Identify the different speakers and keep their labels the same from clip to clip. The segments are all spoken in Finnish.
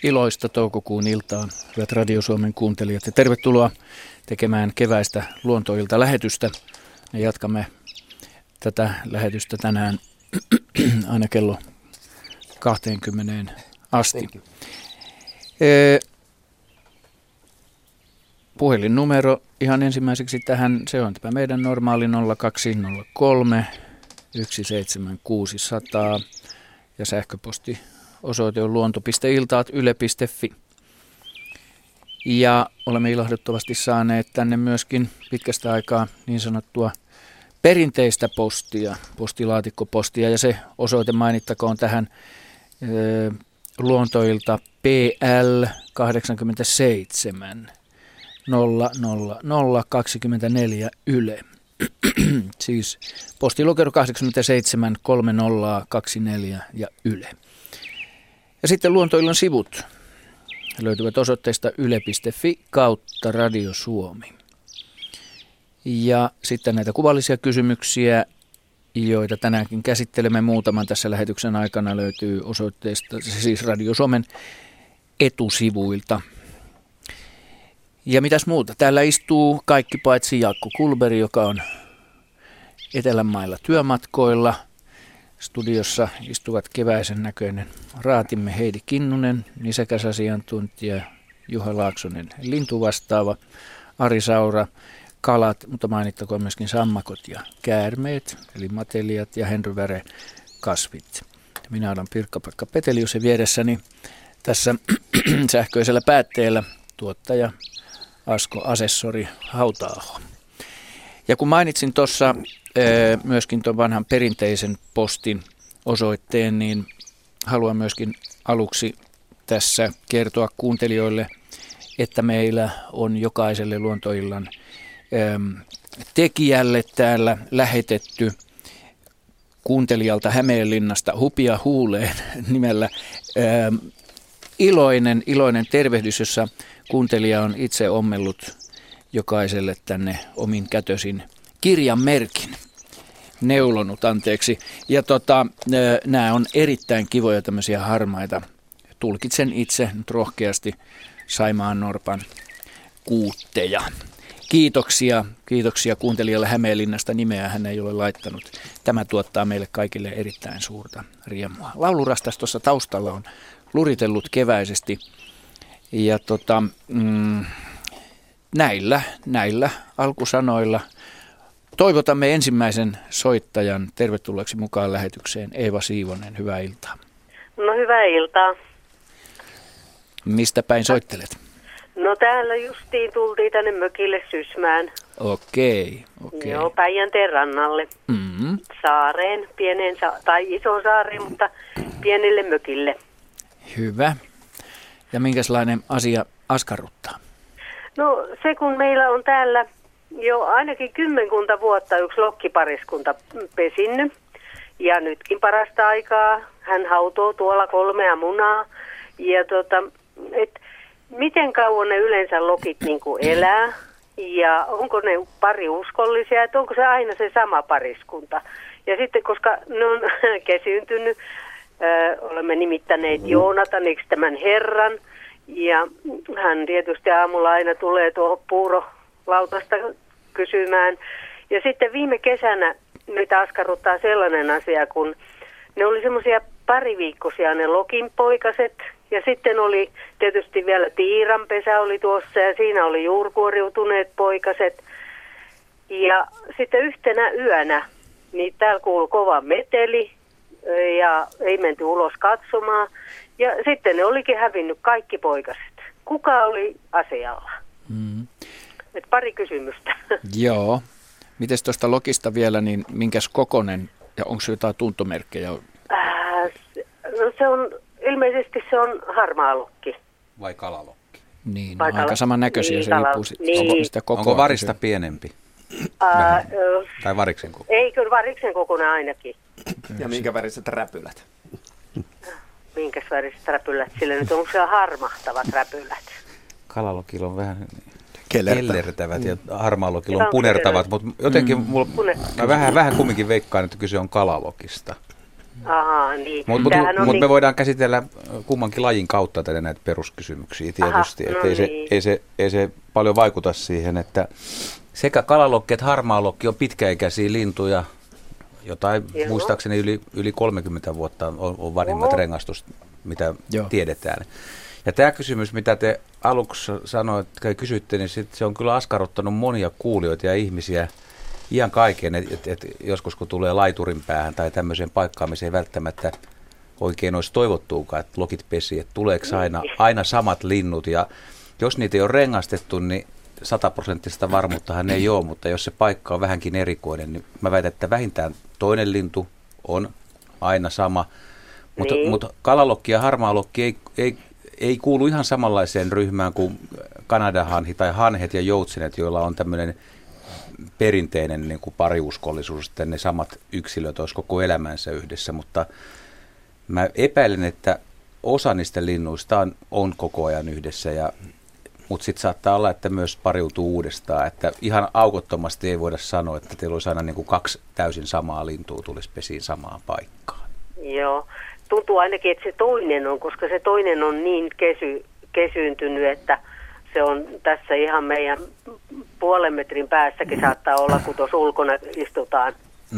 Speaker 1: iloista toukokuun iltaa, hyvät Radio Suomen kuuntelijat, ja tervetuloa tekemään keväistä luontoilta-lähetystä. Me jatkamme tätä lähetystä tänään aina kello 20 asti. Puhelinnumero ihan ensimmäiseksi tähän, se on tämä meidän normaali 0203 17600 ja sähköpostiosoite on luonto.iltaat.yle.fi. Ja olemme ilahduttavasti saaneet tänne myöskin pitkästä aikaa niin sanottua perinteistä postia, postilaatikkopostia, ja se osoite mainittakoon tähän luontoilta PL 87 00024 Yle. Siis postilokero 87 3024 ja Yle. Ja sitten luontoillan sivut löytyvät osoitteesta yle.fi kautta Radio Suomi. Ja sitten näitä kuvallisia kysymyksiä, joita tänäänkin käsittelemme muutaman tässä lähetyksen aikana, löytyy osoitteesta, siis Radio Suomen etusivuilta. Ja mitäs muuta? Täällä istuu kaikki paitsi Jaakko Kulberi, joka on Etelänmailla työmatkoilla. Studiossa istuvat keväisen näköinen raatimme Heidi Kinnunen, nisäkäsasiantuntija, Juha Laaksonen lintuvastaava, Ari Saura kalat, mutta mainittakoon myöskin sammakot ja käärmeet, eli matelijat, ja Henry Väre kasvit. Minä olen Pirkka-Pekka Petelius ja vieressäni tässä sähköisellä päätteellä tuottaja Asko Asessori Hauta-aho. Ja kun mainitsin tuossa myöskin tuon vanhan perinteisen postin osoitteen, niin haluan myöskin aluksi tässä kertoa kuuntelijoille, että meillä on jokaiselle luontoillan tekijälle täällä lähetetty kuuntelijalta Hämeenlinnasta Hupia huuleen nimellä iloinen tervehdys, jossa kuuntelija on itse ommellut jokaiselle tänne omin kätösin kirjanmerkin, neulonut anteeksi. Ja nämä on erittäin kivoja tämmöisiä harmaita. Tulkitsen itse nyt rohkeasti Saimaan norpan kuutteja. Kiitoksia kuuntelijalle Hämeenlinnasta, nimeä hän ei ole laittanut. Tämä tuottaa meille kaikille erittäin suurta riemua. Laulurastas tuossa taustalla on luritellut keväisesti ja näillä alkusanoilla toivotamme ensimmäisen soittajan tervetulleeksi mukaan lähetykseen. Eeva Siivonen, hyvää iltaa.
Speaker 2: No hyvää iltaa.
Speaker 1: Mistä päin soittelet?
Speaker 2: No täällä justiin tultiin tänne mökille Sysmään.
Speaker 1: Okei.
Speaker 2: Joo, Päijänteen rannalle.
Speaker 1: Mm-hmm.
Speaker 2: Saareen, tai isoon saareen, mutta pienelle mökille.
Speaker 1: Hyvä. Ja minkälainen asia askarruttaa?
Speaker 2: No se, kun meillä on täällä jo ainakin 10 vuotta yksi lokkipariskunta pesinnyt. Ja nytkin parasta aikaa hän hautoo tuolla 3 munaa. Ja miten kauan ne yleensä lokit niin kuin elää ja onko ne pari uskollisia, että onko se aina se sama pariskunta. Ja sitten, koska ne on kesyyntynyt, olemme nimittäneet Joonataniksi tämän herran ja hän tietysti aamulla aina tulee tuohon puurolautasta kysymään. Ja sitten viime kesänä meitä askarruttaa sellainen asia, kun ne oli semmoisia pariviikkoisia ne lokinpoikaset. Ja sitten oli tietysti vielä tiiranpesä oli tuossa ja siinä oli juurkuoriutuneet poikaset. Ja sitten yhtenä yönä, niin täällä kuului kova meteli ja ei menty ulos katsomaan. Ja sitten ne olikin hävinnyt kaikki poikaset. Kuka oli asialla? Mm. Et pari kysymystä.
Speaker 1: Joo. Mites tuosta lokista vielä, niin minkäs kokonen ja onko se jotain tuntomerkkejä?
Speaker 2: No se on... Ilmeisesti se on harmaa lokki.
Speaker 3: Vai kalalokki?
Speaker 1: Niin, aika samannäköisiä,
Speaker 2: niin,
Speaker 1: se riippuu sitä kokoa.
Speaker 3: Onko varista pienempi? Tai variksen koko?
Speaker 2: Ei, kyllä variksen kokoinen ainakin.
Speaker 4: Ja minkä väriset räpylät?
Speaker 2: Minkäs väriset räpylät? Sillä nyt on siellä harmahtavat räpylät.
Speaker 3: Kalalokilla on vähän kellertävät ja harmaalokilla on punertavat, mutta jotenkin mä vähän kumminkin veikkaan, että kyse on kalalokista.
Speaker 2: Aha, niin.
Speaker 3: Mutta me voidaan käsitellä kummankin lajin kautta näitä peruskysymyksiä tietysti. Aha, no ei se paljon vaikuta siihen, että sekä kalalokki että harmaalokki on pitkäikäisiä lintuja, jotain muistaakseni yli 30 vuotta on vanhimmat rengastus, mitä tiedetään. Ja tämä kysymys, mitä te aluksi sanoitte, kysytte, niin se on kyllä askarruttanut monia kuulijoita ja ihmisiä ihan kaiken, että joskus kun tulee laiturin päähän tai tämmöiseen paikkaan, missä ei välttämättä oikein olisi toivottuukaan, että lokit pesii, että tuleeko aina samat linnut. Ja jos niitä ei ole rengastettu, niin 100% varmuuttahan ei ole, mutta jos se paikka on vähänkin erikoinen, niin mä väitän, että vähintään toinen lintu on aina sama. Mutta kalalokki ja harmaalokki ei kuulu ihan samanlaiseen ryhmään kuin kanadahanhi tai hanhet ja joutsenet, joilla on tämmöinen perinteinen niin kuin pariuskollisuus, että ne samat yksilöt olisi koko elämänsä yhdessä, mutta mä epäilen, että osa niistä linnuista on koko ajan yhdessä, mutta sitten saattaa olla, että myös pariutuu uudestaan, että ihan aukottomasti ei voida sanoa, että teillä olisi aina niin kuin 2 täysin samaa lintua tulisi pesiin samaan paikkaan.
Speaker 2: Joo, tuntuu ainakin, että se toinen on, koska se toinen on niin kesyyntynyt, että se on tässä ihan meidän puolen metrin päässäkin saattaa olla, kun tuossa ulkona istutaan.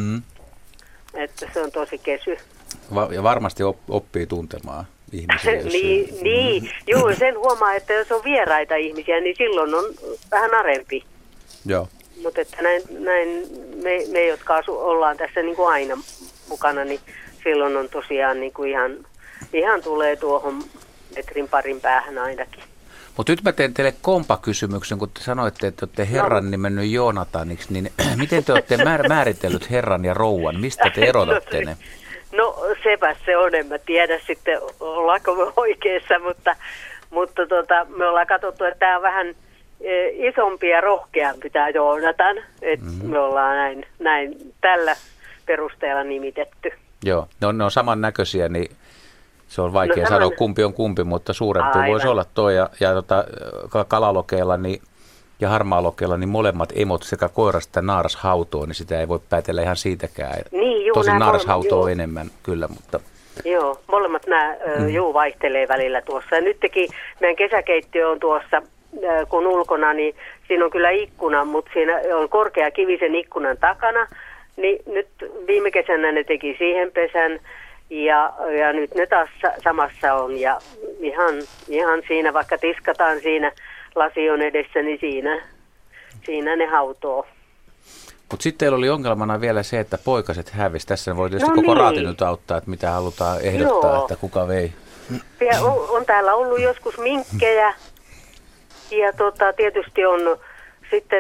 Speaker 2: Että se on tosi kesy.
Speaker 3: Ja varmasti oppii tuntemaan ihmisiä.
Speaker 2: niin, juuri sen huomaa, että jos on vieraita ihmisiä, niin silloin on vähän arempi.
Speaker 3: Joo.
Speaker 2: Mutta että näin me jotka ollaan tässä niin kuin aina mukana, niin silloin on tosiaan niin kuin ihan tulee tuohon metrin parin päähän ainakin.
Speaker 3: Mutta nyt mä teen teille kompakysymyksen, kun te sanoitte, että olette herran nimennyt Joonataniksi, niin miten te olette määritellyt herran ja rouvan? Mistä te erotatte ne?
Speaker 2: No sepä se on, en mä tiedä sitten ollaanko me oikeassa, mutta me ollaan katsottu, että tämä on vähän isompi ja rohkeampi tämä Joonatan, että me ollaan näin tällä perusteella nimitetty.
Speaker 3: Joo, ne on samannäköisiä, niin se on vaikea sanoa kumpi on kumpi, mutta suurempi voisi olla tuo ja kalalokeilla ja harmaalokeilla niin molemmat emot sekä koiras että naaras hautoo, niin sitä ei voi päätellä ihan siitäkään.
Speaker 2: Niin,
Speaker 3: tosin naaras hautoo enemmän kyllä, mutta...
Speaker 2: Joo, molemmat nämä vaihtelee välillä tuossa. Ja nytkin meidän kesäkeittiö on tuossa, kun ulkona, niin siinä on kyllä ikkuna, mutta siinä on korkea kivi sen ikkunan takana. Niin nyt viime kesänä ne teki siihen pesän. Ja nyt ne taas samassa on ja ihan siinä, vaikka tiskataan siinä lasion edessä, niin siinä ne hautoo.
Speaker 3: Mutta sitten teillä oli ongelmana vielä se, että poikaset hävisi. Tässä voi tietysti koko raati nyt auttaa, että mitä halutaan ehdottaa, että kuka vei.
Speaker 2: On täällä ollut joskus minkkejä ja tietysti on sitten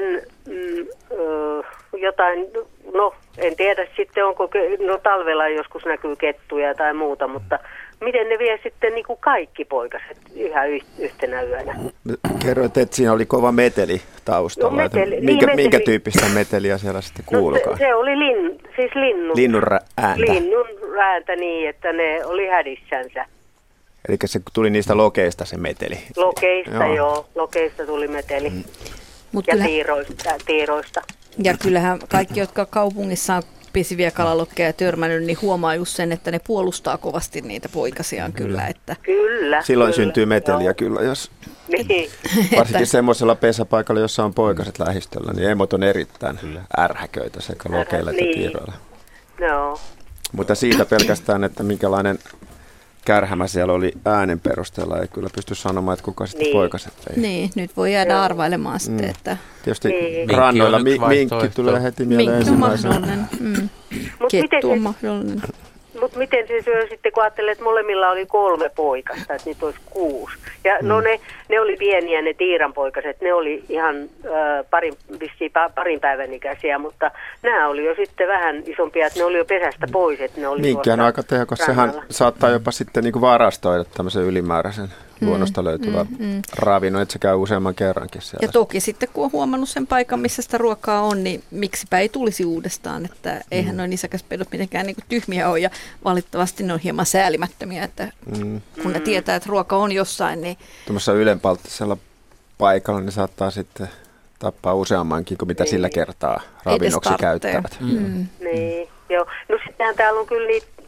Speaker 2: jotain, en tiedä sitten onko, talvella joskus näkyy kettuja tai muuta, mutta miten ne vie sitten niin kuin kaikki poikaset yhä yhtenä yönä?
Speaker 5: Kerroit, että siinä oli kova meteli taustalla. Minkä tyyppistä meteliä siellä sitten kuulukaan?
Speaker 2: Se oli
Speaker 5: linnun ääntä.
Speaker 2: Linnun ääntä niin, että ne oli hädissänsä.
Speaker 5: Eli se tuli niistä lokeista se meteli?
Speaker 2: Lokeista tuli meteli.
Speaker 6: Mut
Speaker 2: ja tiiroista.
Speaker 6: Ja kyllähän kaikki, jotka kaupungissa on pesiviä kalalokkeja törmännyt, niin huomaa just sen, että ne puolustaa kovasti niitä poikasiaan kyllä. Että...
Speaker 2: Kyllä.
Speaker 5: Silloin syntyy meteliä kyllä, jos varsinkin semmoisella pesäpaikalla, jossa on poikaset lähistöllä, niin emot on erittäin ärhäköitä sekä lokeilla että tiiroilla.
Speaker 2: No.
Speaker 5: Mutta siitä pelkästään, että minkälainen kärhämä siellä oli äänen perusteella, ei kyllä pysty sanomaan, että kuka sitten poikaset vei.
Speaker 6: Niin, nyt voi jäädä arvailemaan sitten, että...
Speaker 5: Tietysti rannoilla minkki tulee heti mieleen ensimmäisenä.
Speaker 6: Minkki on mahdollinen. Kettu on mahdollinen.
Speaker 2: Mutta miten se syö sitten, kun ajattelee, että molemmilla oli 3 poikasta, että niitä olisi 6. Ja ne oli pieniä, ne tiiranpoikaset, ne oli ihan parin päivän ikäisiä, mutta nämä oli jo sitten vähän isompia, että ne oli jo pesästä pois.
Speaker 5: Minkki on aika tehokas, sehän saattaa jopa sitten niin kuin varastoida tämmöisen ylimääräisen luonnosta löytyvän ravinnon, että se käy useamman kerrankin siellä.
Speaker 6: Ja toki sitten, kun on huomannut sen paikan, missä sitä ruokaa on, niin miksipä ei tulisi uudestaan, että eihän noin nisäkäspedot mitenkään niin kuin tyhmiä ole, ja valitettavasti ne on hieman säälimättömiä, että kun ne tietää, että ruoka on jossain, niin...
Speaker 5: Tuommoisessa ylenpalttisella paikalla niin saattaa sitten tappaa useammankin kuin mitä sillä kertaa ravinnoksi käyttävät.
Speaker 2: Niin, joo. No sittenhän täällä on kyllä niitä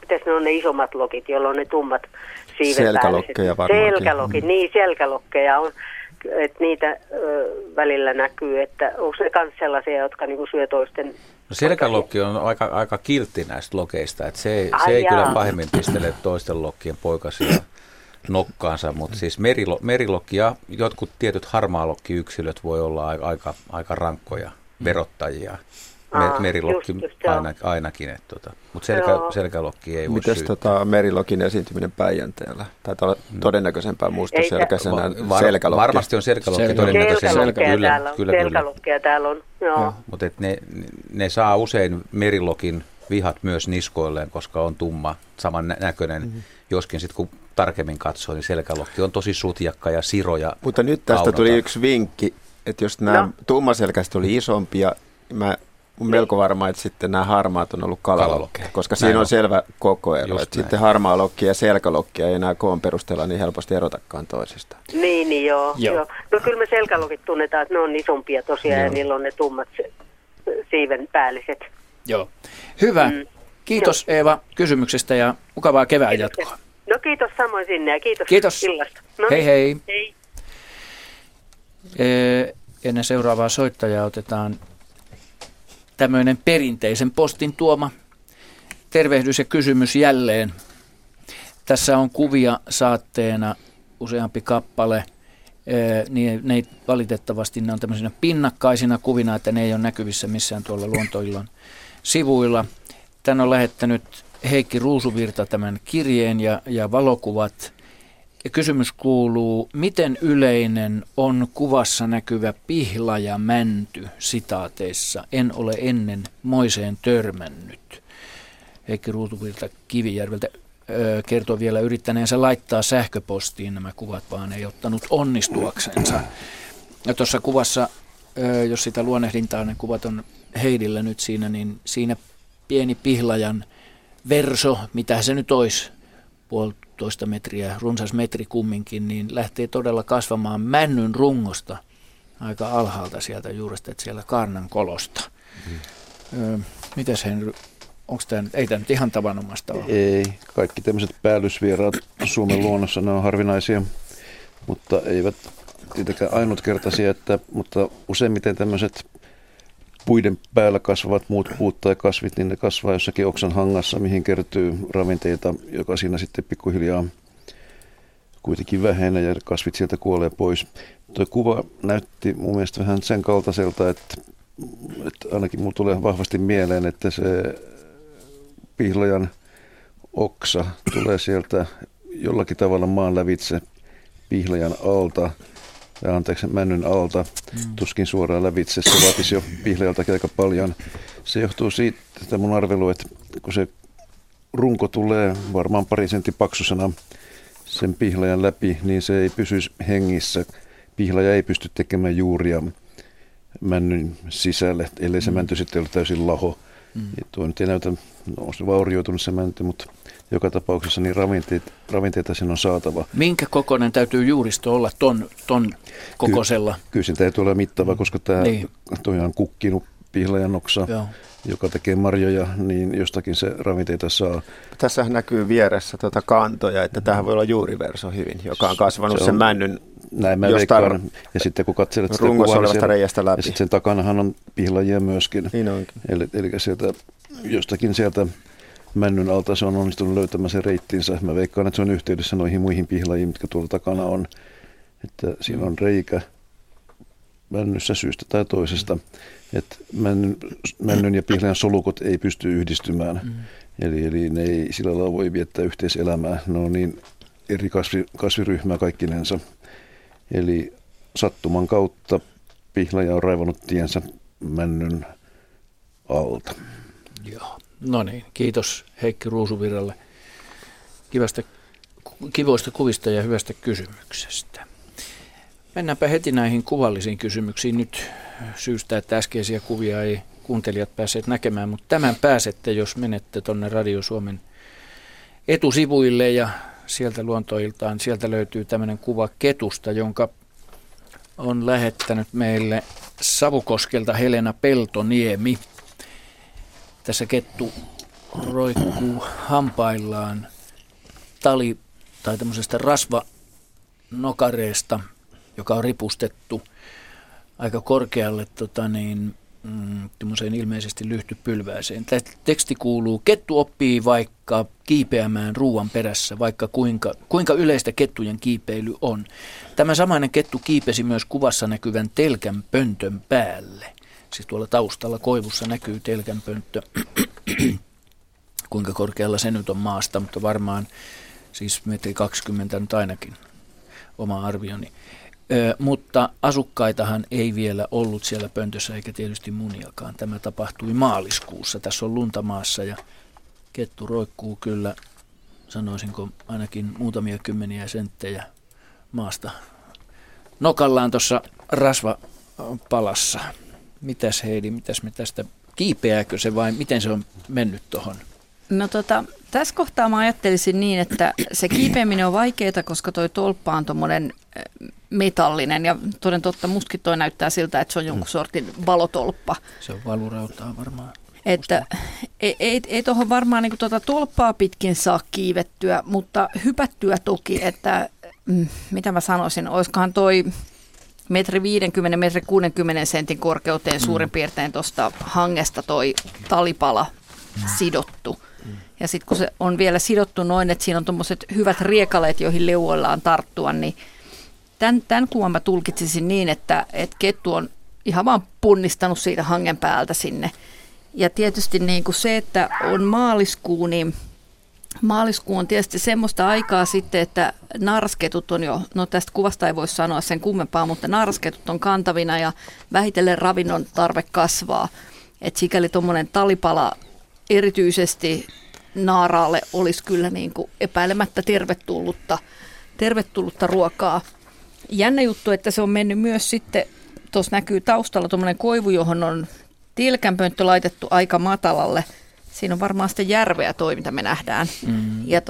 Speaker 2: sitten ne on ne isommat lokit, joilla on ne tummat siiven
Speaker 5: Selkälokkeja varmaankin.
Speaker 2: Selkälokit, niin selkälokkeja on, että niitä välillä näkyy, että onko ne myös sellaisia, jotka niinku syö toisten.
Speaker 3: No selkälokki on aika kiltti näistä lokeista, että se ei kyllä pahemmin pistele toisten lokkien poikasia nokkaansa, mutta siis merilokki ja jotkut tietyt harmaalokkiyksilöt voi olla aika rankkoja verottajia. Merilokki ainakin, mutta selkälokki ei voi syyttää.
Speaker 5: Mites merilokin esiintyminen Päijänteellä? Taitaa olla todennäköisempää mustaselkäisenä selkälokki.
Speaker 3: Varmasti on selkälokki todennäköisenä.
Speaker 2: Selkälokkeja täällä on, joo.
Speaker 3: Mutta ne saa usein merilokin vihat myös niskoilleen, koska on tumma, saman näköinen. Joskin sitten kun tarkemmin katsoo, niin selkälokki on tosi sutjakka ja siro ja
Speaker 5: Mutta nyt tästä tuli yksi vinkki, että jos nämä tummaselkäiset oli isompia, mä olen melko varma, että sitten nämä harmaat on ollut kalalokkeja, koska siinä on selvä kokoero. Sitten harmaa lokki ja selkälokki ei enää koon perusteella niin helposti erotakaan toisistaan.
Speaker 2: Niin joo. No kyllä me selkälokit tunnetaan, että ne on isompia tosiaan ja niillä on ne tummat siiven päälliset.
Speaker 1: Joo. Hyvä. Kiitos Eeva kysymyksestä ja mukavaa kevään jatkoa.
Speaker 2: No kiitos samoin sinne ja kiitos illasta. No,
Speaker 1: hei. Ennen seuraavaa soittajaa otetaan tämmöinen perinteisen postin tuoma tervehdys ja kysymys jälleen. Tässä on kuvia saatteena useampi kappale. Ne valitettavasti ne on tämmöisenä pinnakkaisina kuvina, että ne ei ole näkyvissä missään tuolla Luontoillan sivuilla. Tän on lähettänyt Heikki Ruusuvirta tämän kirjeen ja valokuvat. Ja kysymys kuuluu, miten yleinen on kuvassa näkyvä pihlajamänty sitaateissa? En ole ennen moiseen törmännyt. Heikki Ruusuvirta Kivijärveltä kertoo vielä yrittäneensä laittaa sähköpostiin nämä kuvat, vaan ei ottanut onnistuaksensa. Ja tuossa kuvassa, jos sitä luonnehdintaa, ne kuvat on Heidillä nyt siinä, niin siinä pieni pihlajan verso, mitä se nyt olisi, 1,5 metriä, runsas metri kumminkin, niin lähtee todella kasvamaan männyn rungosta aika alhaalta sieltä juuresta, että siellä kaarnan kolosta. Mitäs Henry, ei tämä nyt ihan tavanomaista ole?
Speaker 7: Ei, kaikki tämmöiset päällysvieraat Suomen luonnossa, ne on harvinaisia, mutta eivät tietenkään ainutkertaisia, mutta useimmiten tämmöiset puiden päällä kasvavat muut puut tai kasvit, niin ne kasvaa jossakin oksan hangassa, mihin kertyy ravinteita, joka siinä sitten pikkuhiljaa kuitenkin vähenee ja kasvit sieltä kuolee pois. Tuo kuva näytti mun mielestä vähän sen kaltaiselta, että ainakin mulle tulee vahvasti mieleen, että se pihlajan oksa tulee sieltä jollakin tavalla maan lävitse pihlajan alta. Männyn alta, tuskin suoraan lävitse, se vaatisi jo pihlajaltakin aika paljon. Se johtuu siitä, että mun arvelu, että kun se runko tulee varmaan pari sentin paksusena sen pihlajan läpi, niin se ei pysyisi hengissä. Pihlaja ei pysty tekemään juuria männyn sisälle, ellei se mänty sitten ole täysin laho. Tuo nyt ei näytä, on se vaurioitunut se mänty, mutta joka tapauksessa niin ravinteita sen on saatava.
Speaker 1: Minkä kokoinen täytyy juuristo olla ton kokoisella?
Speaker 7: Kyllä sen täytyy olla mittava, koska tämä on kukkinut pihlajan oksa, joka tekee marjoja, niin jostakin se ravinteita saa.
Speaker 5: Tässähän näkyy vieressä kantoja, että tähän voi olla juuriverso hyvin, joka on kasvanut sen männyn
Speaker 7: näin mä veikkaan. Ja sitten kun katselet sitä kuvaa,
Speaker 5: läpi.
Speaker 7: Ja sitten sen takanahan on pihlajia myöskin.
Speaker 5: Niin onkin.
Speaker 7: Eli jostakin sieltä männyn alta se on onnistunut löytämään sen reittinsä. Mä veikkaan, että se on yhteydessä noihin muihin pihlajiin, mitkä tuolla takana on. Että siinä on reikä männyssä syystä tai toisesta. Että männyn ja pihlajan solukot ei pysty yhdistymään. Eli ne ei sillä lailla voi viettää yhteiselämää. Ne on niin eri kasviryhmää kaikkinensa. Eli sattuman kautta pihlaja on raivannut tiensä männyn alta.
Speaker 1: Joo. No niin, kiitos Heikki Ruusuvirralle kivoista kuvista ja hyvästä kysymyksestä. Mennäänpä heti näihin kuvallisiin kysymyksiin nyt syystä, että äskeisiä kuvia ei kuuntelijat päässeet näkemään, mutta tämän pääsette, jos menette tuonne Radio Suomen etusivuille ja sieltä Luontoiltaan. Sieltä löytyy tämmöinen kuva ketusta, jonka on lähettänyt meille Savukoskelta Helena Peltoniemi. Tässä kettu roikkuu hampaillaan tali- tai tämmöisestä rasvanokareesta, joka on ripustettu aika korkealle tämmöiseen ilmeisesti lyhtypylvääseen. Tämä teksti kuuluu: kettu oppii vaikka kiipeämään ruuan perässä, vaikka kuinka yleistä kettujen kiipeily on. Tämä samainen kettu kiipesi myös kuvassa näkyvän telkän pöntön päälle. Siis tuolla taustalla koivussa näkyy telkän pönttö. Kuinka korkealla se nyt on maasta, mutta varmaan siis 1,20 metriä nyt ainakin, oma arvioni. Mutta asukkaitahan ei vielä ollut siellä pöntössä eikä tietysti muniakaan. Tämä tapahtui maaliskuussa. Tässä on lunta maassa ja kettu roikkuu kyllä, sanoisinko, ainakin muutamia kymmeniä senttejä maasta nokallaan tuossa rasvapalassa. Mitäs Heidi, mitäs me tästä, kiipeääkö se vai miten se on mennyt tuohon?
Speaker 6: No tässä kohtaa mä ajattelisin niin, että se kiipeäminen on vaikeaa, koska toi tolppa on tommonen metallinen ja toden totta mustakin toi näyttää siltä, että se on jonkun sortin valotolppa.
Speaker 1: Se on valurautaa varmaan.
Speaker 6: Että ei tuohon varmaan niin tolppaa pitkin saa kiivettyä, mutta hypättyä toki, että mitä mä sanoisin, olisikohan toi 1,50 1,60 sentin korkeuteen suurin piirtein tuosta hangesta toi talipala sidottu. Ja sitten kun se on vielä sidottu noin, että siinä on tuommoiset hyvät riekaleet, joihin leuoillaan tarttua, niin tämän kuvan mä tulkitsisin niin, että kettu on ihan vaan punnistanut siitä hangen päältä sinne. Ja tietysti niin kuin se, että on maaliskuu, niin maaliskuu on tietysti semmoista aikaa sitten, että naarasketut on jo, no tästä kuvasta ei voi sanoa sen kummempaa, mutta naarasketut on kantavina ja vähitellen ravinnon tarve kasvaa. Että sikäli tuommoinen talipala erityisesti naaraalle olisi kyllä niin kuin epäilemättä tervetullutta ruokaa. Jännä juttu, että se on mennyt myös sitten, tuossa näkyy taustalla tuommoinen koivu, johon on tilkänpönttö laitettu aika matalalle. Siinä on varmaan sitten järveä toi, mitä me nähdään. Ja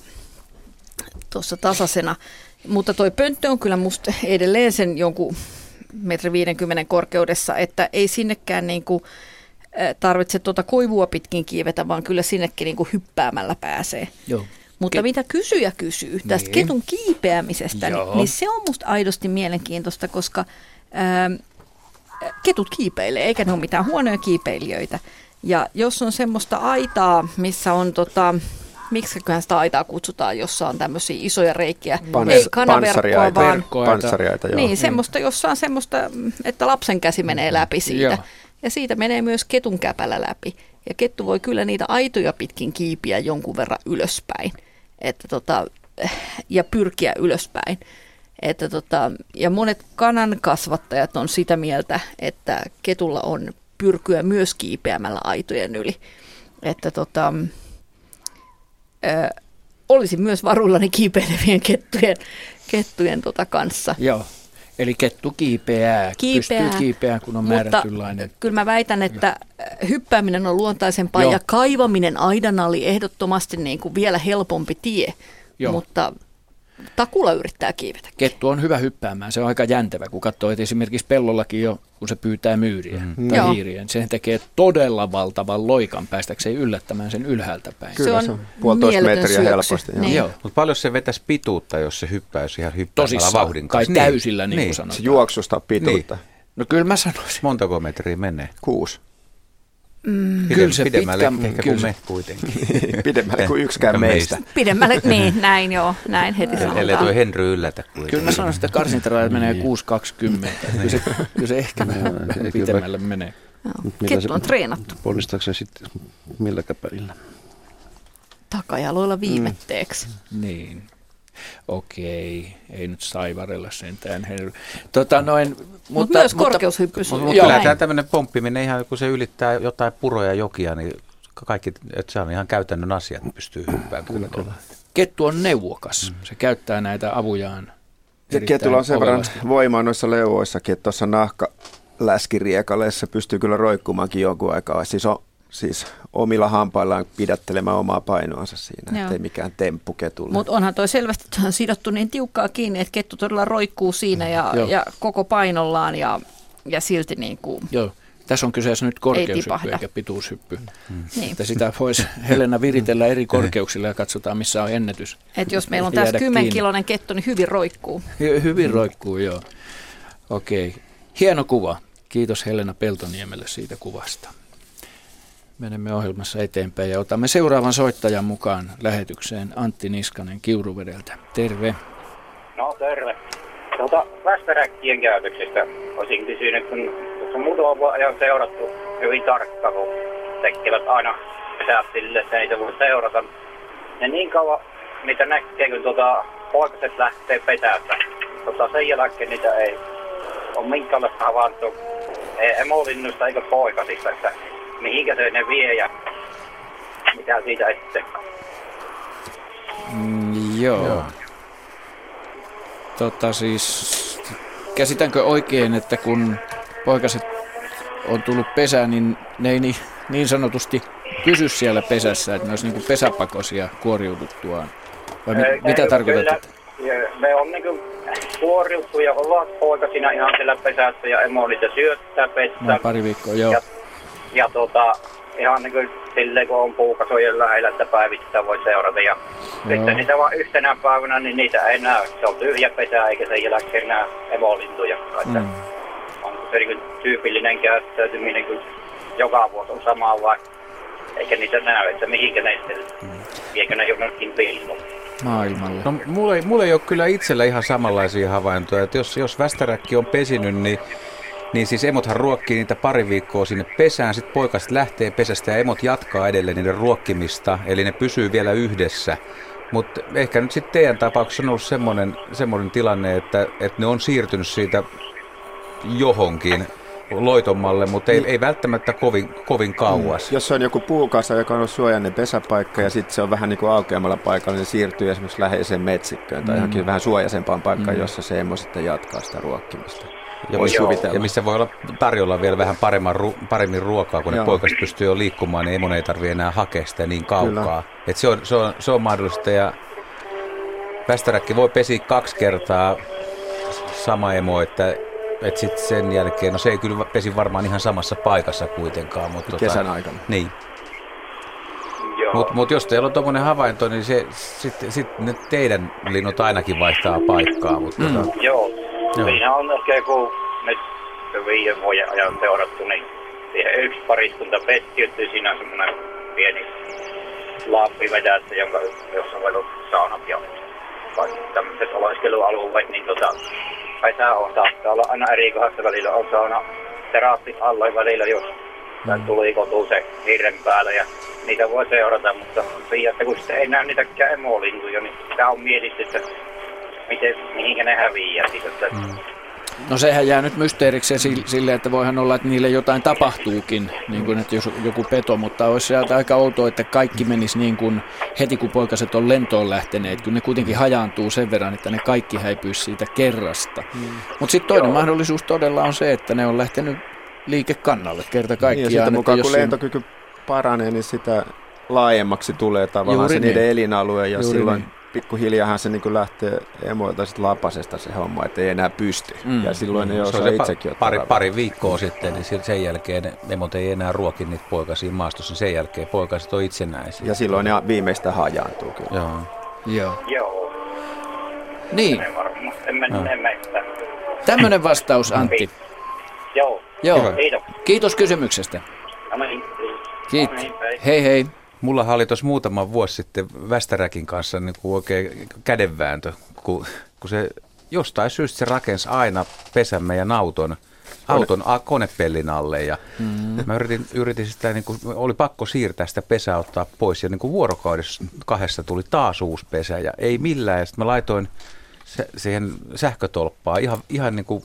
Speaker 6: tuossa tasaisena. Mutta toi pönttö on kyllä musta edelleen sen jonkun 1,50 metrin korkeudessa, että ei sinnekään niinku tarvitse koivua pitkin kiivetä, vaan kyllä sinnekin niinku hyppäämällä pääsee.
Speaker 1: Joo.
Speaker 6: Mutta mitä kysyjä kysyy tästä ketun kiipeämisestä, niin se on musta aidosti mielenkiintoista, koska ketut kiipeilee, eikä ne ole mitään huonoja kiipeilijöitä. Ja jos on semmoista aitaa, missä on miksiköhän sitä aitaa kutsutaan, jossa on tämmöisiä isoja reikiä, ei kanaverkkoa, vaan
Speaker 5: panssariaita, joo.
Speaker 6: Niin, semmoista, jossa on semmoista, että lapsen käsi menee läpi siitä. Joo. Ja siitä menee myös ketun käpälä läpi. Ja kettu voi kyllä niitä aitoja pitkin kiipiä jonkun verran ylöspäin. Ja pyrkiä ylöspäin. Ja monet kanan kasvattajat on sitä mieltä, että ketulla on pyrkyä myös kiipeämällä aitojen yli. Että olisin myös varuillani kiipeilevien kettujen kanssa.
Speaker 1: Joo. Eli kettu kiipeää, pystyy kiipeään, kun on määrätynlainen.
Speaker 6: Kyllä mä väitän, että hyppääminen on luontaisempaa ja kaivaminen aidan ali ehdottomasti niin kuin vielä helpompi tie, mutta takulla yrittää kiivetä.
Speaker 1: Kettu on hyvä hyppäämään, se on aika jäntevä, kun katsoo, että esimerkiksi pellollakin jo, kun se pyytää myyriä tai hiiriä, niin se tekee todella valtavan loikan päästäkseen yllättämään sen ylhäältä päin.
Speaker 5: Kyllä se on 1,5 metriä helposti.
Speaker 6: Niin.
Speaker 3: Mutta paljon se vetäisi pituutta, jos se hyppäisi ihan hyppäämällä vauhdin kanssa.
Speaker 1: Tai täysillä, niin kuin sanotaan.
Speaker 5: Se juoksusta pituutta.
Speaker 3: Niin.
Speaker 1: No kyllä mä sanoisin.
Speaker 3: Montako metriä menee?
Speaker 5: 6.
Speaker 1: Kyllä se
Speaker 3: pidemmälle
Speaker 1: pitkä,
Speaker 3: ehkä kuin me kuitenkin.
Speaker 5: Pidemmälle kuin yksikään meistä.
Speaker 6: Pidemmälle, niin, näin heti sanotaan.
Speaker 3: Ellei tuo Henry yllätä kuitenkin.
Speaker 1: Kyllä mä sanon, että karsintarajat menee 6,20. Kyllä se ehkä pidemmälle menee.
Speaker 6: Kettu on treenattu.
Speaker 7: Ponnistaako se sitten millä käpälillä?
Speaker 6: Takajaloilla viimetteeksi.
Speaker 1: Niin. Okei, ei nyt saivarella sentään.
Speaker 6: Mutta myös korkeushyppys.
Speaker 3: Kyllä tämä tämmöinen pomppiminen, ihan kun se ylittää jotain puroja ja jokia, niin kaikki, että se on ihan käytännön asia, että pystyy hyppäämään kuntoon.
Speaker 1: Kettu on neuvokas. Se käyttää näitä avujaan.
Speaker 5: Ketulla on sen verran voimaa noissa leuoissakin, että tuossa nahkaläskiriekaleessa pystyy kyllä roikkumaankin jonkun aikaa. Siis omilla hampaillaan pidättelemään omaa painoansa siinä, ettei mikään temppu ketulle.
Speaker 6: Mutta onhan toi selvästi sidottu niin tiukkaa kiinni, että kettu todella roikkuu siinä ja koko painollaan ja silti niin kuin...
Speaker 1: Joo, Tässä on kyseessä nyt korkeushyppy eikä pituushyppy.
Speaker 6: Niin.
Speaker 1: Että sitä voisi Helena viritellä eri korkeuksilla ja katsotaan, missä on ennätys.
Speaker 6: Että jos meillä on tässä 10-kiloinen kettu, niin hyvin roikkuu.
Speaker 1: Hyvin roikkuu, joo. Okei. Hieno kuva. Kiitos Helena Peltoniemelle siitä kuvasta. Menemme ohjelmassa eteenpäin ja otamme seuraavan soittajan mukaan lähetykseen. Antti Niskanen Kiuruvedeltä. Terve.
Speaker 8: No terve. Västäräkkien käytöksestä olisin kysynyt, kun tuossa muutaman ajan seurattu hyvin tarkkaan, kun tekevät aina pesät sille, että niitä voi seurata. Ja niin kauan niitä näkee, kun poikaset lähtee pesästä. Sen jälkeen niitä ei ole minkäänlaista havaintoa, ei emolinnusta eikä poikasista, että mihinkä se ne vie ja mitä siitä sitten.
Speaker 1: Joo. Siis, käsitänkö oikein, että kun poikaset on tullut pesään, niin ne ei niin sanotusti pysy siellä pesässä, että ne olisi niin kuin pesäpakosia kuoriuduttuaan? Vai mitä tarkoitat?
Speaker 8: Me on niin kuin kuoriuttu ja ovat poikasina ihan siellä pesässä ja emo niitä syöttää pesään.
Speaker 1: No, pari viikkoa, joo.
Speaker 8: Ja ihan niin kuin silleen, kun on puukasojen lähellä, että päivittäin voi seurata. Ja sitten niitä vaan yhtenä päivänä, niin niitä ei näy. Se on tyhjä pesä, eikä sen jälkeen näy emolintuja. Onko se niin tyypillinen käyttäytyminen, kun joka vuosi on sama vai eikä niitä näy, että mihinkä ne sitten, viekö ne jonnekin piiloon.
Speaker 1: Maailmalle.
Speaker 3: No, mulla ei ole kyllä itsellä ihan samanlaisia havaintoja, että jos västäräkki on pesinyt, niin siis emothan ruokkii niitä pari viikkoa sinne pesään, sitten poikaset lähtee pesästä ja emot jatkaa edelleen niiden ruokkimista, eli ne pysyy vielä yhdessä. Mutta ehkä nyt sitten teidän tapauksessa on ollut semmoinen tilanne, että ne on siirtynyt siitä johonkin loitommalle, mutta ei välttämättä kovin kauas.
Speaker 5: Jos on joku puukasa, joka on ollut suojainen pesäpaikka ja sitten se on vähän niin kuin aukeamalla paikalla, niin siirtyy esimerkiksi läheiseen metsikköön tai johonkin vähän suojaisempaan paikkaan, jossa se emo sitten jatkaa sitä ruokkimista.
Speaker 3: Ja missä voi olla tarjolla vielä vähän paremmin ruokaa, kun ne poikaset pystyy jo liikkumaan, niin emon ei tarvitse enää hakea sitä niin kaukaa. Et se on mahdollista ja västäräkki voi pesiä 2 kertaa sama emo, että sitten sen jälkeen, no se ei kyllä pesi varmaan ihan samassa paikassa kuitenkaan. Mutta
Speaker 5: kesän aikana.
Speaker 3: Niin. Mutta jos teillä on tuommoinen havainto, niin sitten teidän linnut ainakin vaihtaa paikkaa.
Speaker 8: Joo. Siinä on ehkä joku nyt 5 vuoden ajan seurattu, niin siihen yksi pariskunta pestiytyi. Siinä on semmoinen pieni laappi vetäessä, jossa voi olla saunat ja tämmöiset oleskelualueet, niin pesä on saattaa olla aina eri kohdassa, välillä on sauna terassit alla ja välillä jos tuli kotu se hirren päällä ja niitä voi seurata, mutta että kun sitten ei näy niitäkään emolintuja, niin sitä on mietitty, että mihinkä ne häviää.
Speaker 1: No sehän jää nyt mysteeriksi sille, että voihan olla, että niille jotain tapahtuukin, niin kuin että jos joku peto, mutta olisi se aika outoa, että kaikki menisi niin kuin heti kun poikaset on lentoon lähteneet, kun ne kuitenkin hajaantuu sen verran, että ne kaikki häipyisi siitä kerrasta. Mutta sitten toinen mahdollisuus todella on se, että ne on lähtenyt liikekannalle kerta kaikkiaan.
Speaker 5: Niin, ja sitten mukaan kun lentokyky paranee, niin sitä laajemmaksi tulee tavallaan se niiden elinalue ja silloin pikkuhiljaahan se niin lähtee emoilta sit lapasesta se homma, että ei enää pysty. Ja silloin ei osaa itsekin ottaa
Speaker 3: pari viikkoa sitten, niin sen jälkeen emot ei enää ruoki niitä poikasia maastossa. Sen jälkeen poikaset on itsenäisiä.
Speaker 5: Ja silloin ne viimeistään hajaantuu kyllä.
Speaker 8: Joo.
Speaker 1: Niin.
Speaker 8: En
Speaker 1: tämmöinen vastaus, Antti.
Speaker 8: Joo.
Speaker 1: Kiitos kysymyksestä. Kiitos. Hei.
Speaker 3: Mullahan oli tuossa muutama vuosi sitten västäräkin kanssa niin kuin oikein kädenvääntö, kun se jostain syystä se rakensi aina pesän meidän auton konepellin alle ja mä yritin sitä, niin kuin, oli pakko siirtää sitä pesää ottaa pois ja niin kuin vuorokaudessa 2 tuli taas uusi pesä ja ei millään ja sitten mä laitoin siihen sähkötolppaan ihan niin kuin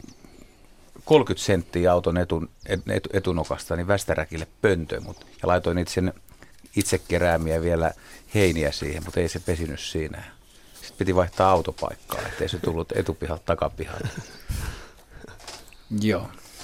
Speaker 3: 30 senttiä auton etunokasta niin västäräkille pöntöön ja laitoin niitä sen itse keräämiä vielä heiniä siihen, mutta ei se pesinyt siinä. Sitten piti vaihtaa autopaikkaa, ettei se tullut etupihalta takapihalta.
Speaker 1: Joo.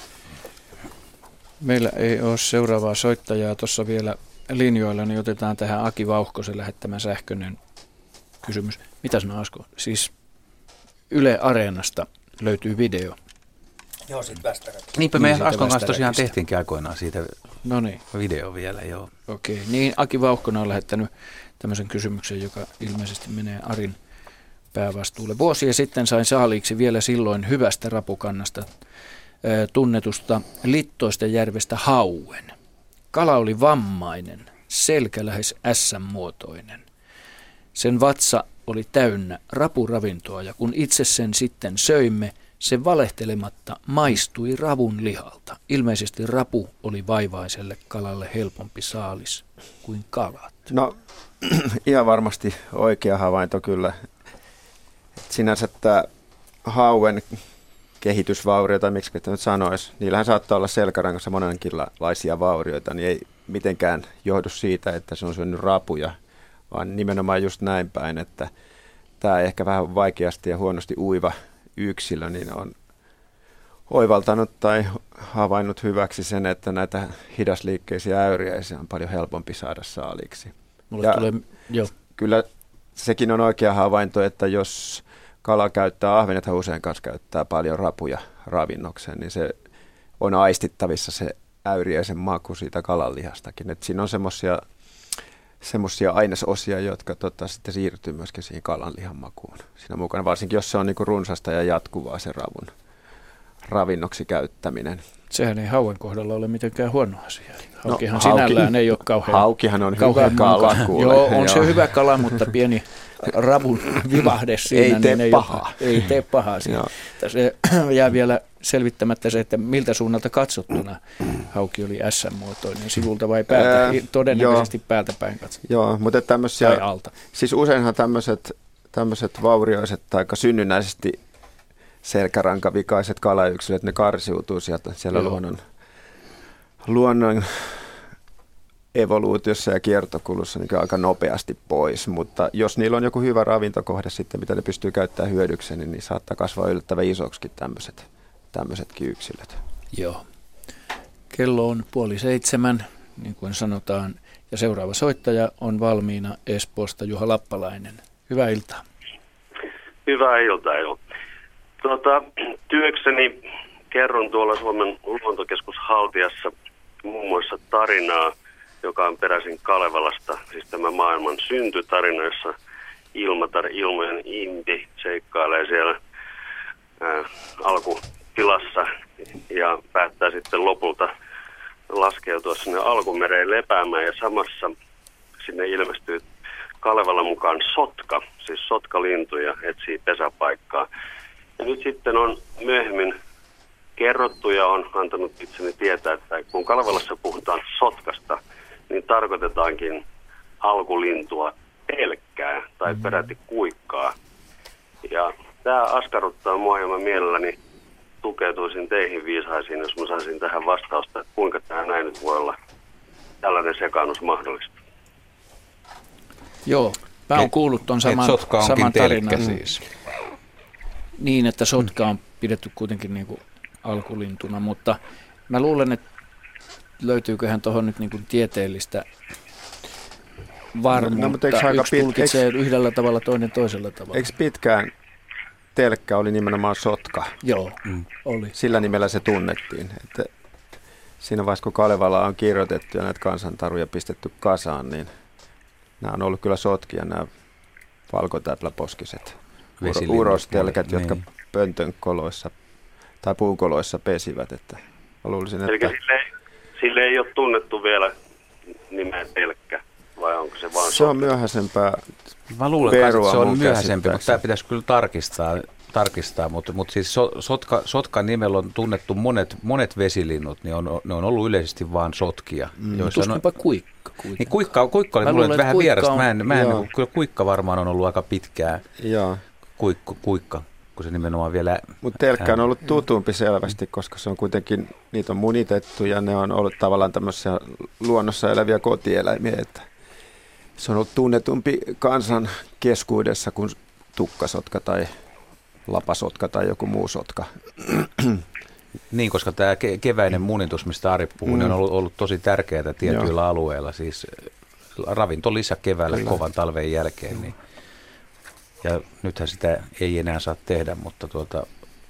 Speaker 1: Meillä ei ole seuraavaa soittajaa tuossa vielä linjoilla, niin otetaan tähän Aki Vauhkosen lähettämä sähköinen kysymys. Mitä sanoo Asko? Siis Yle Areenasta löytyy video.
Speaker 9: Joo, siitä Västärästä.
Speaker 3: Niinpä me Askon kanssa tosiaan tehtiinkin aikoinaan siitä video vielä, joo.
Speaker 1: Okei, niin Aki Vauhkonen on lähettänyt tämmöisen kysymyksen, joka ilmeisesti menee Arin päävastuulle. Vuosia sitten sain saaliiksi vielä silloin hyvästä rapukannasta tunnetusta Littoistenjärvestä hauen. Kala oli vammainen, selkä lähes S-muotoinen. Sen vatsa oli täynnä rapuravintoa ja kun itse sen sitten söimme, se valehtelematta maistui ravun lihalta. Ilmeisesti rapu oli vaivaiselle kalalle helpompi saalis kuin kalat.
Speaker 5: No ihan varmasti oikea havainto kyllä. Sinänsä tämä hauen kehitysvaurio, tai miksi nyt sanoisi, niillähän saattaa olla selkärangassa monenkinlaisia vaurioita, niin ei mitenkään johdu siitä, että se on syönyt rapuja, vaan nimenomaan just näin päin, että tämä ehkä vähän vaikeasti ja huonosti uiva yksilö niin on oivaltanut tai havainnut hyväksi sen, että näitä hidasliikkeisiä äyriäisiä on paljon helpompi saada saaliksi. Kyllä sekin on oikea havainto, että jos kala käyttää, ahvenethan usein kanssa käyttää paljon rapuja ravinnokseen, niin se on aistittavissa se äyriäisen maku siitä kalanlihastakin. Et siinä on semmoisia ainesosia, jotka sitten siirtyy myöskin siihen kalanlihan makuun siinä mukana, varsinkin jos se on niinku runsasta ja jatkuvaa se ravinnoksi käyttäminen.
Speaker 1: Sehän ei hauen kohdalla ole mitenkään huono asia. Haukihan sinällään ei ole kauhean.
Speaker 5: Haukihan on hyvä kala.
Speaker 1: Joo, on se hyvä kala, mutta pieni ravun vivahde siinä ei tee pahaa. Tässä jää vielä selvittämättä se, että miltä suunnalta katsottuna hauki oli S-muotoinen, sivulta vai päältä, todennäköisesti päältä päin katsottuna.
Speaker 5: Joo, mutta tämmöisiä, tai alta. Siis useinhan tämmöiset vaurioiset tai synnynnäisesti selkärankavikaiset kalayksilöt, ne karsiutuu siellä luonnon evoluutiossa ja kiertokulussa niin aika nopeasti pois, mutta jos niillä on joku hyvä ravintokohde sitten, mitä ne pystyy käyttämään hyödykseen, niin saattaa kasvaa yllättävän isoksikin tämmöisetkin yksilöt.
Speaker 1: Joo. Kello on 6:30, niin kuin sanotaan, ja seuraava soittaja on valmiina Espoosta, Juha Lappalainen. Hyvää iltaa.
Speaker 10: Hyvää iltaa, joo. Työkseni kerron tuolla Suomen luontokeskus Haltiassa muun muassa tarinaa, joka on peräisin Kalevalasta, siis tämä maailman syntytarina, jossa Ilmojen impi seikkailee siellä alkutilassa ja päättää sitten lopulta laskeutua sinne alkumereen lepäämään, ja samassa sinne ilmestyy Kalevalan mukaan sotka, siis sotkalintu, ja etsii pesäpaikkaa. Ja nyt sitten on myöhemmin kerrottu ja on antanut itseni tietää, että kun Kalevalassa puhutaan sotkasta, niin tarkoitetaankin alkulintua pelkkää tai peräti kuikkaa. Ja tämä askarruttaa mua, ja mä mielelläni tukeutuisin teihin viisaisiin, jos mä saisin tähän vastausta, että kuinka tämä näin nyt voi olla tällainen sekaannus mahdollista.
Speaker 1: Joo, mä oon kuullut ton saman tarinan.
Speaker 3: Siis.
Speaker 1: Niin, että sotka on pidetty kuitenkin niin kuin alkulintuna, mutta mä luulen, että löytyyköhän tuohon nyt niin kuin tieteellistä varmuutta. Yksi tulkitsee yhdellä tavalla, toinen toisella tavalla.
Speaker 5: Eikö pitkään telkkä oli nimenomaan sotka?
Speaker 1: Joo, oli.
Speaker 5: Sillä nimellä se tunnettiin. Että siinä vaiheessa, kun Kalevala on kirjoitettu ja näitä kansantaruja pistetty kasaan, niin nämä on ollut kyllä sotkia, nämä valkotäpläposkiset urostelkät, jotka pöntönkoloissa tai puukoloissa pesivät. Että luulisin, että...
Speaker 10: Eli sille ei ole tunnettu vielä nimeä telkkä, vai onko se vaan
Speaker 5: se on myöhäisempää.
Speaker 3: Mä luulen, että se on myöhäisempi, mutta tämä pitäisi kyllä tarkistaa, mutta siis sotkan nimellä on tunnettu monet vesilinnut, niin ne on ollut yleisesti vaan sotkia.
Speaker 1: Tuskinpa kuikka.
Speaker 3: Niin kuikka oli mulle vähän vierasta. Kyllä kuikka varmaan on ollut aika pitkään. Kuikka, kun se nimenomaan vielä...
Speaker 5: Mutta telkkä on ollut tutumpi selvästi, koska se on kuitenkin, niitä on munitettu ja ne on ollut tavallaan tämmöisiä luonnossa eläviä kotieläimiä, että se on ollut tunnetumpi kansan keskuudessa kuin tukkasotka tai lapasotka tai joku muu sotka.
Speaker 3: Niin, koska tämä keväinen munitus, mistä Ari puhui, on ollut tosi tärkeää tietyillä alueilla. Siis ravintolisä keväällä kovan talven jälkeen. Niin. Ja nythän sitä ei enää saa tehdä, mutta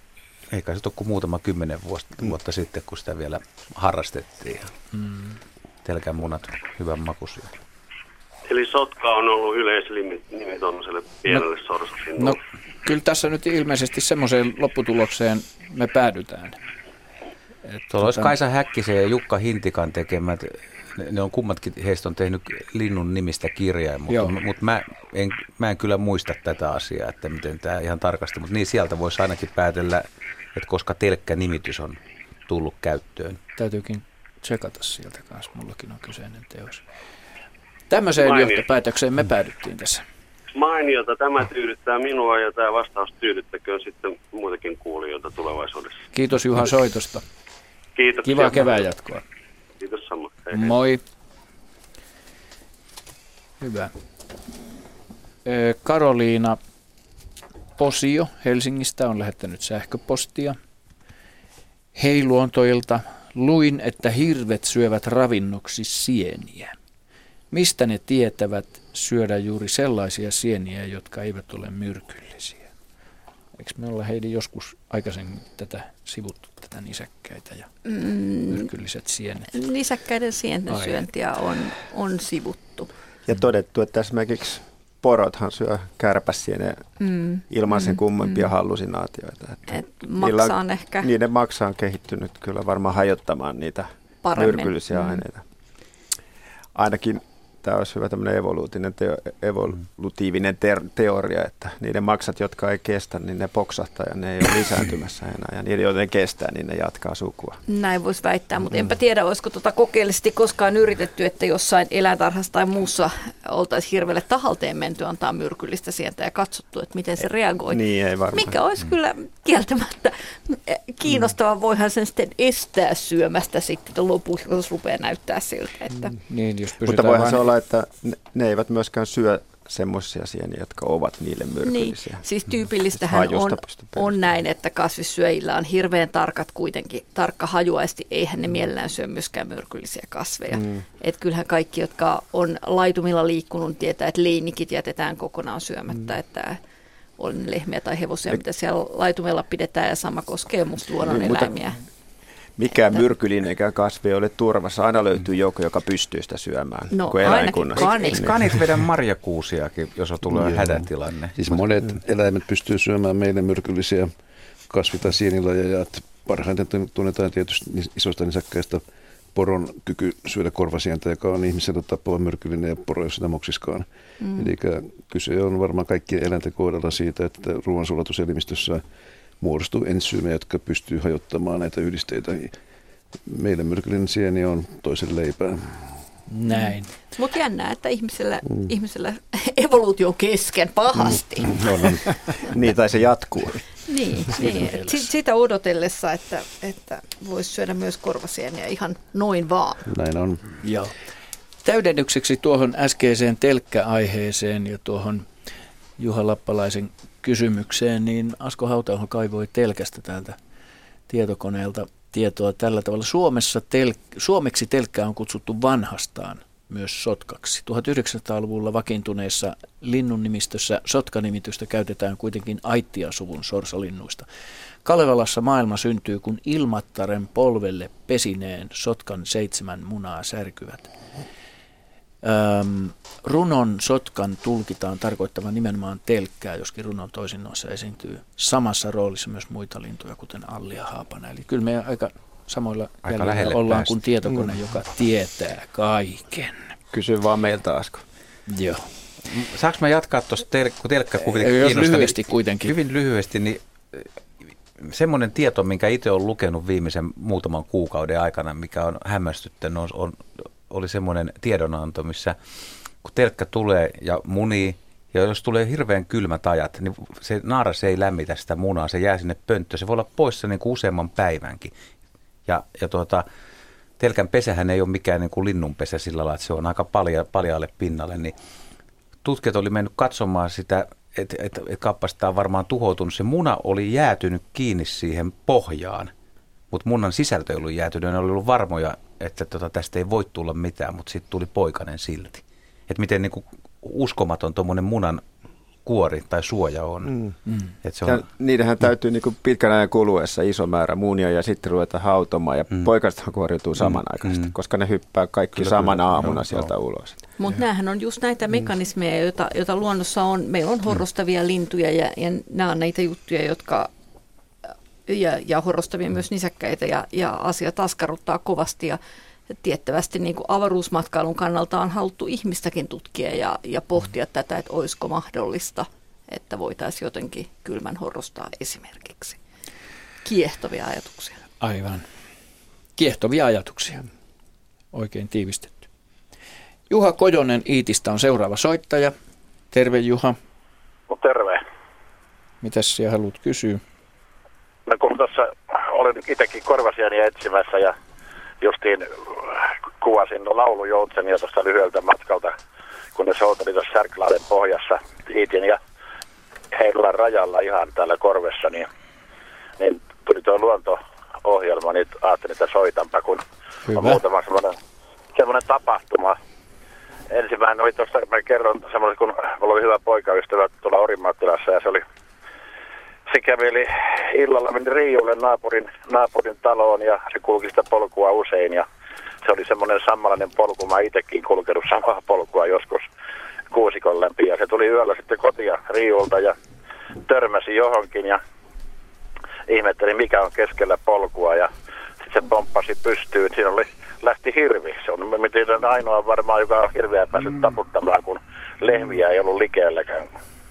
Speaker 3: eikä se ole kuin muutama 10 vuotta sitten, kun sitä vielä harrastettiin. Telkän munat hyvän makuisia.
Speaker 10: Eli sotka on ollut yleisnimi tuollaiselle pienelle sorsalinnulle.
Speaker 1: No kyllä tässä nyt ilmeisesti semmoiseen lopputulokseen me päädytään.
Speaker 3: Tuolla olisi Kaisa Häkkisen ja Jukka Hintikan tekemät, ne on kummatkin, heistä on tehnyt linnun nimistä kirjaa, mutta mä en kyllä muista tätä asiaa, että miten tämä ihan tarkasti, mutta niin sieltä voisi ainakin päätellä, että koska telkkä-nimitys on tullut käyttöön.
Speaker 1: Täytyykin tsekata sieltä kanssa, mullakin on kyseinen teos. Tämmöiseen johtopäätökseen me päädyttiin tässä.
Speaker 10: Mainiota, tämä tyydyttää minua ja tämä vastaus tyydyttäköön sitten muitakin kuulijoita tulevaisuudessa.
Speaker 1: Kiitos Juha soitosta.
Speaker 10: Kiitos.
Speaker 1: Kivaa kevään jatkoa.
Speaker 10: Kiitos samoin.
Speaker 1: Moi. Hyvä. Karoliina Posio Helsingistä on lähettänyt sähköpostia. Hei luontoilta, luin, että hirvet syövät ravinnoksi sieniä. Mistä ne tietävät syödä juuri sellaisia sieniä, jotka eivät ole myrkyllisiä? Eikö me olla Heidi joskus aikaisemmin sivuttu tätä nisäkkäitä ja myrkylliset sienet?
Speaker 6: Nisäkkäiden sienten syöntiä on sivuttu.
Speaker 5: Ja todettu, että esimerkiksi porothan syö kärpäsieneen ilman sen kummempia hallusinaatioita. Niiden maksa on kehittynyt kyllä varmaan hajottamaan niitä myrkyllisiä aineita. Ainakin tämä olisi hyvä tämmöinen evolutiivinen teoria, että niiden maksat, jotka ei kestä, niin ne poksahtaa ja ne ei ole lisääntymässä enää. Ja niiden, joiden kestää, niin ne jatkaa sukua.
Speaker 6: Näin voisi väittää, mutta enpä tiedä, olisiko kokeellisesti koskaan yritetty, että jossain eläintarhassa tai muussa oltaisiin hirveelle tahalteen menty antaa myrkyllistä sientä ja katsottu, että miten se reagoi.
Speaker 5: Niin, ei varmaan.
Speaker 6: Mikä olisi kyllä kieltämättä kiinnostavaa, voihan sen sitten estää syömästä sitten lopuksi, jos rupeaa näyttää siltä. Että
Speaker 1: niin, jos
Speaker 5: mutta voihan se olla, että ne eivät myöskään syö semmoisia sieniä, jotka ovat niille myrkyllisiä.
Speaker 6: Niin, siis tyypillistähän on näin, että kasvissyöjillä on hirveän tarkka hajuaisti, eihän ne mielellään syö myöskään myrkyllisiä kasveja. Että kyllähän kaikki, jotka on laitumilla liikkunut, tietää, että leinikit jätetään kokonaan syömättä, että on lehmiä tai hevosia, mitä siellä laitumilla pidetään, ja sama koskee musta luonnon eläimiä.
Speaker 5: Mikään myrkyllinenkään kasvi ei ole turvassa. Aina löytyy joku, joka pystyy sitä syömään.
Speaker 6: No
Speaker 5: ainakin
Speaker 3: eikö kanit vedä marjakuusiakin, jos tulee hätätilanne?
Speaker 7: Siis monet eläimet pystyy syömään meille myrkyllisiä kasvi- tai sienilajeja. Parhaiten tunnetaan tietysti isoista nisäkkäistä poron kyky syödä korvasientä, joka on ihmisellä tappava myrkyllinen ja poro, jos sitä moksiskaan. Eli kyse on varmaan kaikkien eläinten kohdalla siitä, että ruoansulatuselimistössä muodostuu ensyymejä, jotka pystyy hajottamaan näitä yhdisteitä. Meille myrkyllinen sieni on toisen leipää.
Speaker 1: Näin.
Speaker 6: Mutta jännää, että ihmisellä evoluutio on kesken pahasti.
Speaker 5: Niin, tai se jatkuu.
Speaker 6: Niin. Sitä odotellessa, että voisi syödä myös korvasieniä ihan noin vaan.
Speaker 7: Näin on.
Speaker 1: Joo. Täydennykseksi tuohon äskeiseen telkkäaiheeseen ja tuohon Juha Lappalaisen kysymykseen, niin Asko Hauta-aho kaivoi telkästä täältä tietokoneelta tietoa tällä tavalla. Suomeksi telkkää on kutsuttu vanhastaan myös sotkaksi. 1900-luvulla vakiintuneessa linnunnimistössä sotkanimitystä käytetään kuitenkin Aittiasuvun sorsalinnuista. Kalevalassa maailma syntyy, kun Ilmattaren polvelle pesineen sotkan 7 munaa särkyvät. Runon sotkan tulkitaan tarkoittavan nimenomaan telkkää, joskin runon toisinnoissa esiintyy samassa roolissa myös muita lintuja, kuten alli ja haapana. Eli kyllä me aika samoilla jäljellä ollaan kuin tietokone, joka tietää kaiken.
Speaker 5: Kysy vaan meiltä, Asko.
Speaker 1: Joo.
Speaker 3: Saanko mä jatkaa tuossa, kun telkkä kuitenkin kiinnostaa?
Speaker 1: Lyhyesti kuitenkin.
Speaker 3: Hyvin lyhyesti, niin semmoinen tieto, minkä itse olen lukenut viimeisen muutaman kuukauden aikana, mikä on hämmästyttänyt, oli semmoinen tiedonanto, missä kun telkkä tulee ja munii, ja jos tulee hirveän kylmät ajat, niin se naaras ei lämmitä sitä munaa, se jää sinne pönttöön. Se voi olla poissa niin kuin useamman päivänkin. Ja telkän pesähän ei ole mikään niin kuin linnunpesä sillä lailla, että se on aika paljaalle pinnalle. Niin tutkijat oli mennyt katsomaan sitä, että kappasta on varmaan tuhoutunut. Se muna oli jäätynyt kiinni siihen pohjaan, mutta munan sisältö ei ollut jäätynyt. Ne oli ollut varmoja, että tästä ei voi tulla mitään, mutta sitten tuli poikainen silti. Että miten niin kuin uskomaton tuommoinen munan kuori tai suoja on. Se on.
Speaker 5: Ja niidenhän täytyy niin kuin pitkän ajan kuluessa iso määrä munia ja sitten ruveta hautomaan ja poikastahan kuoriutuu samanaikaisesti, koska ne hyppää kaikki samana aamuna sieltä ulos.
Speaker 6: Mutta näähän on just näitä mekanismeja, joita luonnossa on. Meillä on horrostavia lintuja ja nämä on näitä juttuja, jotka ja horrostavia myös nisäkkäitä ja asiat askarruttaa kovasti ja tiettävästi niin kuin avaruusmatkailun kannalta on haluttu ihmistäkin tutkia ja pohtia tätä, että olisiko mahdollista, että voitaisiin jotenkin kylmän horrostaa esimerkiksi. Kiehtovia ajatuksia.
Speaker 1: Aivan. Kiehtovia ajatuksia. Oikein tiivistetty. Juha Kojonen Iitistä on seuraava soittaja. Terve Juha.
Speaker 9: No terve.
Speaker 1: Mitäs sinä haluat kysyä?
Speaker 9: No kun tuossa olin itsekin korvasiani etsimässä ja justiin kuvasin laulujoutsenia tuosta lyhyeltä matkalta, kun ne souteli tuossa Särkilahden pohjassa Iitin ja Heinolan rajalla ihan täällä korvessa, niin tuli tuo luonto-ohjelma, niin ajattelin, että soitanpa, kun on muutama semmoinen tapahtuma. Ensimmäinen oli tuossa, mä kerron semmoinen, kun mulla oli hyvä poikaystävä tuolla Orimaattilassa ja se käveli illalla, meni Riiulle naapurin taloon ja se kulki sitä polkua usein ja se oli semmoinen samanlainen polku, mä itsekin kulkenut samaa polkua joskus kuusikon läpi ja se tuli yöllä sitten kotia Riiulta ja törmäsi johonkin ja ihmetteli mikä on keskellä polkua ja sitten se pomppasi pystyyn, siinä lähti hirvi, se on ainoa varmaan joka on hirveä päässyt taputtamaan, kun lehmiä ei ollut likelläkään.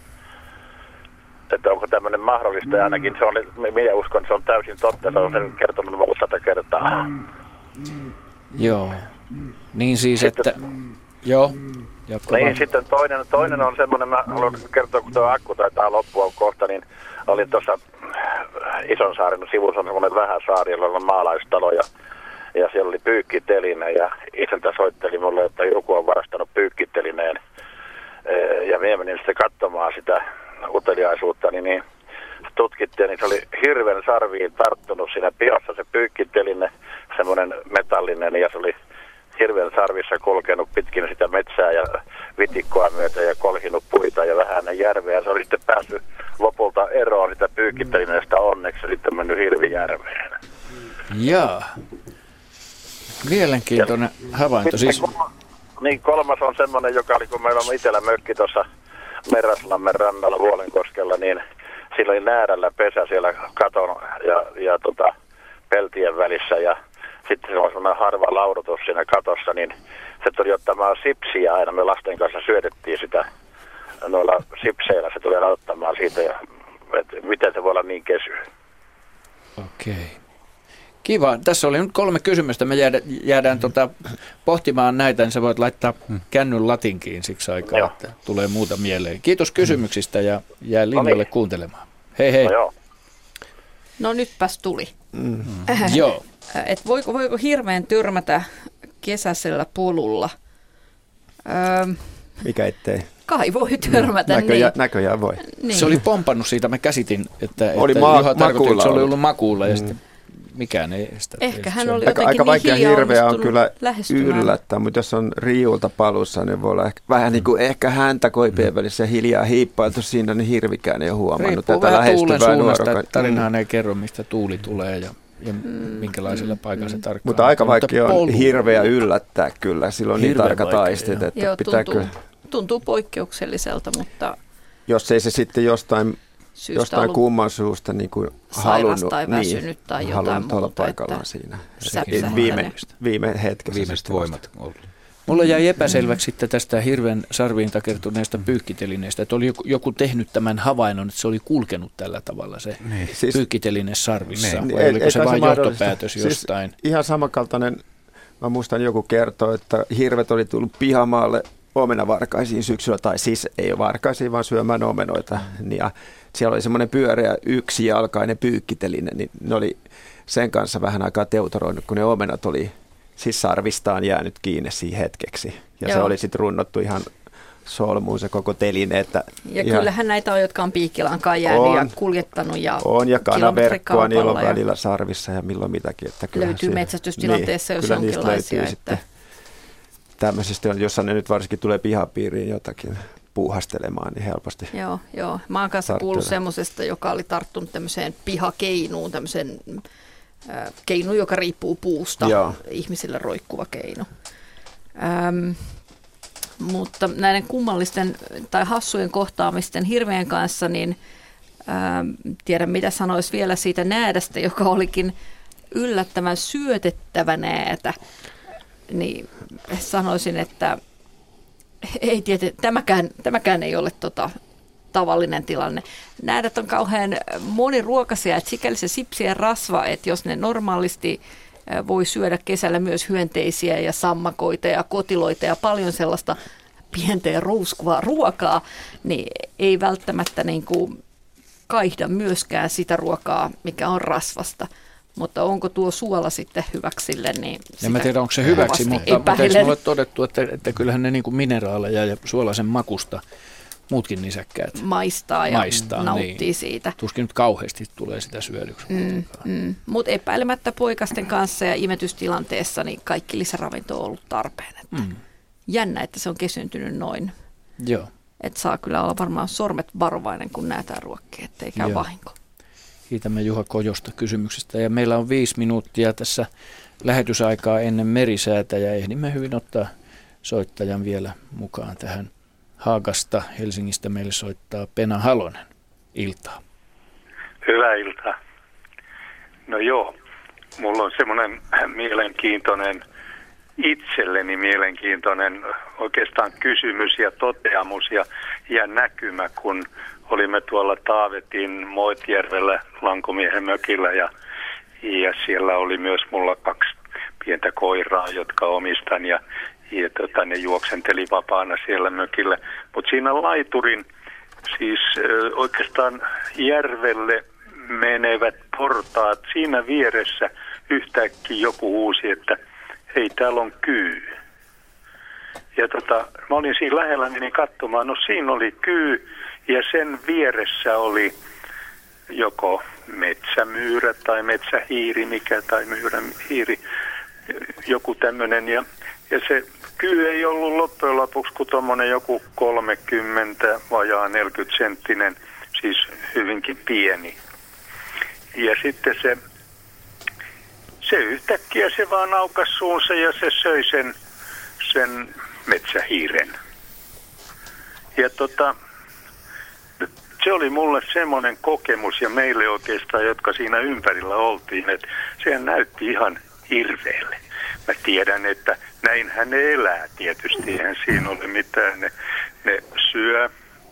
Speaker 9: Että onko tämmöinen mahdollista ja ainakin se oli, minä uskon, että se on täysin totta, se on sen kertonut 100 kertaa.
Speaker 1: Joo, niin siis, sitten, että, joo.
Speaker 9: Niin sitten toinen on semmoinen, mä haluan kertoa, kun tuo akku taitaa loppua kohta, niin olin tuossa Isonsaaren sivussa on semmoinen vähän saari, jolla on maalaistalo ja siellä oli pyykkiteline ja isäntä soitteli mulle, että joku on varastanut pyykkitelineen ja minä menin sitten katsomaan sitä uteliaisuutta, niin tutkittiin, niin se oli hirven sarviin tarttunut siinä pihassa se pyykkiteline, semmoinen metallinen, ja se oli hirven sarvissa kulkenut pitkin sitä metsää ja vitikkoa myötä ja kolhinut puita ja vähän järveä. Se oli sitten päässyt lopulta eroon sitä pyykkitelineestä onneksi ja sitten mennyt Hirvijärveen.
Speaker 1: Jaa. Mielenkiintoinen havainto. Siis.
Speaker 9: Niin kolmas on semmoinen, joka oli kun meillä on itsellä mökki tuossa Meraslammen rannalla Vuolenkoskella, niin sillä oli näärällä pesä siellä katon ja peltien välissä ja sitten se on semmoinen harva laudotus siinä katossa, niin se tuli ottamaan sipsiä aina. Me lasten kanssa syötettiin sitä noilla sipseillä. Se tuli ottamaan siitä ja miten se voi olla niin kesy.
Speaker 1: Okei. Kiva. Tässä oli nyt 3 kysymystä. Me jäädään pohtimaan näitä, niin sä voit laittaa kännyn latinkiin siksi aikaa, joo, että tulee muuta mieleen. Kiitos kysymyksistä ja jää linjalle kuuntelemaan. Hei hei.
Speaker 6: No nytpäs tuli.
Speaker 1: Joo.
Speaker 6: Et voiko hirveän törmätä kesäisellä polulla?
Speaker 5: Mikä ettei?
Speaker 6: Kai voi törmätä.
Speaker 5: Näköjään voi.
Speaker 6: Niin.
Speaker 1: Se oli pompannut siitä, mä käsitin, että Juha tarkoitti, että se oli ollut makuulla ja sitten mikään ei estä.
Speaker 6: Ehkä hän oli jotenkin
Speaker 5: aika vaikea
Speaker 6: niin
Speaker 5: hirveä on kyllä yllättää, mutta jos on Riiulta palussa, niin voi olla vähän niin kuin ehkä häntä koipien välissä hiljaa hiippailtu siinä, niin hirvikään ei ole huomannut tätä lähestyvää nuoroa.
Speaker 1: Tarinahan ei kerro, mistä tuuli tulee ja minkälaisella paikalla se tarkkaan.
Speaker 5: Mutta aika vaikea on hirveä yllättää kyllä, silloin niin tarkat aistit, että
Speaker 6: joo, tuntuu poikkeukselliselta, mutta
Speaker 5: jos ei se sitten jostain kumman suusta niin kuin halunnut,
Speaker 6: tai väsynyt tai jotain muuta,
Speaker 5: olla paikallaan siinä. Viime hetkessä.
Speaker 3: Viimeiset voimat ollut.
Speaker 1: Mulla jäi epäselväksi sitten tästä hirven sarviin takertuneesta pyykkitelineestä, että oli joku tehnyt tämän havainnon, että se oli kulkenut tällä tavalla se pyykkiteline sarvissa. Vai oliko se vain johtopäätös jostain?
Speaker 5: Siis ihan samankaltainen, mä muistan joku kertoi, että hirvet oli tullut pihamaalle omenavarkaisiin syksyllä, tai siis ei varkaisiin, vaan syömään omenoita. Ja siellä oli semmoinen pyöreä yksijalkainen pyykkiteline, niin ne oli sen kanssa vähän aikaa teutoroinut, kun ne omenat oli siis sarvistaan jäänyt kiinni siihen hetkeksi. Ja se oli sitten runnottu ihan solmuun se koko teline. Että
Speaker 6: ja kyllähän näitä on, jotka on piikkilankaan jäänyt ja kuljettanut.
Speaker 5: Ja kanaverkkoa niillä on välillä sarvissa ja milloin mitäkin. Että
Speaker 6: löytyy metsästystilanteessa, jos
Speaker 5: kyllä
Speaker 6: jonkinlaisia.
Speaker 5: Sitten tämmöisistä, jossa ne nyt varsinkin tulee pihapiiriin jotakin puuhastelemaan niin helposti.
Speaker 6: Joo. Mä oon kanssa kuullut semmoisesta, joka oli tarttunut tämmöiseen pihakeinuun, tämmöiseen keinu, joka riippuu puusta, ihmisille roikkuva keino. Mutta näiden kummallisten tai hassujen kohtaamisten hirveän kanssa, niin tiedän mitä sanoisi vielä siitä näädästä, joka olikin yllättävän syötettävä näätä, niin sanoisin, että ei tämäkään ei ole tavallinen tilanne. Näädät on kauhean moniruokaisia, että sikäli se sipsien rasva, että jos ne normaalisti voi syödä kesällä myös hyönteisiä ja sammakoita ja kotiloita ja paljon sellaista pientä ja rouskuvaa ruokaa, niin ei välttämättä niin kuin kaihda myöskään sitä ruokaa, mikä on rasvasta. Mutta onko tuo suola sitten hyväksi sille? Niin
Speaker 1: en mä tiedä, onko se hyväksi, mutta eikö mulle todettu, että kyllähän ne niin kuin mineraaleja ja suolaisen makusta muutkin nisäkkäät
Speaker 6: maistaa ja nauttii niin siitä.
Speaker 1: Tuskin nyt kauheasti tulee sitä syödyksi.
Speaker 6: Mutta epäilemättä poikasten kanssa ja imetystilanteessa niin kaikki lisäravinto on ollut tarpeen. Jännä, että se on kesyntynyt noin.
Speaker 1: Joo.
Speaker 6: Että saa kyllä olla varmaan sormet varovainen, kun näetään ruokkia, ettei käy vahinko.
Speaker 1: Kiitämme Juha Kojosta kysymyksestä. Ja meillä on 5 minuuttia tässä lähetysaikaa ennen merisäätä ja ehdimme hyvin ottaa soittajan vielä mukaan tähän. Haagasta Helsingistä meille soittaa Pena Halonen. Iltaa.
Speaker 11: Hyvää iltaa. No joo, mulla on semmoinen itselleni mielenkiintoinen oikeastaan kysymys ja toteamus ja näkymä, kun olimme tuolla Taavetin Moitjärvellä Lankomiehen mökillä ja siellä oli myös mulla 2 pientä koiraa, jotka omistan ja ne juoksenteli vapaana siellä mökillä. Mutta siinä laiturin, siis oikeastaan järvelle menevät portaat, siinä vieressä yhtäkkiä joku huusi, että hei, täällä on kyy. Ja mä olin siinä lähellä, menin katsomaan, no siinä oli kyy ja sen vieressä oli joko metsämyyrä tai metsähiiri, tai myyrähiiri, joku tämmöinen ja se kyy ei ollut loppujen lopuksi kuin tommonen joku 30 vajaa 40 senttinen, siis hyvinkin pieni. Ja sitten se yhtäkkiä se vaan aukas suunsa ja se söi sen metsähiiren. Ja se oli mulle semmoinen kokemus ja meille oikeastaan, jotka siinä ympärillä oltiin, että sehän näytti ihan hirveelle. Mä tiedän, että näinhän ne elää tietysti, eihän siinä ole mitään. Ne syö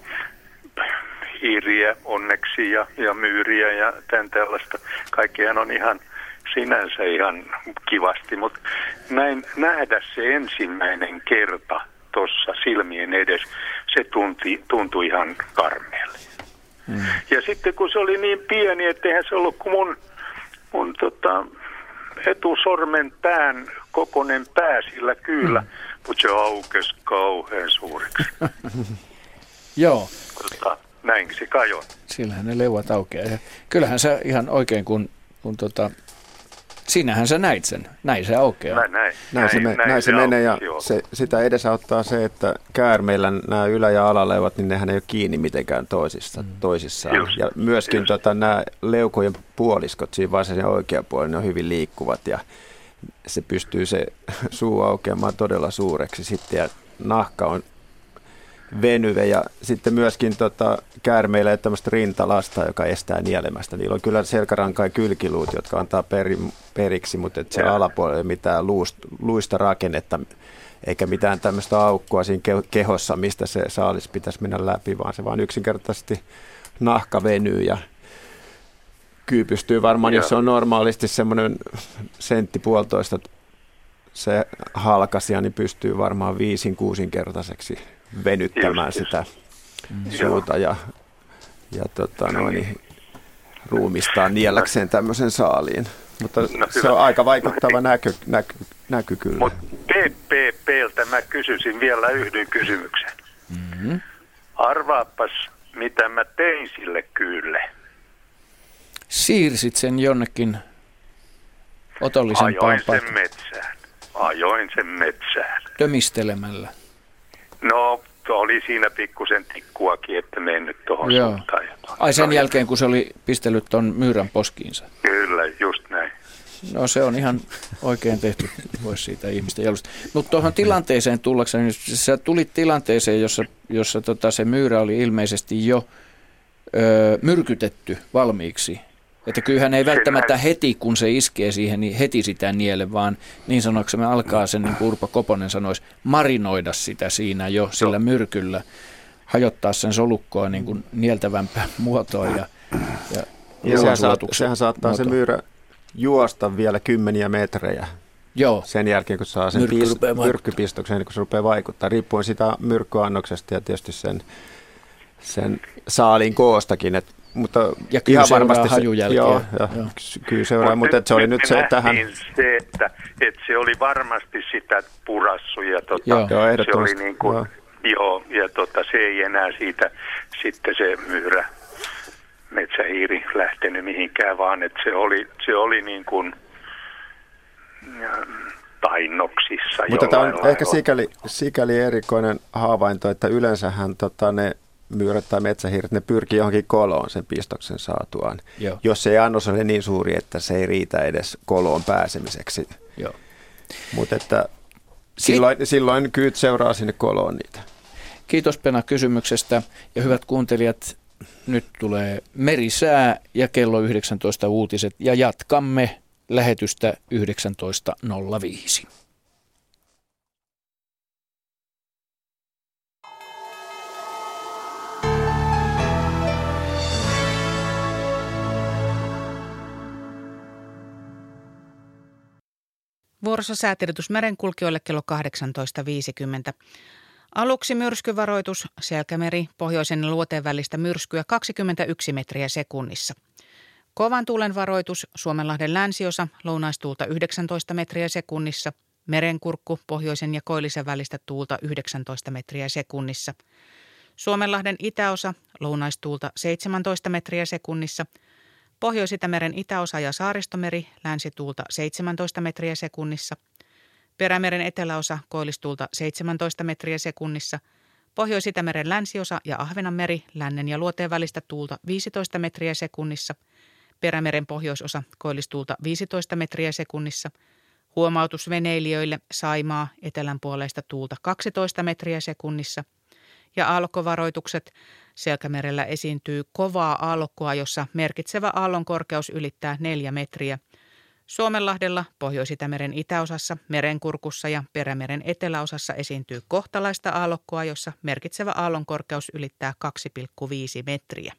Speaker 11: hiiriä onneksi ja myyriä ja tämän tällaista. Kaikkihan on ihan sinänsä ihan kivasti, mutta nähdä se ensimmäinen kerta tuossa silmien edessä, se tuntui ihan karmealle. Ja sitten kun se oli niin pieni, etteihän se ollut kuin mun etusormen pään kokoinen pää sillä kyllä, mutta se aukesi kauhean suureksi.
Speaker 1: Joo.
Speaker 11: Näinkin se kai on.
Speaker 1: Sillähän ne leuat aukeaa. Ja kyllähän se ihan oikein, kun sinähän sä näit sen. Näin se aukeaa.
Speaker 5: Näin se menee ja sitä edesauttaa se, että käärmeillä nämä ylä- ja alaleuvat, niin nehän ei ole kiinni mitenkään toisissaan. Ja myöskin nämä leukojen puoliskot, siinä vasen ja oikea puoli, ne on hyvin liikkuvat ja se pystyy se suu aukeamaan todella suureksi sitten ja nahka on venyve ja sitten myöskin käärmeillä ei ole tämmöistä rintalasta, joka estää nielemästä. Niillä on kyllä selkäranka ja kylkiluut, jotka antaa periksi, mutta se alapuolella ei ole mitään luista rakennetta eikä mitään tämmöistä aukkoa siinä kehossa, mistä se saalis pitäisi mennä läpi, vaan se vaan yksinkertaisesti nahka venyy ja kyy pystyy varmaan, jos se on normaalisti semmoinen 1,5 se halkasia, niin pystyy varmaan 5-6-kertaiseksi venyttämään sitä suuta ja ruumistaan nielläkseen tämmöisen saaliin. Mutta se on aika vaikuttava näky kyllä.
Speaker 11: Mutta PPPltä mä kysyisin vielä yhden kysymyksen. Arvaapas, mitä mä tein sille kyylle.
Speaker 1: Siirsit sen jonnekin otollisempaan
Speaker 11: paikkaan. Ajoin sen metsään.
Speaker 1: Tömistelemällä.
Speaker 11: No, oli siinä pikkusen tikkuakin, että mennyt tuohon suuntaan.
Speaker 1: Ai sen jälkeen, kun se oli pistellyt ton myyrän poskiinsa?
Speaker 11: Kyllä, just näin.
Speaker 1: No se on ihan oikein tehty, voisi siitä ihmisten jalusta. Mutta tuohon tilanteeseen tullakseni, niin sä tulit tilanteeseen, jossa se myyrä oli ilmeisesti jo myrkytetty valmiiksi. Että kyllähän ei välttämättä heti, kun se iskee siihen, niin heti sitä niele, vaan niin sanoksemme alkaa sen, niin kuin Urpo Koponen sanoisi, marinoida sitä siinä jo sillä myrkyllä, hajottaa sen solukkoa niin kuin nieltävämpään muotoon ja
Speaker 5: sehän saattaa se myyrä juosta vielä kymmeniä metrejä.
Speaker 1: Joo.
Speaker 5: Sen jälkeen, kun saa sen myrkkypistoksen, niin kun se rupeaa vaikuttaa, riippuen sitä myrkkyannoksesta ja tietysti sen saalin koostakin, mutta
Speaker 1: ja ihan varmasti hajujälkeä.
Speaker 5: Kyllä seuraa, mutta se oli nyt se tähän.
Speaker 11: Se, että se oli varmasti sitä purassu ja se oli niin kuin, se ei enää siitä sitten se myyrä metsähiiri lähtenyt mihinkään, vaan että se oli niin kuin tainnoksissa.
Speaker 5: Mutta tämä on ehkä sikäli erikoinen havainto, että yleensähän ne myyrät tai metsähiiret, ne pyrkii johonkin koloon sen pistoksen saatuaan, jos ei annos ole niin suuri, että se ei riitä edes koloon pääsemiseksi. Mutta että silloin kyyt seuraa sinne koloon niitä.
Speaker 1: Kiitos Pena kysymyksestä ja hyvät kuuntelijat, nyt tulee merisää ja kello 19 uutiset ja jatkamme lähetystä 19.05.
Speaker 12: Vuorossa säätiedotus merenkulkijoille kello 18.50. Aluksi myrskyvaroitus, Selkämeri, pohjoisen ja luoteen välistä myrskyä 21 metriä sekunnissa. Kovan tuulen varoitus, Suomenlahden länsiosa, lounaistuulta 19 metriä sekunnissa. Merenkurkku, pohjoisen ja koillisen välistä tuulta 19 metriä sekunnissa. Suomenlahden itäosa, lounaistuulta 17 metriä sekunnissa. Pohjois-Itämeren itäosa ja Saaristomeri, länsituulta 17 metriä sekunnissa. Perämeren eteläosa, koillistuulta 17 metriä sekunnissa. Pohjois-Itämeren länsiosa ja Ahvenanmeri, lännen ja luoteen välistä tuulta 15 metriä sekunnissa. Perämeren pohjoisosa, koillistuulta 15 metriä sekunnissa. Huomautus veneilijöille, Saimaa, etelän puoleista tuulta 12 metriä sekunnissa. Ja aallokkovaroitukset, Selkämerellä esiintyy kovaa aallokkoa, jossa merkitsevä aallon korkeus ylittää 4 metriä. Suomenlahdella, Pohjois-Itämeren itäosassa, Merenkurkussa ja Perämeren eteläosassa esiintyy kohtalaista aallokkoa, jossa merkitsevä aallon korkeus ylittää 2,5 metriä.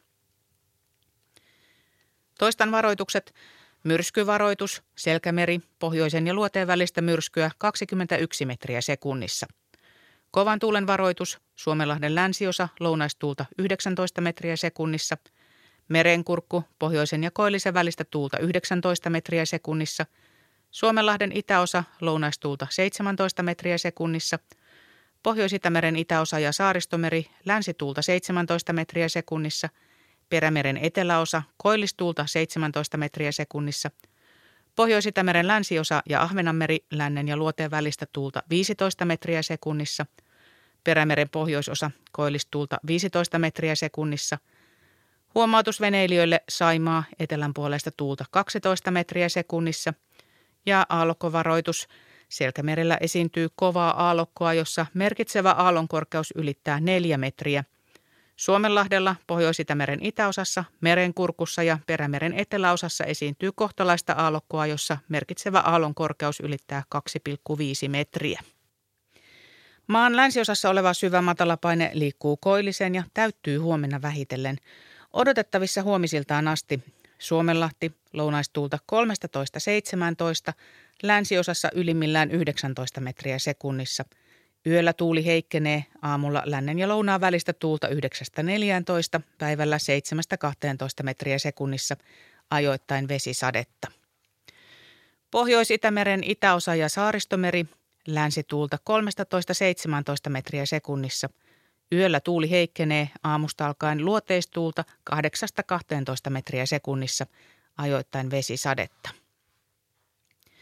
Speaker 12: Toistan varoitukset. Myrskyvaroitus, Selkämeri, pohjoisen ja luoteen välistä myrskyä 21 metriä sekunnissa. Kovan tuulen varoitus, Suomenlahden länsiosa, lounaistuulta 19 metriä sekunnissa. Merenkurkku, pohjoisen ja koillisen välistä tuulta 19 metriä sekunnissa. Suomenlahden itäosa, lounaistuulta 17 metriä sekunnissa. Pohjois-Itämeren itäosa ja Saaristomeri, länsituulta 17 metriä sekunnissa. Perämeren eteläosa, koillistuulta 17 metriä sekunnissa. Pohjois-Itämeren länsiosa ja Ahvenanmeri, lännen ja luoteen välistä tuulta 15 metriä sekunnissa. Perämeren pohjoisosa, koillistuulta 15 metriä sekunnissa. Huomautus veneilijöille, Saimaa, etelän puolesta tuulta 12 metriä sekunnissa. Ja aallokkovaroitus, Selkämerellä esiintyy kovaa aallokkoa, jossa merkitsevä aallonkorkeus ylittää 4 metriä. Suomenlahdella, Pohjois-Itämeren itäosassa, Merenkurkussa ja Perämeren eteläosassa esiintyy kohtalaista aallokkoa, jossa merkitsevä aallon korkeus ylittää 2,5 metriä. Maan länsiosassa oleva syvä matalapaine liikkuu koilliseen ja täyttyy huomenna vähitellen. Odotettavissa huomisiltaan asti Suomenlahti, lounaistuulta 13-17, länsiosassa ylimmillään 19 metriä sekunnissa. Yöllä tuuli heikkenee, aamulla lännen ja lounaan välistä tuulta 9-14, päivällä 7-12 metriä sekunnissa, ajoittain vesisadetta. Pohjois-Itämeren itäosa ja Saaristomeri, länsituulta 13-17 metriä sekunnissa. Yöllä tuuli heikkenee, aamusta alkaen luoteistuulta 8-12 metriä sekunnissa, ajoittain vesisadetta.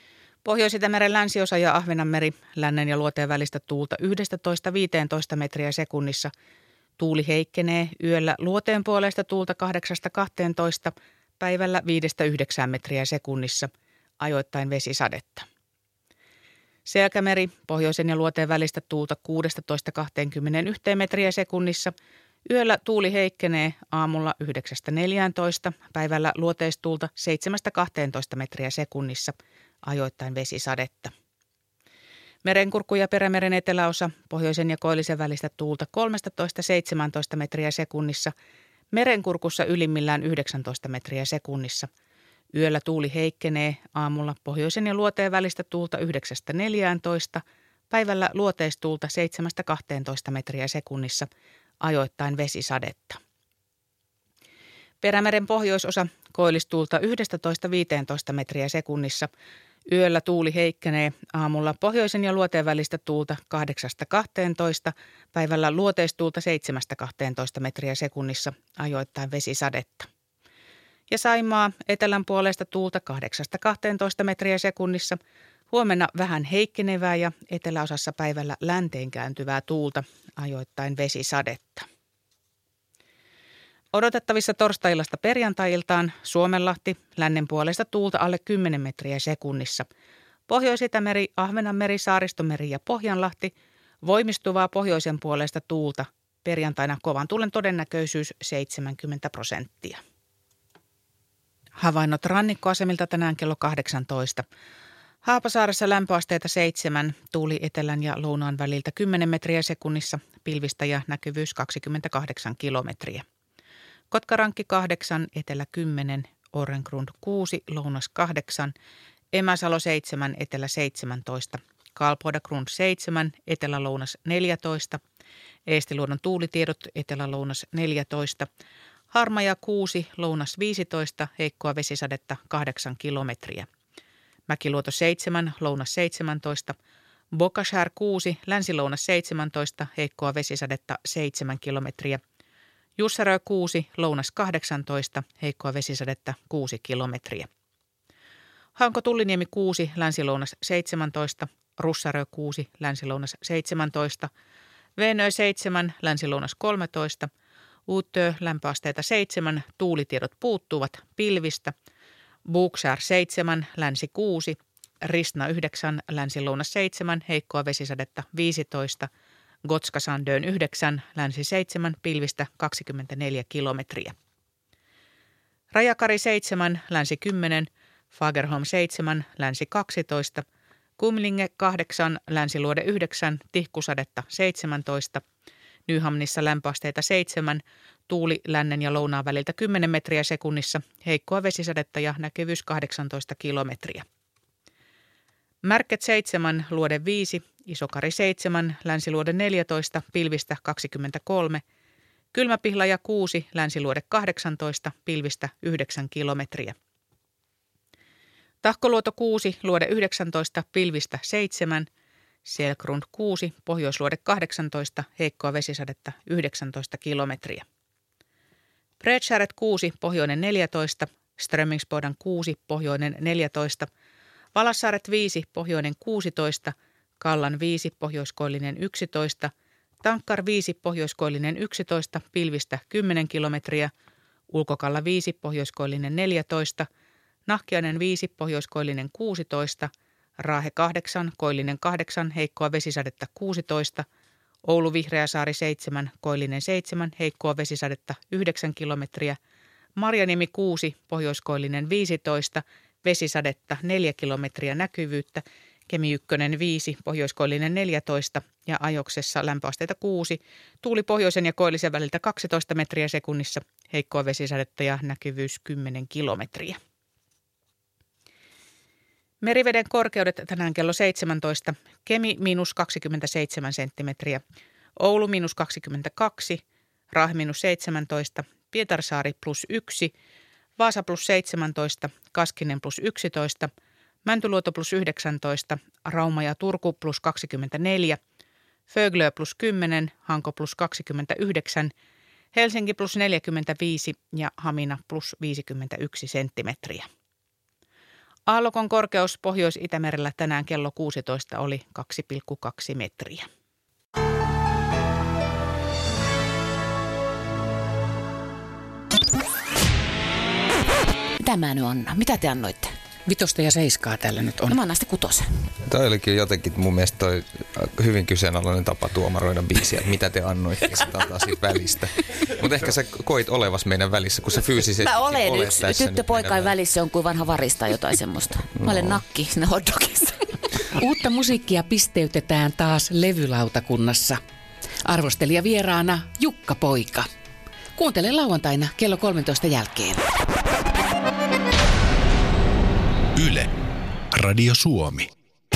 Speaker 12: Pohjois-Itämeren länsiosa ja Ahvenanmeri, lännen ja luoteen välistä tuulta 11-15 metriä sekunnissa. Tuuli heikkenee yöllä luoteen puolesta tuulta 8-12, päivällä 5-9 metriä sekunnissa, ajoittain vesisadetta. Selkämeri, pohjoisen ja luoteen välistä tuulta 16-21 metriä sekunnissa. Yöllä tuuli heikkenee aamulla 9-14, päivällä luoteistuulta 7-12 metriä sekunnissa, ajoittain vesisadetta. Merenkurkku ja Perämeren eteläosa, pohjoisen ja koillisen välistä tuulta 13-17 metriä sekunnissa, merenkurkussa ylimmillään 19 metriä sekunnissa. Yöllä tuuli heikkenee aamulla pohjoisen ja luoteen välistä tuulta 9-14, päivällä luoteistuulta 7-12 metriä sekunnissa, ajoittain vesisadetta. Perämeren pohjoisosa, koillistuulta 11-15 metriä sekunnissa. Yöllä tuuli heikkenee aamulla pohjoisen ja luoteen välistä tuulta 8-12, päivällä luoteistuulta 7-12 metriä sekunnissa, ajoittain vesisadetta. Ja Saimaa, etelän puolesta tuulta 8-12 metriä sekunnissa, huomenna vähän heikkenevää ja eteläosassa päivällä länteen kääntyvää tuulta, ajoittain vesisadetta. Odotettavissa torstai-illasta perjantai-iltaan Suomenlahti, lännen puolesta tuulta alle 10 metriä sekunnissa. Pohjois-Itämeri, Ahvenanmeri, Saaristomeri ja Pohjanlahti, voimistuvaa pohjoisen puolesta tuulta, perjantaina kovan tuulen todennäköisyys 70%. Havainnot rannikkoasemilta tänään kello 18. Haapasaaressa lämpöasteita 7, tuuli etelän ja lounaan väliltä 10 metriä sekunnissa, pilvistä ja näkyvyys 28 kilometriä. Kotkarankki 8, etelä 10, Orrengrund 6, lounas 8, Emäsalo 7, etelä 17, Kalpoidagrund 7, etelä-lounas 14, Eestiluodon tuulitiedot, etelä-lounas 14, Harmaja 6, lounas 15, heikkoa vesisadetta 8 kilometriä. Mäkiluoto 7, lounas 17, Bokashär 6, länsi-lounas 17, heikkoa vesisadetta 7 kilometriä. Jussarö 6, lounas 18, heikkoa vesisadetta 6 kilometriä. Hanko-Tulliniemi 6, länsi-lounas 17, Russarö 6, länsi-lounas 17, Veenö 7, länsi-lounas 13, Uutö lämpöasteita 7, tuulitiedot puuttuvat, pilvistä, Bukshär 7, länsi 6, Ristna 9, länsi-lounas 7, heikkoa vesisadetta 15, Gotskasandön 9, länsi 7, pilvistä 24 kilometriä. Rajakari 7, länsi 10, Fagerholm 7, länsi 12, Kumlinge 8, länsiluode 9, tihkusadetta 17, Nyhamnissa lämpöasteita 7, tuuli lännen ja lounaan väliltä 10 metriä sekunnissa, heikkoa vesisadetta ja näkyvyys 18 kilometriä. Märket 7, luode 5, Isokari 7, länsiluode 14, pilvistä 23, Kylmäpihlaja 6, länsiluode 18, pilvistä 9 kilometriä. Tahkoluoto 6, luode 19, pilvistä 7, Selkrund 6, pohjoisluode 18, heikkoa vesisadetta 19 kilometriä. Bredskäret 6, pohjoinen 14, Strömmingsbodan 6, pohjoinen 14, Valassaaret 5, pohjoinen 16, Kallan 5, pohjoiskoillinen 11, Tankkar 5, pohjoiskoillinen 11, pilvistä 10 kilometriä, Ulkokalla 5, pohjoiskoillinen 14, Nahkiainen 5, pohjoiskoillinen 16, Raahe 8, koillinen 8, heikkoa vesisadetta 16, Oulu Vihreäsaari 7, koillinen 7, heikkoa vesisadetta 9 kilometriä, Marjaniemi 6, pohjoiskoillinen 15, vesisadetta 4 kilometriä näkyvyyttä, Kemi 1 5, pohjoiskoillinen 14 ja Ajoksessa lämpöasteita 6, tuuli pohjoisen ja koillisen väliltä 12 metriä sekunnissa, heikkoa vesisadetta ja näkyvyys 10 kilometriä. Meriveden korkeudet tänään kello 17, Kemi -27 senttimetriä, Oulu -22, Raahe -17, Pietarsaari +1, Vaasa +17, Kaskinen +11, Mäntyluoto +19, Rauma ja Turku +24, Föglö +10, Hanko +29, Helsinki +45 ja Hamina +51 senttimetriä. Aallokon korkeus Pohjois-Itämerellä tänään kello 16 oli 2,2 metriä.
Speaker 13: Mitä mä nyt annan? Mitä te annoitte?
Speaker 14: 5 ja 7 täällä nyt on.
Speaker 13: No mä annan sitten 6.
Speaker 15: Toi olikin jotenkin mun mielestä toi hyvin kyseenalainen tapa tuomaroida biisiä, että mitä te annoitte ja sitten antaa siitä välistä. Mutta ehkä sä koit olevas meidän välissä, kun sä fyysisesti
Speaker 13: mä olen
Speaker 15: olet
Speaker 13: yksi
Speaker 15: tässä.
Speaker 13: Tyttöpoikain välissä on kuin vanha varis tai jotain semmoista. Mä olen nakki sinne hotdogissa.
Speaker 14: Uutta musiikkia pisteytetään taas levylautakunnassa. Arvostelija vieraana Jukka Poika. Kuuntele lauantaina kello 13 jälkeen.
Speaker 16: Yle, Radio Suomi.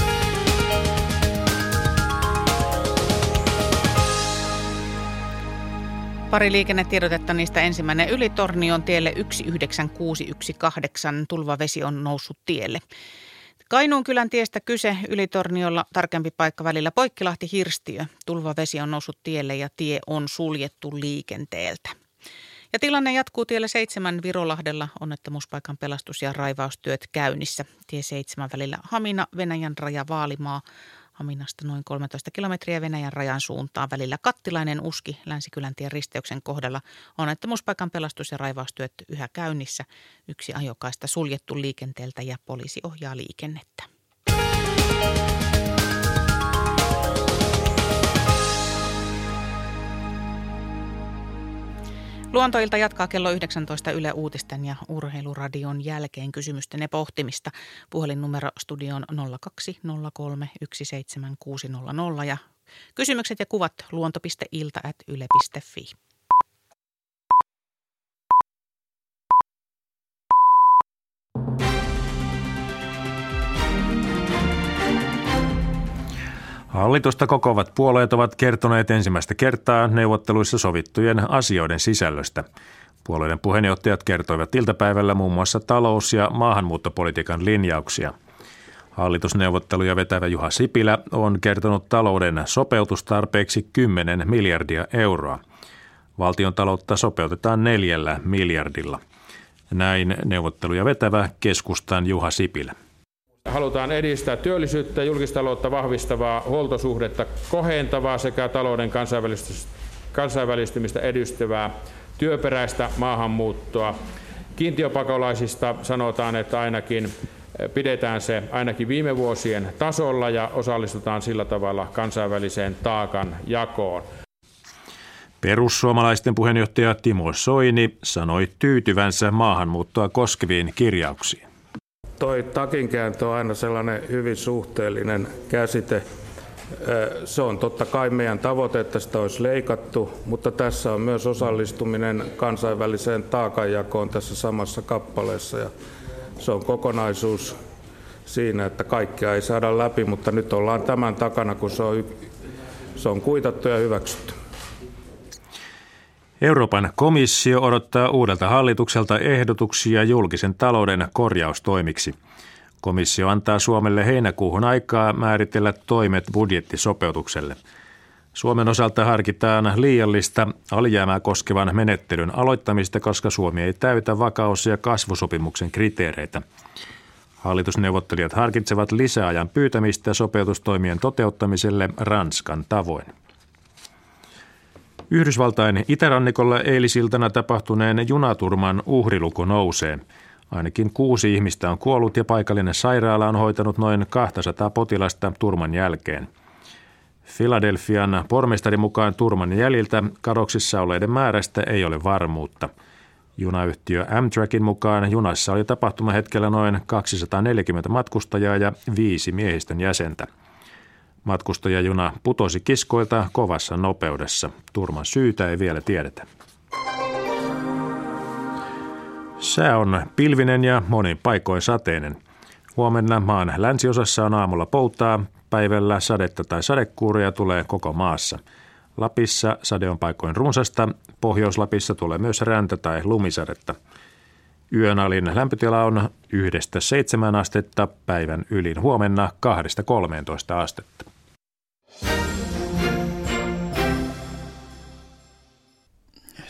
Speaker 12: Pari liikennetiedotetta, niistä ensimmäinen Ylitornion tielle 19618 tulvavesi on noussut tielle. Kainuun kylän tiestä kyse, Ylitorniolla tarkempi paikka välillä Poikkilahti-Hirstiö. Tulvavesi on noussut tielle ja tie on suljettu liikenteeltä. Ja tilanne jatkuu tiellä 7 Virolahdella, onnettomuuspaikan pelastus- ja raivaustyöt käynnissä. Tie 7 välillä Hamina, Venäjän raja, Vaalimaa. Haminasta noin 13 kilometriä Venäjän rajan suuntaan välillä Kattilainen, Uski, Länsikylän-tien risteyksen kohdalla. Onnettomuuspaikan pelastus- ja raivaustyöt yhä käynnissä. 1 ajokaista suljettu liikenteeltä ja poliisi ohjaa liikennettä. Luontoilta jatkaa kello 19 Yle Uutisten ja Urheiluradion jälkeen kysymysten ja pohtimista. Puhelinnumero studion 0203 17600 ja kysymykset ja kuvat luonto.ilta@yle.fi.
Speaker 17: Hallitusta kokoavat puolueet ovat kertoneet ensimmäistä kertaa neuvotteluissa sovittujen asioiden sisällöstä. Puolueiden puheenjohtajat kertoivat iltapäivällä muun muassa talous- ja maahanmuuttopolitiikan linjauksia. Hallitusneuvotteluja vetävä Juha Sipilä on kertonut talouden sopeutustarpeeksi 10 miljardia euroa. Valtion taloutta sopeutetaan 4 miljardilla. Näin neuvotteluja vetävä keskustan Juha Sipilä.
Speaker 18: Halutaan edistää työllisyyttä, julkistaloutta vahvistavaa, huoltosuhdetta kohentavaa sekä talouden kansainvälistymistä edistävää työperäistä maahanmuuttoa. Kiintiöpakolaisista sanotaan, että pidetään se ainakin viime vuosien tasolla ja osallistutaan sillä tavalla kansainväliseen taakan jakoon.
Speaker 17: Perussuomalaisten puheenjohtaja Timo Soini sanoi tyytyvänsä maahanmuuttoa koskeviin kirjauksiin.
Speaker 18: Toi takinkääntö on aina sellainen hyvin suhteellinen käsite. Se on totta kai meidän tavoite, että sitä olisi leikattu, mutta tässä on myös osallistuminen kansainväliseen taakanjakoon tässä samassa kappaleessa. Ja se on kokonaisuus siinä, että kaikkea ei saada läpi, mutta nyt ollaan tämän takana, kun se on kuitattu ja hyväksytty.
Speaker 17: Euroopan komissio odottaa uudelta hallitukselta ehdotuksia julkisen talouden korjaustoimiksi. Komissio antaa Suomelle heinäkuuhun aikaa määritellä toimet budjettisopeutukselle. Suomen osalta harkitaan liiallista alijäämää koskevan menettelyn aloittamista, koska Suomi ei täytä vakaus- ja kasvusopimuksen kriteereitä. Hallitusneuvottelijat harkitsevat lisäajan pyytämistä sopeutustoimien toteuttamiselle Ranskan tavoin. Yhdysvaltain itärannikolla eilisiltana tapahtuneen junaturman uhriluku nousee. Ainakin 6 ihmistä on kuollut ja paikallinen sairaala on hoitanut noin 200 potilasta turman jälkeen. Philadelphian pormestarin mukaan turman jäljiltä kadoksissa olleiden määrästä ei ole varmuutta. Junayhtiö Amtrakin mukaan junassa oli tapahtumahetkellä noin 240 matkustajaa ja 5 miehistön jäsentä. Matkustajajuna putosi kiskoilta kovassa nopeudessa. Turman syytä ei vielä tiedetä. Sää on pilvinen ja monin paikoin sateinen. Huomenna maan länsiosassa on aamulla poutaa, päivällä sadetta tai sadekuuria tulee koko maassa. Lapissa sade on paikoin runsasta, Pohjois-Lapissa tulee myös räntä- tai lumisadetta. Yön alin lämpötila on 1-7 astetta, päivän ylin huomenna 2-13 astetta.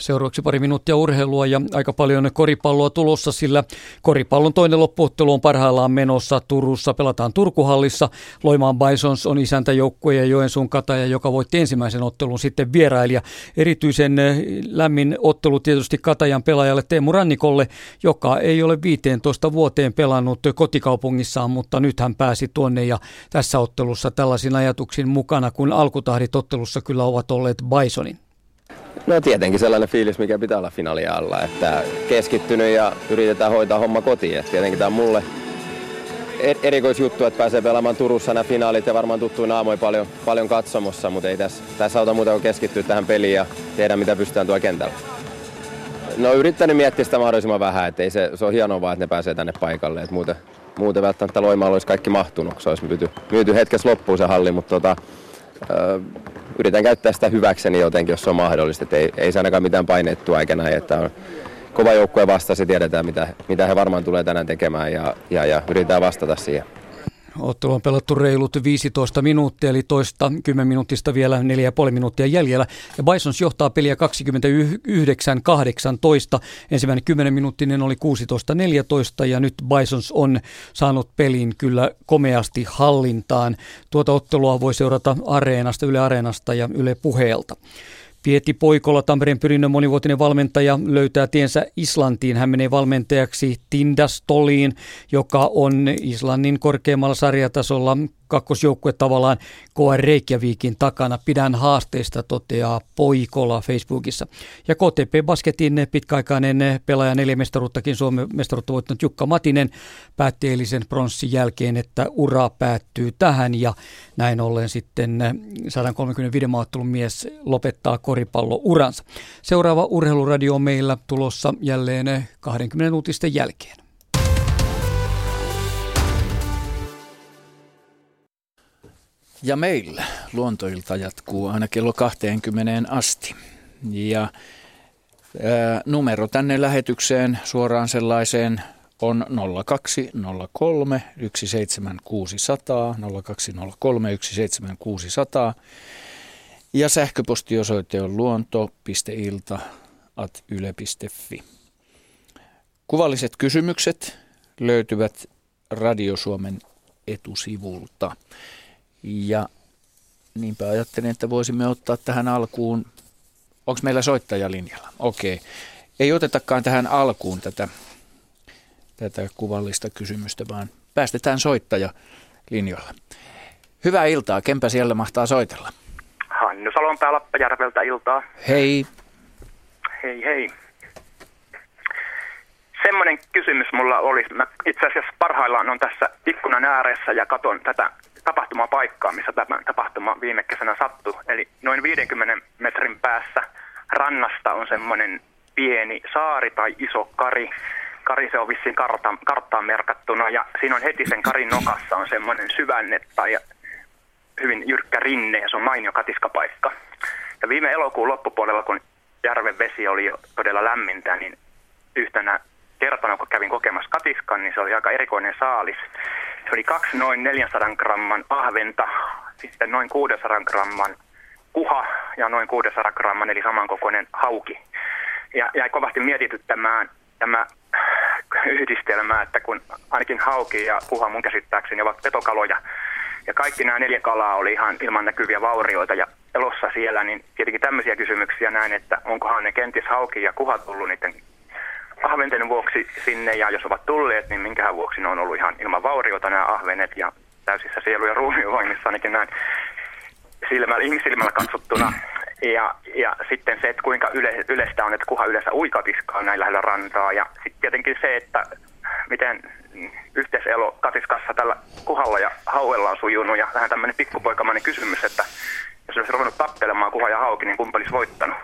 Speaker 19: Seuraavaksi pari minuuttia urheilua ja aika paljon koripalloa tulossa, sillä koripallon toinen loppuottelu on parhaillaan menossa Turussa. Pelataan Turkuhallissa. Loimaan Bisons on isäntäjoukkue ja Joensuun Kataja, joka voitti ensimmäisen ottelun sitten vierailija. Erityisen lämmin ottelu tietysti Katajan pelaajalle Teemu Rannikolle, joka ei ole 15 vuoteen pelannut kotikaupungissaan, mutta nyt hän pääsi tuonne ja tässä ottelussa tällaisin ajatuksin mukana, kun alkutahdit ottelussa kyllä ovat olleet Bisonin.
Speaker 20: No tietenkin sellainen fiilis, mikä pitää olla finaalia alla, että keskittynyt ja yritetään hoitaa homma kotiin. Et tietenkin tämä on mulle erikoisjuttu, että pääsee pelaamaan Turussa nämä finaalit ja varmaan tuttuin aamoin paljon katsomossa, mutta ei tässä auta muuta kuin keskittyä tähän peliin ja tehdä mitä pystytään tuolla kentällä. No yrittänyt miettiä sitä mahdollisimman vähän, että se on hienoa vaan, että ne pääsee tänne paikalle, että muuten välttämättä Loimaalla olisi kaikki mahtunut, se olisi myyty hetkessä loppuun se halli, mutta yritän käyttää sitä hyväkseni jotenkin, jos se on mahdollista. Ei se ainakaan mitään paineettua eikä näin, että on kova joukkue vastasi, tiedetään mitä he varmaan tulee tänään tekemään ja yritetään vastata siihen.
Speaker 19: Ottelu on pelattu reilut 15 minuuttia, eli toista 10 minuutista vielä 4,5 minuuttia jäljellä. Ja Bisons johtaa peliä 29-18. Ensimmäinen 10-minuuttinen oli 16-14 ja nyt Bisons on saanut pelin kyllä komeasti hallintaan. Tuota ottelua voi seurata Yle Areenasta ja Yle Puheelta. Pieti Poikola, Tampereen Pyrinnön monivuotinen valmentaja, löytää tiensä Islantiin. Hän menee valmentajaksi Tindastoliin, joka on Islannin korkeammalla sarjatasolla kakkosjoukkue tavallaan KR Reykjavikin takana. Pidän haasteista, toteaa Poikola Facebookissa. Ja KTP Basketin pitkäaikainen pelaaja 4 mestaruuttakin Suomen mestaruutta voittanut Jukka Matinen päätti eilisen pronssin jälkeen, että ura päättyy tähän ja näin ollen sitten 135 maaottelun mies lopettaa koripallouransa. Seuraava urheiluradio on meillä tulossa jälleen 20 uutisten jälkeen.
Speaker 1: Ja meillä luontoilta jatkuu aina kello 20 asti. Ja numero tänne lähetykseen suoraan sellaiseen on 0203 17600, 0203 17600 ja sähköpostiosoite on luonto.ilta@yle.fi. Kuvalliset kysymykset löytyvät Radio Suomen etusivulta. Ja niinpä ajattelin, että voisimme ottaa tähän alkuun, onko meillä soittaja linjalla? Okei, ei otetakaan tähän alkuun tätä kuvallista kysymystä, vaan päästetään soittaja linjalla. Hyvää iltaa, kenpä siellä mahtaa soitella?
Speaker 21: Hannu Salonpää Lappajärveltä, iltaa.
Speaker 1: Hei.
Speaker 21: Hei. Semmoinen kysymys mulla olisi. Mä itse asiassa parhaillaan on tässä ikkunan ääressä ja katon tätä tapahtumapaikkaa, missä tämä tapahtuma viime kesänä sattui. Eli noin 50 metrin päässä rannasta on semmoinen pieni saari tai iso kari. Kari se on vissiin karttaan merkattuna ja siinä on heti sen karin nokassa on semmoinen syvänne tai hyvin jyrkkä rinne ja se on mainio katiskapaikka. Ja viime elokuun loppupuolella, kun järven vesi oli jo todella lämmintä, niin yhtenä kertana, kun kävin kokemassa katiskan, niin se oli aika erikoinen saalis. Se oli 2 noin 400 gramman ahventa, sitten noin 600 gramman kuha ja noin 600 gramman eli samankokoinen hauki. Ja jäi kovasti mietityttämään tämä yhdistelmä, että kun ainakin hauki ja kuha mun käsittääkseni ovat petokaloja, ja kaikki nämä 4 kalaa oli ihan ilman näkyviä vaurioita ja elossa siellä, niin tietenkin tämmöisiä kysymyksiä näin, että onkohan ne kenties hauki ja kuha tullut niiden ahventen vuoksi sinne, ja jos ovat tulleet, niin minkähän vuoksi ne on ollut ihan ilman vaurioita nämä ahvenet, ja täysissä sielu- ja ruumiinvoimissa ainakin näin ihmissilmällä katsottuna. Ja sitten se, että kuinka yleistä on, että kuha yleensä uikatiskaa näin lähellä rantaa, ja sitten tietenkin se, että miten yhteiselo katiskassa tällä kuhalla ja hauella on sujunut, ja vähän tämmöinen pikkupoikamainen kysymys, että jos olisi ruvennut tappelemaan kuha ja hauki, niin kumpa olisi voittanut?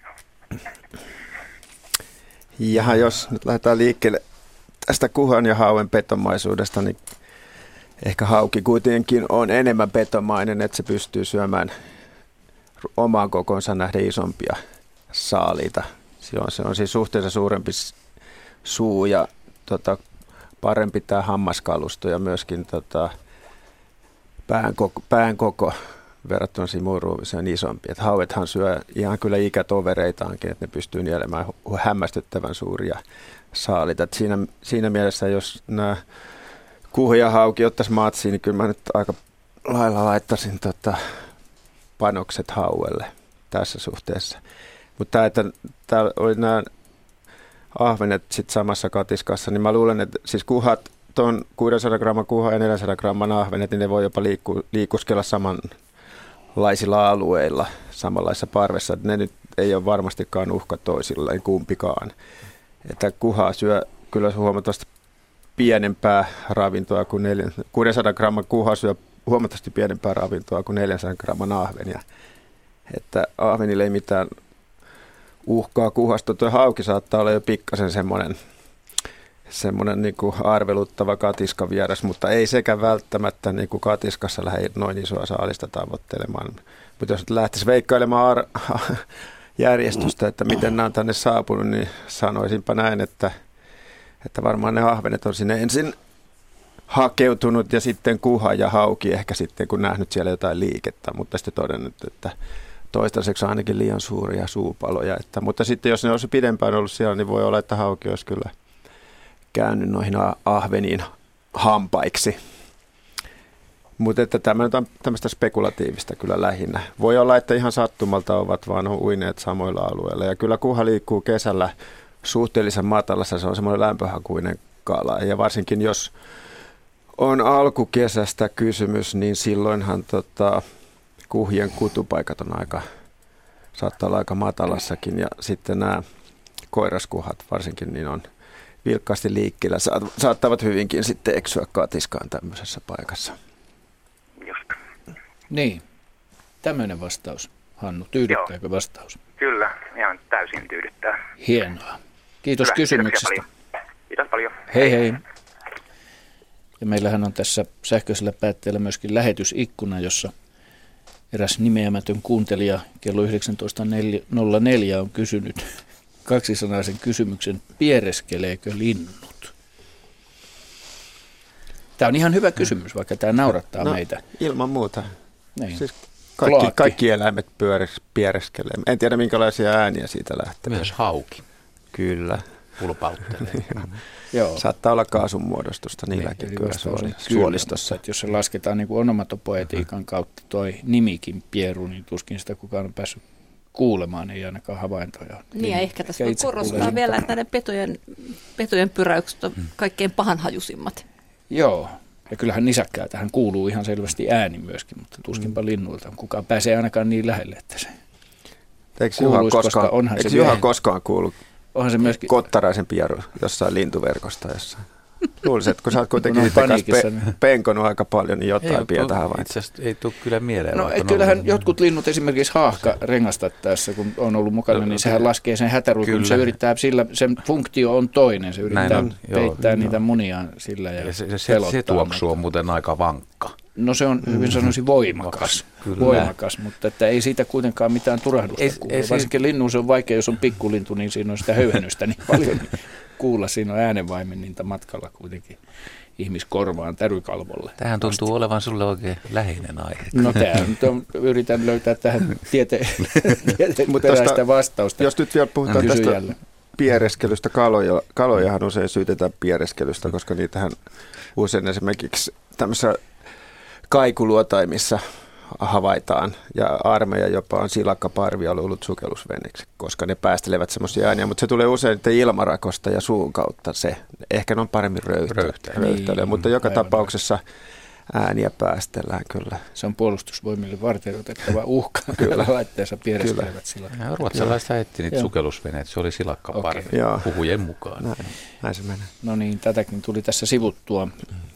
Speaker 5: Ja jos nyt lähdetään liikkeelle tästä kuhan ja hauen petomaisuudesta, niin ehkä hauki kuitenkin on enemmän petomainen, että se pystyy syömään omaan kokonsa nähden isompia saaliita. Se on siis suhteessa suurempi suu ja parempi tämä hammaskalusto ja myöskin pään koko verrattuna simuruumiseen isompi. Että hauethan syö ihan kyllä ikätovereitaankin, että ne pystyy nielemään hämmästyttävän suuria saalita. Että siinä mielessä, jos nämä kuhu ja hauki ottaisi matsiin, niin kyllä mä nyt aika lailla laittaisin panokset hauelle tässä suhteessa. Mutta että täällä oli nämä ahvenet sit samassa katiskassa, niin mä luulen, että siis kuhat, tuon 600 gramman kuha ja 400 gramman ahvenet, niin ne voi jopa liikuskella samanlaisilla alueilla, samanlaisessa parvessa. Ne nyt ei ole varmastikaan uhka toisilleen kumpikaan. Että kuha syö kyllä huomattavasti pienempää ravintoa kuin 600 gramman kuha syö huomattavasti pienempää ravintoa kuin 400 gramman ahvenia. Että ahvenille ei mitään uhkaa kuhasta. Tuo hauki saattaa olla jo pikkasen semmoinen niin kuin arveluttava katiskavieras, mutta ei sekä välttämättä niin kuin katiskassa lähde noin isoa saalista tavoittelemaan. Mutta jos lähtisi veikkailemaan järjestystä, että miten nämä on tänne saapunut, niin sanoisinpa näin, että varmaan ne ahvenet on sinne ensin hakeutunut ja sitten kuha ja hauki ehkä sitten, kun nähnyt siellä jotain liikettä, mutta sitten todennut, että toistaiseksi ainakin liian suuria suupaloja. Mutta sitten jos ne olisi pidempään ollut siellä, niin voi olla, että hauki olisi kyllä käynyt noihin ahveniin hampaiksi. Mutta että tämä on tämmöistä spekulatiivista kyllä lähinnä. Voi olla, että ihan sattumalta ovat vaan uineet samoilla alueilla. Ja kyllä kuha liikkuu kesällä suhteellisen matalassa, se on semmoinen lämpöhakuinen kala. Ja varsinkin jos on alkukesästä kysymys, niin silloinhan kuhien kutupaikat on saattaa olla aika matalassakin. Ja sitten nämä koiraskuhat varsinkin niin on vilkkaasti liikkeellä. Saattavat hyvinkin sitten eksyä katiskaan tämmöisessä paikassa.
Speaker 21: Just.
Speaker 1: Niin, tämmöinen vastaus. Hannu, tyydyttääkö vastaus?
Speaker 21: Kyllä, ihan täysin tyydyttää.
Speaker 1: Hienoa. Kiitos kysymyksestä.
Speaker 21: Kiitos paljon.
Speaker 1: Hei hei. Ja meillähän on tässä sähköisellä päätteellä myöskin lähetysikkuna, jossa eräs nimeämätön kuuntelija kello 19.04 on kysynyt kaksisanaisen kysymyksen, piereskeleekö linnut? Tämä on ihan hyvä kysymys, vaikka tämä naurattaa meitä.
Speaker 5: Ilman muuta.
Speaker 1: Niin.
Speaker 5: Siis kaikki eläimet piereskelee. En tiedä, minkälaisia ääniä siitä lähtee.
Speaker 3: Myös hauki.
Speaker 5: Kyllä.
Speaker 3: Pulpauttelee.
Speaker 5: Joo. Saattaa olla kaasun muodostusta niilläkin kyllä suolistossa.
Speaker 1: Että jos se lasketaan niin kuin onomatopoetiikan kautta toi nimikin pieru, niin tuskin sitä kukaan on päässyt kuulemaan, ei ainakaan havaintoja.
Speaker 6: Niin ja ehkä tässä voi korostaa vielä, että näiden petojen pyräykset on kaikkein pahanhajuisimmat.
Speaker 1: Joo, ja kyllähän nisäkkää tähän kuuluu ihan selvästi ääni myöskin, mutta tuskinpa linnuilta. Kukaan pääsee ainakaan niin lähelle, että se
Speaker 5: kuuluisi, koska onhan se Juha koskaan kuullut kottaraisen pieru jossain lintuverkosta jossain? Luulisin, että kun sä oot kuitenkin niiden kanssa penkonut aika paljon, niin jotain pientä havaintoa.
Speaker 3: Itse asiassa ei tule kyllä mieleen.
Speaker 1: No kyllähän jotkut linnut, esimerkiksi haahka rengastattaessa, kun on ollut mukana, niin sehän laskee sen hätäruukun. Se yrittää sillä, sen funktio on toinen, se yrittää peittää niitä muniaan sillä ja
Speaker 3: se tuoksu on muuten aika vankka.
Speaker 1: No se on hyvin sanoisin voimakas, mutta että ei siitä kuitenkaan mitään turahdusta kuule. Varsinkin linnuun se on vaikea, jos on pikkulintu, niin siinä on sitä höyhennystä niin paljon kuulla. Siinä on äänenvaimenninta matkalla kuitenkin ihmiskorvaan tärykalvolle.
Speaker 3: Tämähän tuntuu olevan sulle oikein läheinen aihe.
Speaker 1: No yritän löytää tähän tieteperäistä vastausta.
Speaker 5: Jos nyt vielä puhutaan tästä piereskelystä, kalojahan usein syytetään piereskelystä, koska niitähän usein esimerkiksi tämmöisessä kaikuluotaimissa havaitaan, ja armeija jopa on silakkaparvia ollut sukellusveneeksi, koska ne päästelevät semmoisia ääniä, mutta se tulee usein ilmarakosta ja suun kautta se. Ehkä ne on paremmin röyhtäilyä, mutta joka tapauksessa ääniä päästellään kyllä.
Speaker 1: Se on puolustusvoimille varteenotettava uhka, kyllä laitteessa piereskelevät silakkaa.
Speaker 3: Ruotsalaiset etti niitä sukellusveneitä, se oli silakkaparvi puhujen mukaan.
Speaker 5: Näin se menee.
Speaker 1: No niin, tätäkin tuli tässä sivuttua.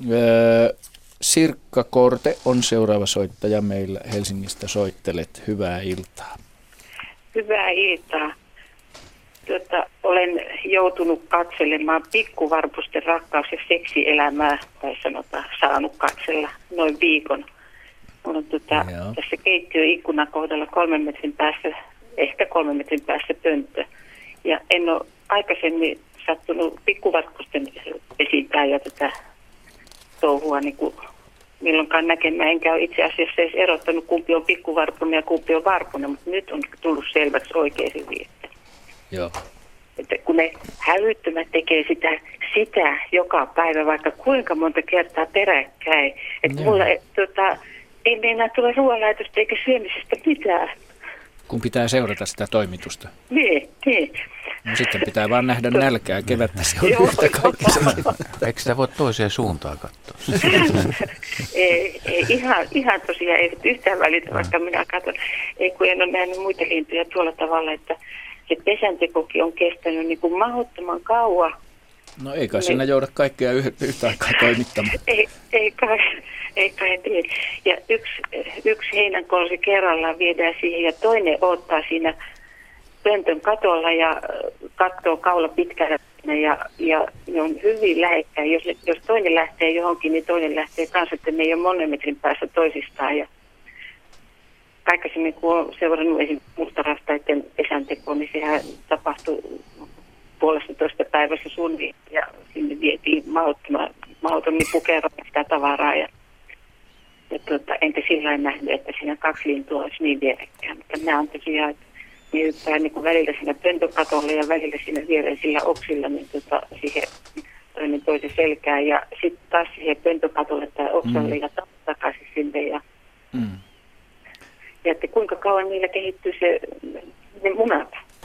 Speaker 1: Sirkka Korte on seuraava soittaja meillä Helsingistä. Soittelet. Hyvää iltaa.
Speaker 4: Hyvää iltaa. Olen joutunut katselemaan pikkuvarpusten rakkaus- ja seksielämää, tai sanotaan saanut katsella noin viikon. Mulla on tässä keittiöikkunan kohdalla 3 metrin päässä, ehkä 3 metrin päässä pönttö. Ja en ole aikaisemmin sattunut pikkuvarpusten pesintää ja tätä touhua niin kuin milloinkaan näkemään, enkä ole itse asiassa edes erottanut, kumpi on pikkuvarpunen ja kumpi on varpunen, mutta nyt on tullut selväksi oikein se viesti.
Speaker 1: Joo.
Speaker 4: Että kun ne hävyttömät tekee sitä joka päivä, vaikka kuinka monta kertaa peräkkäin, että mulla ei meinaa tulla ruoanlaitosta eikä syömisestä mitään.
Speaker 1: Kun pitää seurata sitä toimitusta.
Speaker 4: Niin.
Speaker 1: No sitten pitää vaan nähdä nälkää kevättä seurata kaikki.
Speaker 3: Eikö sitä voi toiseen suuntaan katsoa?
Speaker 4: ei, ihan tosiaan ei yhtään välitä, vaikka minä katson. Ei kun en ole nähnyt muita lintuja tuolla tavalla, että se pesäntekokin on kestänyt niin kuin mahdottoman kauan.
Speaker 1: No ei kai siinä jouda kaikkea yhtä aikaa toimittamaan.
Speaker 4: Ei kai niin. Ja yksi heinänkorsi kerrallaan viedään siihen ja toinen odottaa siinä pöntön katolla ja katsoo kaula pitkällä ja ne on hyvin lähekkäin. Jos toinen lähtee johonkin, niin toinen lähtee kanssa, että ne ei ole monen metrin päässä toisistaan. Ja aikaisemmin, kun olen seurannut esimerkiksi mustarastaiden pesäntekoon, niin sehän tapahtui 1,5 päivässä suunnilleen ja sinne vietiin mahdottomin pukeroon sitä tavaraa. Ja enkä sillä nähnyt, että siinä 2 lintua olisi niin vierekkäin. Mutta nämä on tosiaan, että ne hyppää niin välillä siinä pöntokatolla ja välillä siinä viereisillä oksilla, niin siihen toinen toisen selkään ja sitten taas siihen pöntokatolle tai oksalle ja takaisin sinne. Ja että kuinka kauan niillä kehittyy ne munat.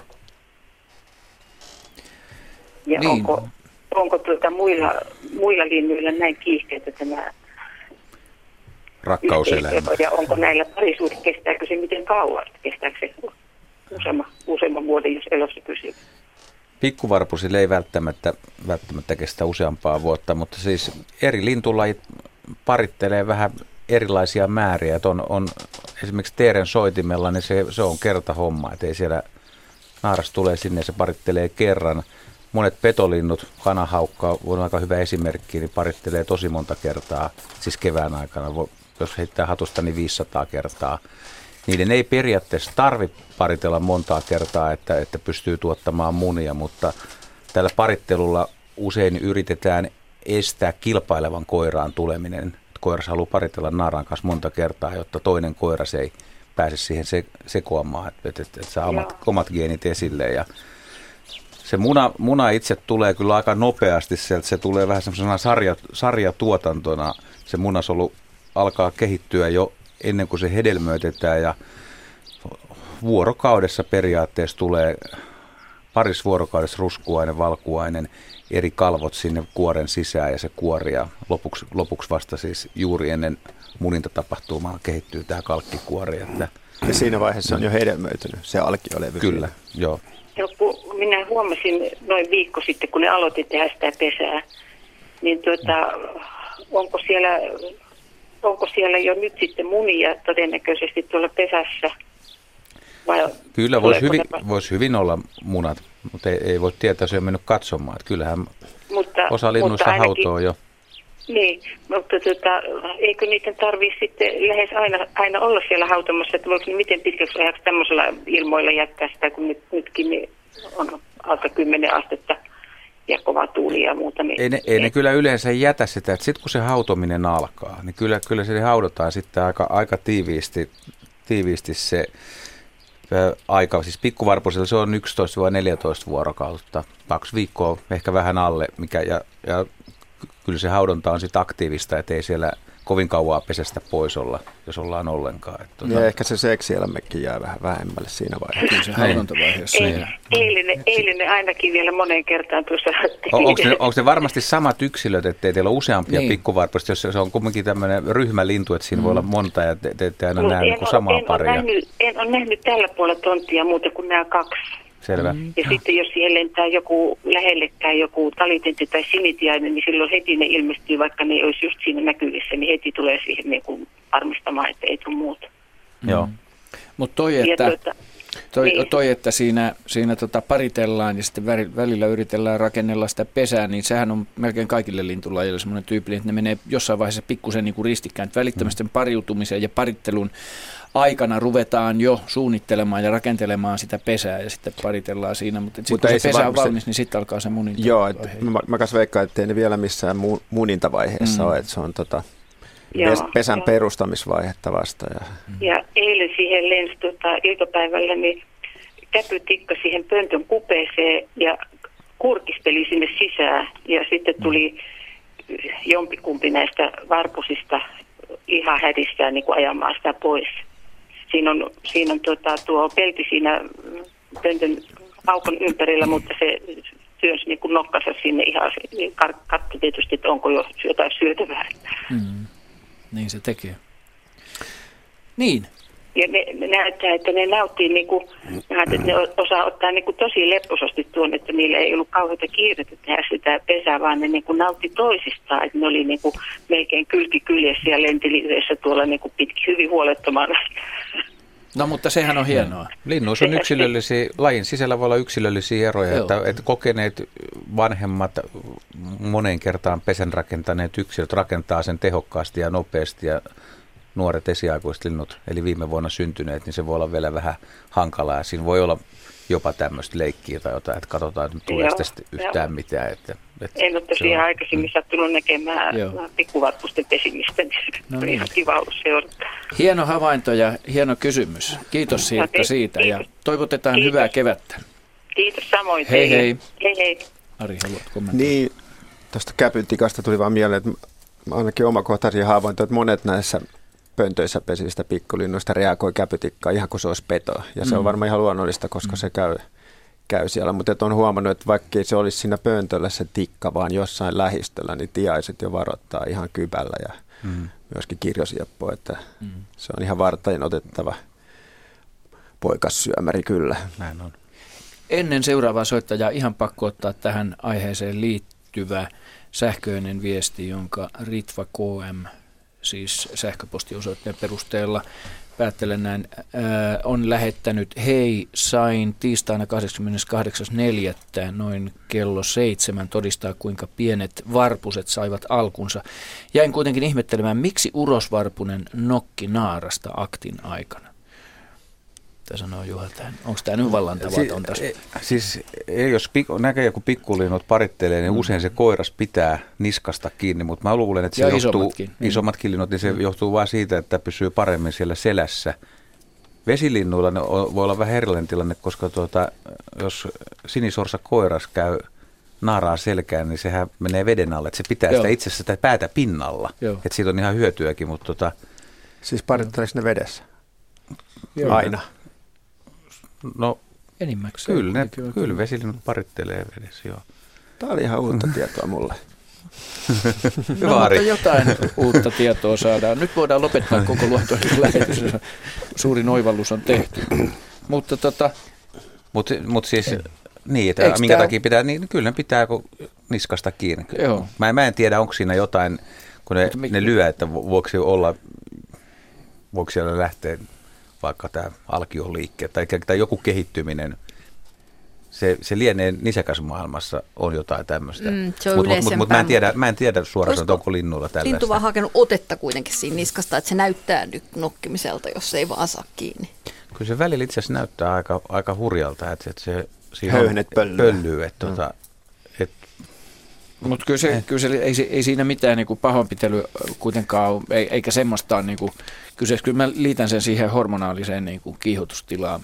Speaker 4: Ja niin. onko muilla linnuilla näin kiihkeitä tämä
Speaker 3: rakkauselämä?
Speaker 4: Ja onko näillä parisuhde, kestääkö se miten kauan? Kestääkö se useamman vuoden, jos elossa pysyy?
Speaker 3: Pikkuvarpusille ei välttämättä kestä useampaa vuotta, mutta siis eri lintulajit parittelee vähän erilaisia määriä. On esimerkiksi teeren soitimella, niin se on kertahomma, että ei siellä naaras tulee sinne ja se parittelee kerran. Monet petolinnut, kanahaukka on aika hyvä esimerkki, niin parittelee tosi monta kertaa, siis kevään aikana. Jos heittää hatusta, niin 500 kertaa. Niiden ei periaatteessa tarvitse paritella montaa kertaa, että pystyy tuottamaan munia, mutta tällä parittelulla usein yritetään estää kilpailevan koiraan tuleminen. Koiras haluaa paritella naaraan kanssa monta kertaa, jotta toinen koiras ei pääse siihen sekoamaan, että saa omat geenit esille. Ja se muna itse tulee kyllä aika nopeasti sieltä, se tulee vähän semmoisena sarjatuotantona. Se munasolu alkaa kehittyä jo ennen kuin se hedelmöitetään ja vuorokaudessa periaatteessa tulee vuorokaudessa ruskuainen, valkuainen, eri kalvot sinne kuoren sisään ja se kuori ja lopuksi vasta siis juuri ennen munintatapahtumaa kehittyy tämä kalkkikuori.
Speaker 5: Ja siinä vaiheessa on jo hedelmöitynyt se alkiolevy.
Speaker 3: Kyllä, joo.
Speaker 4: Minä huomasin noin viikko sitten, kun ne aloitti tehdä sitä pesää, niin onko siellä jo nyt sitten munia todennäköisesti tuolla pesässä?
Speaker 3: Kyllä voisi hyvin olla munat, mutta ei voi tietää, jos ei ole mennyt katsomaan. Että kyllähän osa linnuista hautoo jo.
Speaker 4: Niin, mutta eikö niiden tarvitse sitten lähes aina olla siellä hautomassa, että voiko ne miten pitkäksi ajaksi tämmöisellä ilmoilla jättää sitä, kun nytkin niin on alta 10 astetta ja kova tuuli ja muuta.
Speaker 3: Ei ne kyllä yleensä jätä sitä, että sitten kun se hautominen alkaa, niin kyllä se haudotaan sitten aika tiiviisti se aika. Siis pikkuvarpusilla se on 11-14 vuorokautta, 2 viikkoa, ehkä vähän alle, ja kyllä se haudonta on sitten aktiivista, ettei siellä kovin kauaa pesästä pois olla, jos ollaan ollenkaan.
Speaker 5: Ja ehkä se seksielämäkin jää vähän vähemmälle siinä vaiheessa.
Speaker 1: Kyllä se haudontavaiheessa.
Speaker 4: Eilen ainakin vielä moneen kertaan tuossa.
Speaker 3: Onko ne varmasti samat yksilöt, ettei teillä ole useampia pikkuvarpusta, jos se on kuitenkin tämmöinen ryhmälintu, että siinä voi olla monta ja te ette aina näe niin samaa paria?
Speaker 4: En ole nähnyt tällä puolella tonttia muuta kuin nämä 2.
Speaker 3: Selvä.
Speaker 4: Ja sitten jos siihen lentää joku lähellekään joku talitentti tai sinitiainen, niin silloin heti ne ilmestyy, vaikka ne olisi just siinä näkyvissä, niin heti tulee siihen niin kuin varmistamaan, että ei tule muuta.
Speaker 3: Joo.
Speaker 1: Mutta toi, että siinä paritellaan ja sitten välillä yritellään rakennella sitä pesää, niin sehän on melkein kaikille lintulajille semmoinen tyypillinen, että ne menee jossain vaiheessa pikkusen niin kuin ristikkäin. Välittömästi pariutumisen ja parittelun aikana ruvetaan jo suunnittelemaan ja rakentelemaan sitä pesää ja sitten paritellaan siinä, mutta sitten kun se pesä on valmis, niin sitten alkaa se munintavaihe.
Speaker 5: Joo, mä kanssa veikkaan, että ei ne vielä missään munintavaiheessa ole, että se on pesän perustamisvaihetta vasta.
Speaker 4: Ja eilen siihen lensi iltapäivällä niin käpytikka siihen pöntön kupeeseen ja kurkisteli sinne sisään. Ja sitten tuli jompikumpi näistä varpusista ihan hädissään niin kuin ajamaan sitä pois. Siinä on tuo pelti siinä pöntön aukon ympärillä, mutta se työnsi niin kuin nokkansa sinne ihan, katso tietysti, että onko jo jotain syötävää.
Speaker 1: Niin se tekee. Niin.
Speaker 4: Ja ne näyttää, että ne nauttii, että ne osaa ottaa tosi lepposasti tuon, että niillä ei ollut kauheita kiirettä tehdä sitä pesää, vaan ne nautti toisistaan, että ne oli melkein kylki kyljessä ja lenteli yhdessä tuolla pitkin hyvin huolettomana.
Speaker 1: No mutta sehän on hienoa.
Speaker 3: Linnuissa on yksilöllisiä, lajin sisällä voi olla yksilöllisiä eroja, että kokeneet vanhemmat moneen kertaan pesän rakentaneet yksilöt rakentaa sen tehokkaasti ja nopeasti ja nuoret esiaikuiset linnut, eli viime vuonna syntyneet, niin se voi olla vielä vähän hankalaa. Siinä voi olla jopa tämmöistä leikkiä tai jotain, että katsotaan, että tulee sitten yhtään mitään.
Speaker 4: En ole tosiaan aikaisemmin sattunut näkemään pikkuvarpusten pesimistä, niin on ihan kiva ollut seurata.
Speaker 1: Hieno havainto ja hieno kysymys. Kiitos siitä ja toivotetaan hyvää kevättä.
Speaker 4: Kiitos samoin.
Speaker 1: Hei hei.
Speaker 4: Hei hei.
Speaker 1: Ari, haluat kommentoida?
Speaker 5: Niin, tuosta käpytikasta tuli vaan mieleen, että ainakin omakohtaisia havaintoja, että monet näissä pöntöissä pesivistä pikkulinnuista reagoi käpytikkaa ihan kuin se olisi petoa. Ja se on varmaan ihan luonnollista, koska se käy siellä. Mutta on huomannut, että vaikka se olisi siinä pöntöllä se tikka, vaan jossain lähistöllä, niin tiaiset jo varoittaa ihan kybällä ja myöskin kirjosieppo, että se on ihan vartain otettava poikassyömäri kyllä.
Speaker 3: Näin on.
Speaker 1: Ennen seuraavaa soittajaa ihan pakko ottaa tähän aiheeseen liittyvä sähköinen viesti, jonka Ritva KM, siis sähköpostiosoitteen perusteella, päättelen näin, on lähettänyt: hei, sain tiistaina 28.4. noin kello 7 todistaa, kuinka pienet varpuset saivat alkunsa. Jäin kuitenkin ihmettelemään, miksi urosvarpunen nokki naarasta aktin aikana. Tämä sanoo Juha tähän. Onko tämä nyt vallan tavaton tässä?
Speaker 3: Siis jos näkee joku pikkulinnut parittelee, niin usein se koiras pitää niskasta kiinni, mutta mä luulen, että se johtuu, isommatkin linnut, niin se johtuu vain siitä, että pysyy paremmin siellä selässä. Vesilinnuilla voi olla vähän erilainen tilanne, koska jos sinisorsa koiras käy naaraa selkään, niin sehän menee veden alle, että se pitää sitä itse asiassa sitä päätä pinnalla. Että siitä on ihan hyötyäkin, mutta
Speaker 5: Siis paritteleeko ne vedessä? Aina.
Speaker 3: No,
Speaker 1: enimmäkseen.
Speaker 3: Kyllä vesilinnut parittelee vedessä, joo.
Speaker 5: Tämä oli ihan uutta tietoa mulle.
Speaker 1: Hyvä, Ari. Mutta jotain uutta tietoa saadaan. Nyt voidaan lopettaa koko luontoinen lähetys. Suurin oivallus on tehty. Mutta
Speaker 3: Mut siis, niin, että minkä takia pitää, niin kyllä ne pitää niskasta kiinni.
Speaker 1: Joo.
Speaker 3: Mä en tiedä, onko siinä jotain, kun ne lyö, että voiko siellä lähteä vaikka tämä alkioliikkeet tai joku kehittyminen, se lienee nisäkäsmaailmassa on jotain tämmöistä. Mutta mä en tiedä suoraan, että onko linnuilla tällaista.
Speaker 6: Lintu vaan hakenut otetta kuitenkin siinä niskasta, että se näyttää nyt nokkimiselta, jos se ei vaan saa kiinni.
Speaker 3: Kyllä se välillä itse asiassa näyttää aika hurjalta, että se
Speaker 5: höyhenet
Speaker 3: pöllyy.
Speaker 1: Mutta kyllä se ei siinä mitään niinku pahoinpitely kuitenkaan ole, eikä semmoista ole niinku kyseessä. Kyllä mä liitän sen siihen hormonaaliseen niinku kiihotustilaan,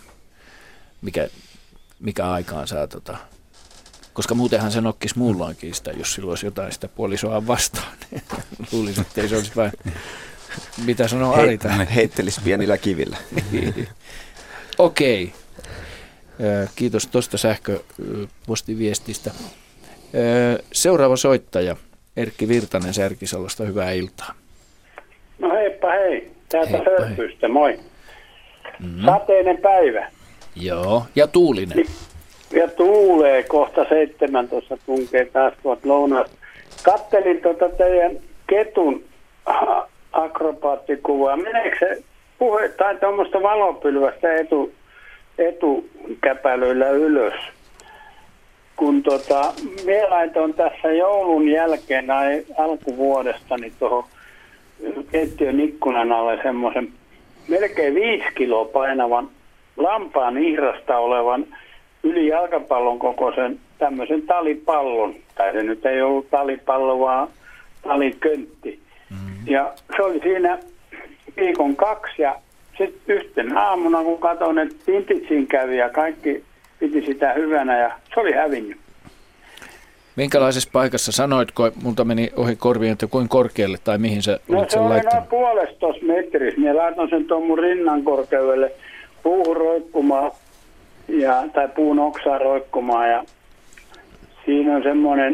Speaker 1: mikä aikaan saa. Koska muutenhan se nokkisi muulloinkin sitä, jos sillä olisi jotain sitä puolisoa vastaan. Luulisin, että ei se olisi vain, mitä sanoo Ari tähän.
Speaker 5: Heittelisi pienillä kivillä.
Speaker 1: Okei. Kiitos tuosta sähköpostiviestistä. Seuraava soittaja, Erkki Virtanen Särkisalosta, hyvää iltaa.
Speaker 2: No heippa hei, täältä Sörpystä, moi. Sateinen päivä.
Speaker 1: Joo, ja tuulinen.
Speaker 2: Ja tuulee kohta 7, tuossa tunkee taas tuolta lounaasta. Kattelin teidän ketun akrobaattikuvaa. Meneekö se tai tuommoista valopylvästä etukäpälöillä ylös? Kun minä laitoin tässä joulun jälkeen alkuvuodesta niin tuohon keittiön ikkunan alle semmoisen melkein 5 kiloa painavan lampaan ihrasta olevan yli jalkapallon kokoisen tämmöisen talipallon. Tai se nyt ei ollut talipallo, vaan taliköntti. Ja se oli siinä viikon 2 ja sitten yhtenä aamuna, kun katsoin, että tintit siinä kävi ja kaikki piti sitä hyvänä ja se oli hävinnyt.
Speaker 1: Minkälaisessa paikassa sanoitko, multa meni ohi korviin, että kuinka korkealle tai mihin sä olit sen laittanut?
Speaker 2: Se oli noin 1,5 metrissä. Minä laitoin sen tuon mun rinnan korkeudelle puuhun roikkumaan tai puun oksaa roikkumaan ja siinä on semmoinen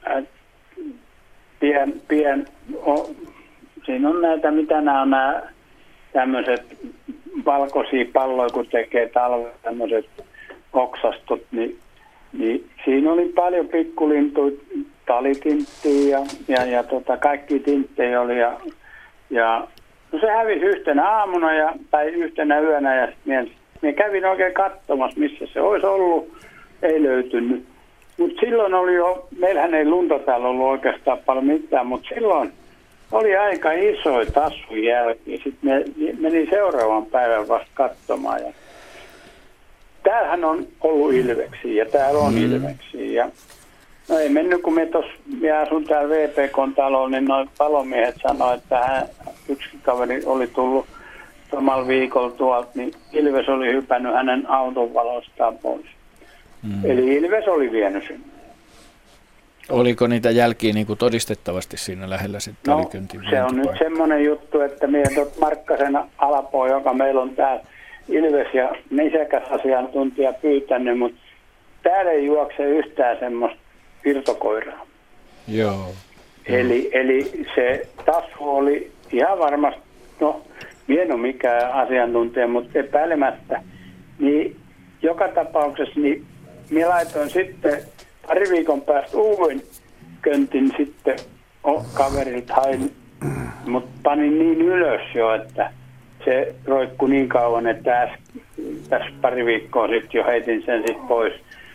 Speaker 2: siinä on näitä, mitä nämä on nämä tämmöiset valkoisia palloja, kun tekee talvella tämmöiset oksastut, niin siinä oli paljon pikkulintuja, talitinttiä ja kaikki tinttejä oli ja no se hävisi yhtenä aamuna tai yhtenä yönä ja minä kävin oikein katsomassa, missä se olisi ollut, ei löytynyt. Mutta silloin oli jo, meillähän ei lunta täällä ollut oikeastaan paljon mitään, mutta silloin oli aika isoja tassun jälkiä. Sitten meni seuraavan päivän vasta katsomaan. Ja täällähän on ollut ilveksiä ja täällä on ilveksiä. Ja no ei mennyt, kun minä asun täällä VPK-talolla, niin noin palomiehet sanoivat, että yksi kaveri oli tullut samalla viikolla tuolta, niin ilves oli hypännyt hänen auton valostaan pois. Eli ilves oli vienyt sen.
Speaker 1: Oliko niitä jälkiä niin kuin todistettavasti siinä lähellä sitten taliköntin?
Speaker 2: Se on nyt semmoinen juttu, että minä Markkasen Alapo, joka meillä on täällä ilves- ja nisäkäsasiantuntija pyytänyt, mutta täällä ei juokse yhtään semmoista irtokoiraa.
Speaker 1: Joo.
Speaker 2: Eli se tassu oli ihan varmasti, minä en ole mikään asiantuntija, mutta epäilemättä, niin joka tapauksessa niin minä laitoin sitten pari viikon päästä uuden köntin sitten kaverilta hain, mutta panin niin ylös jo, että se roikkui niin kauan, että tässä pari viikkoa sitten jo heitin sen sitten pois.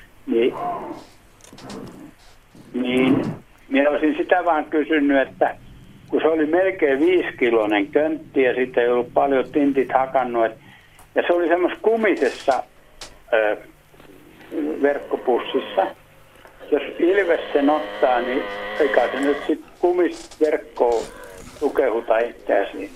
Speaker 2: Niin minä olisin sitä vaan kysynyt, että kun se oli melkein 5-kiloinen köntti ja sitten ei ollut paljon tintit hakannut, ja se oli semmoisessa kumisessa verkkopussissa. Jos ilves sen ottaa, niin eikä se nyt sitten kumisverkkoon tukehuta itseäsi.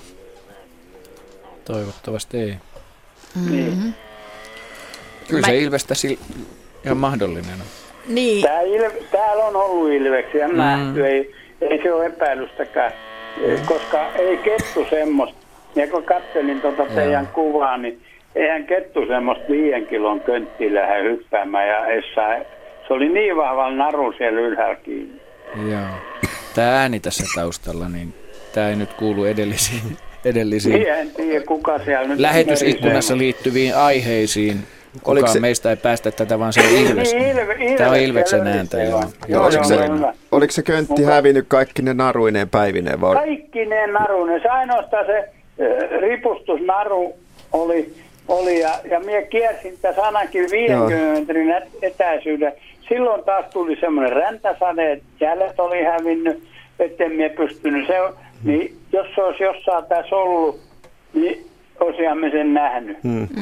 Speaker 1: Toivottavasti ei.
Speaker 2: Niin.
Speaker 1: Kyllä se ilvestä ihan mahdollinen on.
Speaker 6: Niin.
Speaker 2: Täällä on ollut ilveksiä nähty, ei se ole epäilystäkään, koska ei kettu semmoista. Ja kun katselin teidän kuvaa, niin eihän kettu semmoista 5 kilon könttiä lähde hyppäämään ja se oli niin vahvalla naru siellä ylhäällä kiinni.
Speaker 1: Joo. Tämä ääni tässä taustalla, niin tämä ei nyt kuulu edellisiin
Speaker 2: en tiedä, kuka siellä nyt
Speaker 1: lähetysikkunassa liittyviin aiheisiin. Kukaan meistä ei päästä tätä, vaan se on ilves. Tämä on ilveksen ääntä.
Speaker 5: Oliko se köntti hävinnyt kaikki ne naruineen päivineen?
Speaker 2: Kaikki ne naruineen. Se ainoastaan se ripustusnaru oli ja minä kiersin tässä ainakin 50 metrin etäisyyden. Silloin taas tuli semmoinen räntäsade, että jäljet oli hävinnyt, etten minä pystynyt. Niin jos se olisi jossain tässä ollut, niin olisimme sen nähnyt.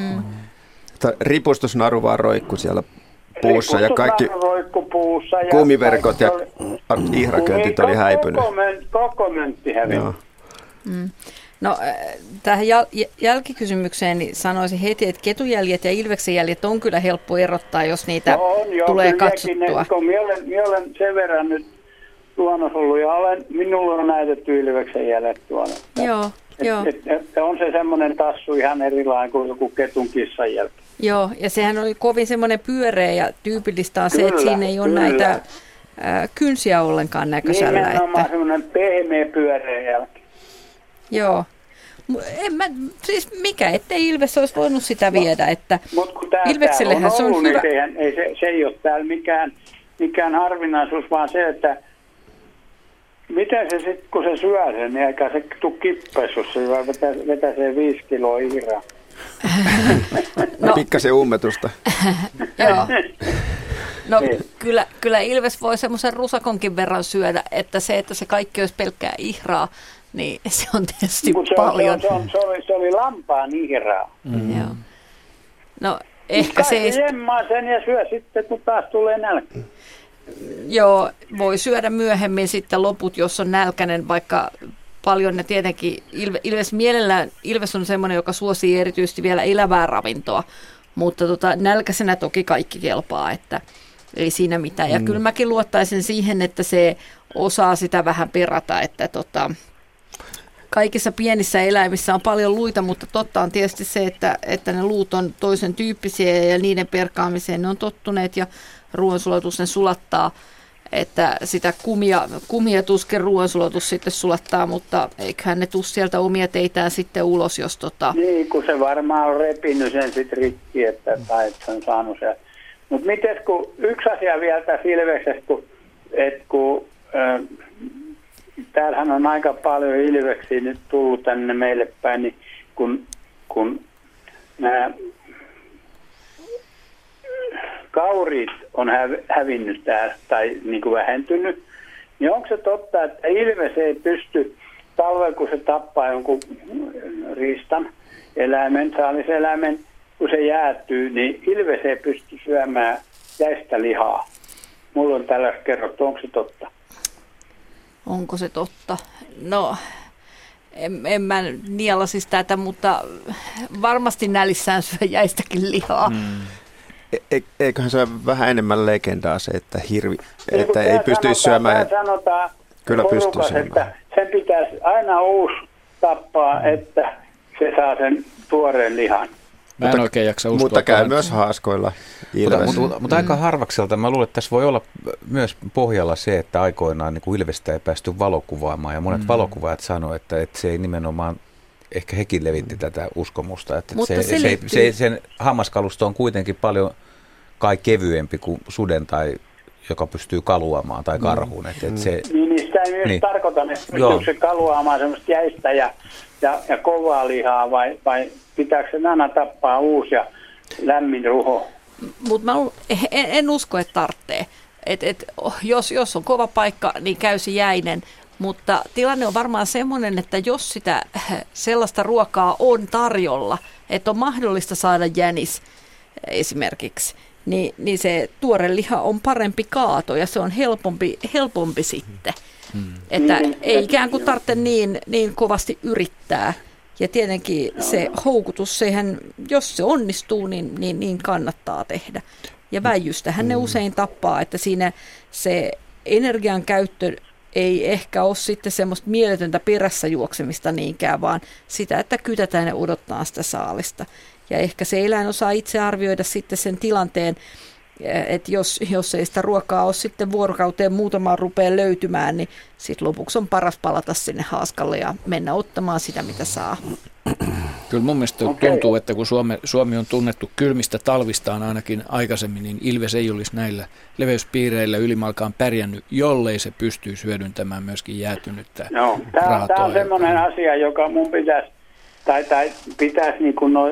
Speaker 5: Ripustusnaru vaan roikku siellä puussa ja kaikki
Speaker 2: puussa ja
Speaker 5: kumiverkot ja ihraköntit oli häipynyt.
Speaker 2: Koko möntti hävinnyt.
Speaker 6: No tähän jälkikysymykseen niin sanoisin heti, että ketujäljet ja ilveksen jäljet on kyllä helppo erottaa, jos niitä tulee katsottua.
Speaker 2: Minä olen sen verran nyt luonnossa ollut ja minulla on näytetty ilveksen jäljet tuolla.
Speaker 6: Joo.
Speaker 2: On se semmoinen tassu ihan erilainen kuin joku ketun kissan jälki.
Speaker 6: Joo, ja sehän oli kovin semmoinen pyöreä ja tyypillistä on se, että siinä ei ole näitä kynsiä ollenkaan näköisellä.
Speaker 2: Nimenomaan semmoinen pehmeä pyöreä jälki.
Speaker 6: Joo. Siis mikä, ettei ilves olisi voinut sitä viedä, että ilveksellehän se on hyvä.
Speaker 2: Se ei ole täällä mikään harvinaisuus, vaan se, että miten se sitten, kun se syö sen, niin eikä se tule kippeessä, jos se vetäisee 5 kiloa ihraa.
Speaker 5: Pikkasen ummetusta.
Speaker 6: Joo. No kyllä ilves voi semmoisen rusakonkin verran syödä, että se kaikki olisi pelkkää ihraa, niin se on tietysti paljon.
Speaker 2: Se oli lampaan ihraa.
Speaker 6: Joo. No ehkä se
Speaker 2: ei jemmaa sen ja syö sitten, kun taas tulee nälkä.
Speaker 6: Joo, voi syödä myöhemmin sitten loput, jos on nälkäinen, vaikka paljon ne tietenkin, Ilves on semmoinen, joka suosii erityisesti vielä elävää ravintoa, mutta nälkäisenä toki kaikki kelpaa, että ei siinä mitään. Ja kyllä mäkin luottaisin siihen, että se osaa sitä vähän perata, että kaikissa pienissä eläimissä on paljon luita, mutta totta on tietysti se, että ne luut on toisen tyyppisiä ja niiden perkaamiseen ne on tottuneet ja ruoansulatus ne sulattaa, että sitä kumia tuskin ruoansulatus sitten sulattaa, mutta eiköhän ne tuu sieltä omia teitään sitten ulos, jos
Speaker 2: Niin, kun se varmaan on repinyt sen sitten rikki, että se on saanut sen. Mutta miten kun yksi asia vielä tässä Ilveksessä, kun täällähän on aika paljon ilveksiä nyt tullut tänne meille päin, niin kun nämä kaurit on hävinnyt täällä tai niin kuin vähentynyt, niin onko se totta, että ilves ei pysty talvella, kun se tappaa jonkun riistan eläimen, saaliseläimen, kun se jäätyy, niin ilves ei pysty syömään jäistä lihaa. Mulla on tällaista kerrottu, onko se totta?
Speaker 6: Onko se totta? No, en mä nielaisi tätä, mutta varmasti nälissään syö jäistäkin lihaa.
Speaker 5: Eiköhän se ole vähän enemmän legendaa se, että että ei pystyisi syömään.
Speaker 2: Sanotaan kyllä pystyy syömään. Että sen pitäisi aina uusi tappaa, että se saa sen tuoreen lihan.
Speaker 1: Mä en oikein jaksa uskoa.
Speaker 5: Mutta käy myös haaskoilla ilves.
Speaker 3: Mutta aika harvakselta mä luulen, että tässä voi olla myös pohjalla se, että aikoinaan niin Ilvestä ei päästy valokuvaamaan. Ja monet valokuvaajat sanoivat, että se ei nimenomaan, ehkä hekin levitti tätä uskomusta. Että sen hammaskalusto on kuitenkin paljon kai kevyempi kuin suden tai joka pystyy kaluamaan tai karhuun.
Speaker 2: Niin sitä ei myös tarkoitan, että pystyykö se kaluamaan semmoista jäistä ja kovaa lihaa vai pitääkö se aina tappaa uusi ja lämmin ruho?
Speaker 6: Mutta mä en usko, että tarvitsee. Jos on kova paikka, niin käy se jäinen. Mutta tilanne on varmaan semmoinen, että jos sitä sellaista ruokaa on tarjolla, että on mahdollista saada jänis esimerkiksi, niin se tuore liha on parempi kaato ja se on helpompi sitten. Että ei ikään kuin tarvitse niin kovasti yrittää. Ja tietenkin se houkutus, jos se onnistuu, niin kannattaa tehdä. Ja väijystähän ne usein tappaa, että siinä se energian käyttö ei ehkä ole sitten semmoista mieletöntä perässä juoksemista niinkään, vaan sitä, että kytätään ja odottaa sitä saalista. Ja ehkä se eläin osaa itse arvioida sitten sen tilanteen, että jos ei sitä ruokaa ole sitten vuorokauteen muutamaan rupeaa löytymään, niin sitten lopuksi on paras palata sinne haaskalle ja mennä ottamaan sitä, mitä saa.
Speaker 1: Kyllä mun mielestä tuntuu, että kun Suomi on tunnettu kylmistä talvistaan ainakin aikaisemmin, niin ilves ei olisi näillä leveyspiireillä ylimalkaan pärjännyt, jollei se pystyisi hyödyntämään myöskin jäätynyttä raatoa.
Speaker 2: Tämä on semmoinen asia, joka mun pitäisi niin kuin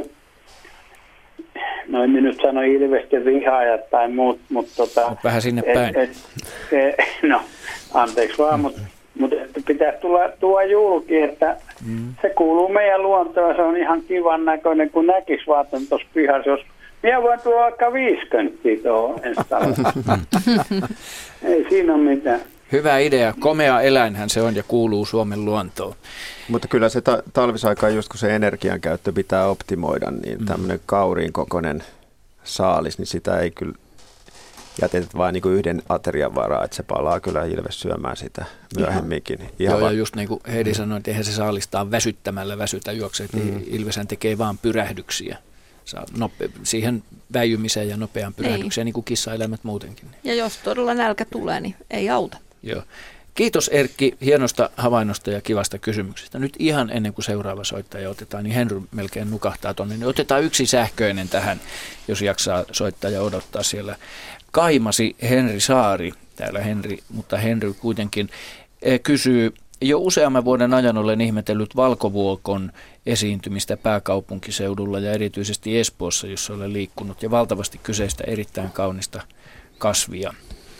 Speaker 2: noin nyt sano ilvesten vihaajat tai muut, mutta
Speaker 1: vähän sinne päin.
Speaker 2: No, anteeksi vaan, mutta pitäisi tuoda julki, että se kuuluu meidän luontoon, se on ihan kivan näköinen, kun näkisi vaan tuossa pihassa, jos minä voin tuoda vaikka 50 tuohon ensi talvella. Ei siinä ole mitään.
Speaker 1: Hyvä idea. Komea eläinhän se on ja kuuluu Suomen luontoon.
Speaker 5: Mutta kyllä se talvisaikaan, just kun se energiankäyttö pitää optimoida, niin tämmöinen kauriin kokoinen saalis, niin sitä ei kyllä jätetä vain niin kuin yhden aterian varaa, että se palaa kyllä ilves syömään sitä myöhemminkin.
Speaker 1: Joo, ja just niin kuin Heidi sanoi, että eihän se saalistaa väsyttämällä väsytä juokse, että ilveshän tekee vaan pyrähdyksiä. Siihen väijymiseen ja nopeaan pyrähdykseen, niin kuin kissaeläimet muutenkin.
Speaker 6: Ja jos todella nälkä tulee, niin ei auta.
Speaker 1: Joo. Kiitos Erkki hienosta havainnosta ja kivasta kysymyksestä. Nyt ihan ennen kuin seuraava soittaja otetaan, niin Henry melkein nukahtaa tuonne. Niin otetaan yksi sähköinen tähän, jos jaksaa soittaja odottaa siellä. Kaimasi Henri Saari, täällä Henri, mutta Henry kuitenkin kysyy, jo useamman vuoden ajan olen ihmetellyt valkovuokon esiintymistä pääkaupunkiseudulla ja erityisesti Espoossa, jossa olen liikkunut, ja valtavasti kyseistä erittäin kaunista kasvia.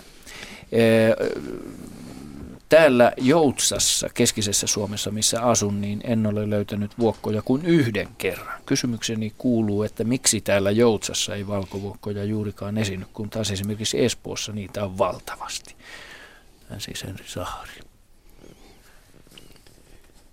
Speaker 1: Täällä Joutsassa, keskisessä Suomessa, missä asun, niin en ole löytänyt vuokkoja kuin yhden kerran. Kysymykseni kuuluu, että miksi täällä Joutsassa ei valkovuokkoja juurikaan esiinny, kun taas esimerkiksi Espoossa niitä on valtavasti. Tämä siis Henri Saari.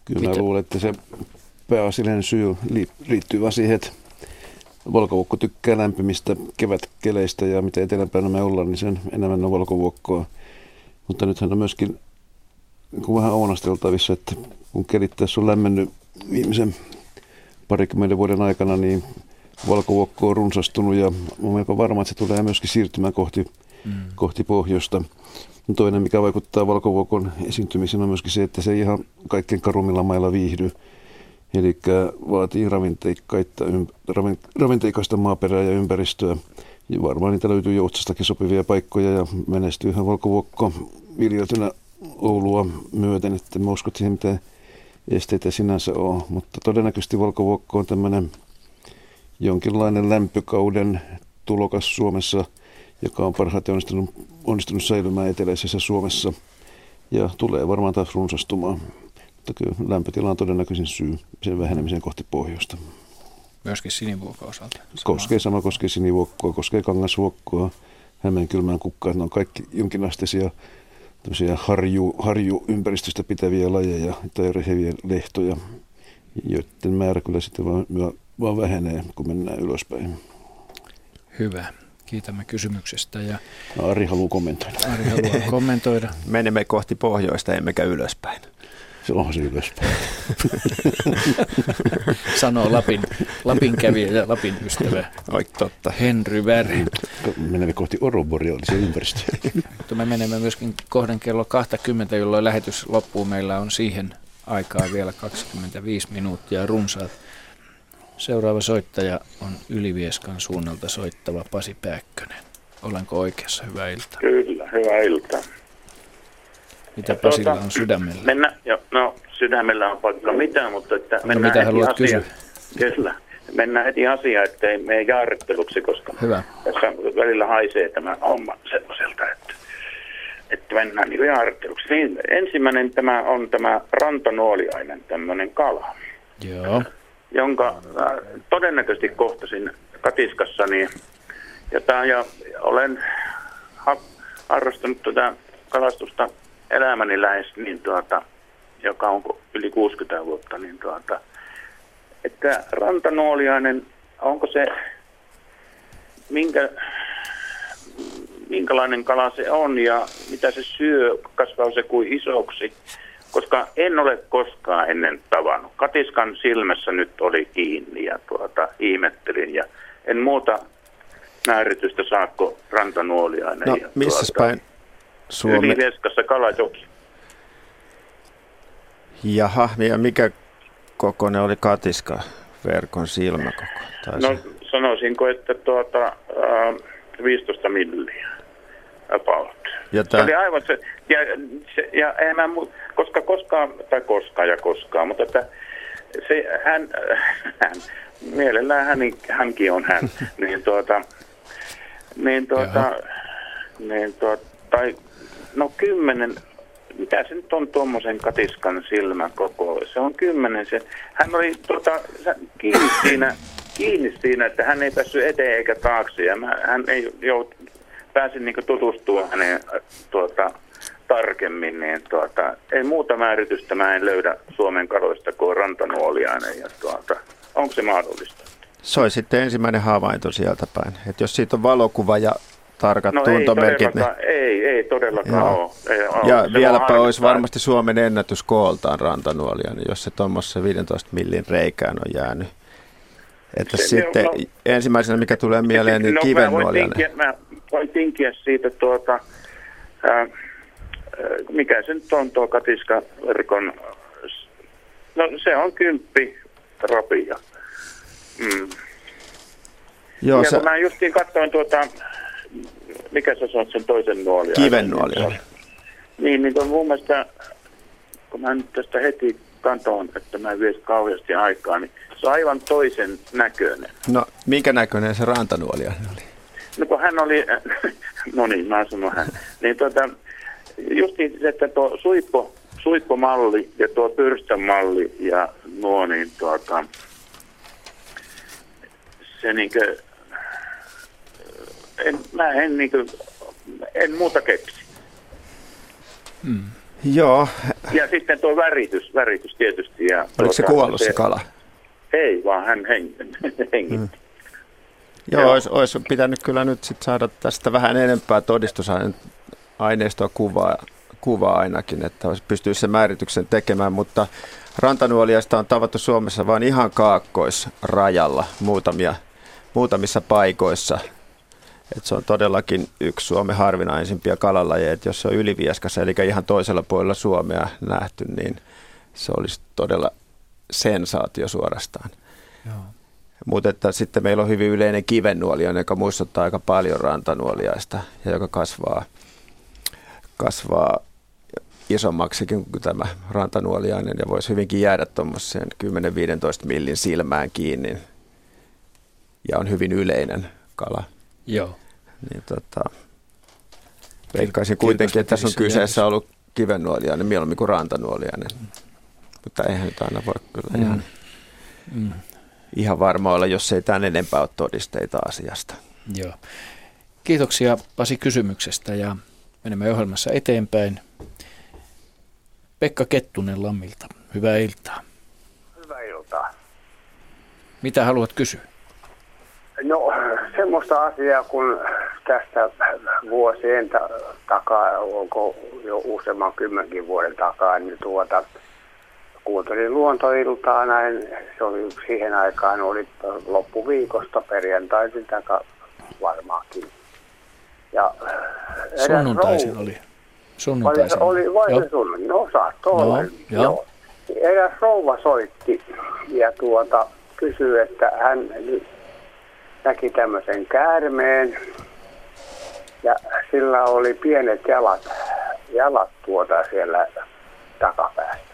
Speaker 7: Kyllä mä luulen, että se pääasiallinen syy liittyy vaan siihen, että valkovuokko tykkää lämpimistä kevätkeleistä ja mitä etelämpänä me ollaan, niin sen enemmän on valkovuokkoa. Mutta nythän on myöskin vähän ounasteltavissa, että kun kelit tässä on lämmennyt viimeisen 20 vuoden aikana, niin valkovuokko on runsastunut ja on melko varma, että se tulee myöskin siirtymään kohti pohjoista. Toinen, mikä vaikuttaa valkovuokon esiintymiseen, on myöskin se, että se ei ihan kaikkein karummilla mailla viihdy. Eli vaatii ravinteikkaista maaperää ja ympäristöä. Ja varmaan niitä löytyy Joutsastakin sopivia paikkoja ja menestyy ihan valkovuokko viljeltynä Oulua myöten, että mä uskon, että siihen mitään esteitä sinänsä ole. Mutta todennäköisesti valkovuokko on tämmöinen jonkinlainen lämpökauden tulokas Suomessa, joka on parhaiten onnistunut säilymään eteläisessä Suomessa ja tulee varmaan taas runsastumaan. Mutta kyllä lämpötila on todennäköisin syy sen vähenemiseen kohti pohjoista.
Speaker 1: Myöskin sinivuokon osalta?
Speaker 7: Koskee sinivuokkoa, koskee kangasvuokkoa, hämeenkylmään kukkaa. Ne on kaikki jonkinasteisia harjuympäristöstä pitäviä lajeja tai reheviä lehtoja, joiden määrä kyllä sitten vaan vähenee, kun mennään ylöspäin.
Speaker 1: Hyvä. Kiitämme kysymyksestä. Ja
Speaker 7: Ari haluaa kommentoida.
Speaker 1: Ari haluaa kommentoida.
Speaker 5: Menemme kohti pohjoista, emmekä ylöspäin.
Speaker 7: Se onhan se ylöspäin.
Speaker 1: Sanoo Lapin kävijä ja Lapin ystävä.
Speaker 5: Oi, totta.
Speaker 1: Henry Väri.
Speaker 7: Menemme kohti oroboreaalisia ympäristöjä.
Speaker 1: Me menemme myöskin kohden kello 20, jolloin lähetys loppuu. Meillä on siihen aikaa vielä 25 minuuttia runsaat. Seuraava soittaja on Ylivieskan suunnalta soittava Pasi Pääkkönen. Olenko oikeassa? Hyvää iltaa.
Speaker 8: Kyllä, hyvää iltaa.
Speaker 1: Mitä Pasilla on sydämellä?
Speaker 8: Sydämellä on paikka mitään, mutta että
Speaker 1: mennään mitä haluat kysyä?
Speaker 8: Kyllä. Mennään heti asiaan, ettei mene jaaritteluksi, koska
Speaker 1: hyvä.
Speaker 8: Tässä välillä haisee tämä homma semmoiselta, että mennään niin jaaritteluksi. Niin, ensimmäinen tämä on tämä rantanuoliainen, tämmöinen kala.
Speaker 1: Joo.
Speaker 8: Jonka todennäköisesti kohtasin katiskassani, ja olen harrastanut tätä kalastusta elämäni lähes, joka on yli 60 vuotta, että rantanuoliainen, onko se, minkälainen kala se on ja mitä se syö, kasvaa se kuin isoksi, koska en ole koskaan ennen tavannut. Katiskan silmässä nyt oli kiinni ja ihmettelin ja en muuta määritystä saako rantanuoliainen.
Speaker 5: No, missä päin Suomi?
Speaker 8: Ylivieskassa Kalajoki.
Speaker 5: Jaha, ja mikä kokoinen oli katiskaverkon silmäkoko?
Speaker 8: No sanoisinko, että 15 milliä about. Se oli aivan se, ja en mä, koska koskaan, mutta että se hän mielellään hänkin on hän, tai no 10, mitä se nyt on tuommoisen katiskan silmän koko, se on 10, hän oli kiinni siinä, että hän ei päässyt eteen eikä taakse, ja hän ei pääsin niin tutustua häneen tarkemmin, niin ei muuta määritystä mä en löydä Suomen kaloista kuin rantanuoliainen, ja onko se mahdollista?
Speaker 5: Se oli sitten ensimmäinen havainto sieltä päin, että jos siitä on valokuva ja tarkat tuntomerkit.
Speaker 8: Ei todellakaan ole.
Speaker 5: Ja vieläpä olisi varmasti Suomen ennätys kooltaan rantanuoliainen, jos se tuommoisen 15 millin reikään on jäänyt. Että sitten ensimmäisenä, mikä tulee mieleen, niin kivennuoliainen.
Speaker 8: Mä voin tinkiä siitä mikä se nyt on tuo katiskaverkon, no se on 10 rapia.
Speaker 5: Joo,
Speaker 8: ja kun mä justiin katsoin mikä se on sen toisen nuoliainen.
Speaker 5: Kivennuoliainen.
Speaker 8: Niin mun mielestä, kun mä nyt tästä heti kantoon, että mä en vie kauheasti aikaa, niin se on aivan toisen näköinen.
Speaker 5: No, minkä näköinen se rantanuoliainen oli?
Speaker 8: No kun hän oli, no niin, mä sanon hän. Niin justiin se, että tuo suippomalli ja tuo pyrstänmalli ja nuo, niin se niinkö, en muuta keksi.
Speaker 5: Joo.
Speaker 8: Ja sitten tuo väritys tietysti. Ja
Speaker 5: oliko se kuollut se kala?
Speaker 8: Ei, vaan hän hengitti.
Speaker 5: Joo, olisi pitänyt kyllä nyt sit saada tästä vähän enempää todistusaineistoa kuvaa ainakin, että pystyisi sen määrityksen tekemään, mutta rantanuoliaista on tavattu Suomessa vain ihan kaakkoisrajalla muutamissa paikoissa. Et se on todellakin yksi Suomen harvinaisimpia kalalajeja, että jos se on Ylivieskassa, eli ihan toisella puolella Suomea nähty, niin se olisi todella sensaatio suorastaan. Mutta että sitten meillä on hyvin yleinen kivennuoliainen, joka muistuttaa aika paljon rantanuoliaista ja joka kasvaa isommaksikin kuin tämä rantanuoliainen ja voisi hyvinkin jäädä tuommoiseen 10-15 millin silmään kiinni ja on hyvin yleinen kala.
Speaker 1: Joo.
Speaker 5: Niin veikkaisin kuitenkin, että tässä on kyseessä ollut kivennuoliainen mieluummin kuin rantanuoliainen. Mutta eihän nyt aina voi kyllä ihan varma olla, jos ei tämän enempää ole todisteita asiasta.
Speaker 1: Joo. Kiitoksia Pasi kysymyksestä ja menemme ohjelmassa eteenpäin. Pekka Kettunen Lammilta, hyvää iltaa.
Speaker 10: Hyvää iltaa.
Speaker 1: Mitä haluat kysyä?
Speaker 10: No semmoista asiaa, kun tästä vuosien takaa, onko jo useamman 10 vuoden takaa, niin kuuntelin luontoiltaa näin, se oli siihen aikaan, oli loppuviikosta perjantaisin takaa varmaankin. Ja
Speaker 1: sunnuntaisin oli. Sunnuntaisin.
Speaker 10: Oli vai se sunnuntai? No saattoi olla. Joo. Eräs rouva soitti ja kysyi, että hän näki tämmöisen käärmeen ja sillä oli pienet jalat siellä takapäästä.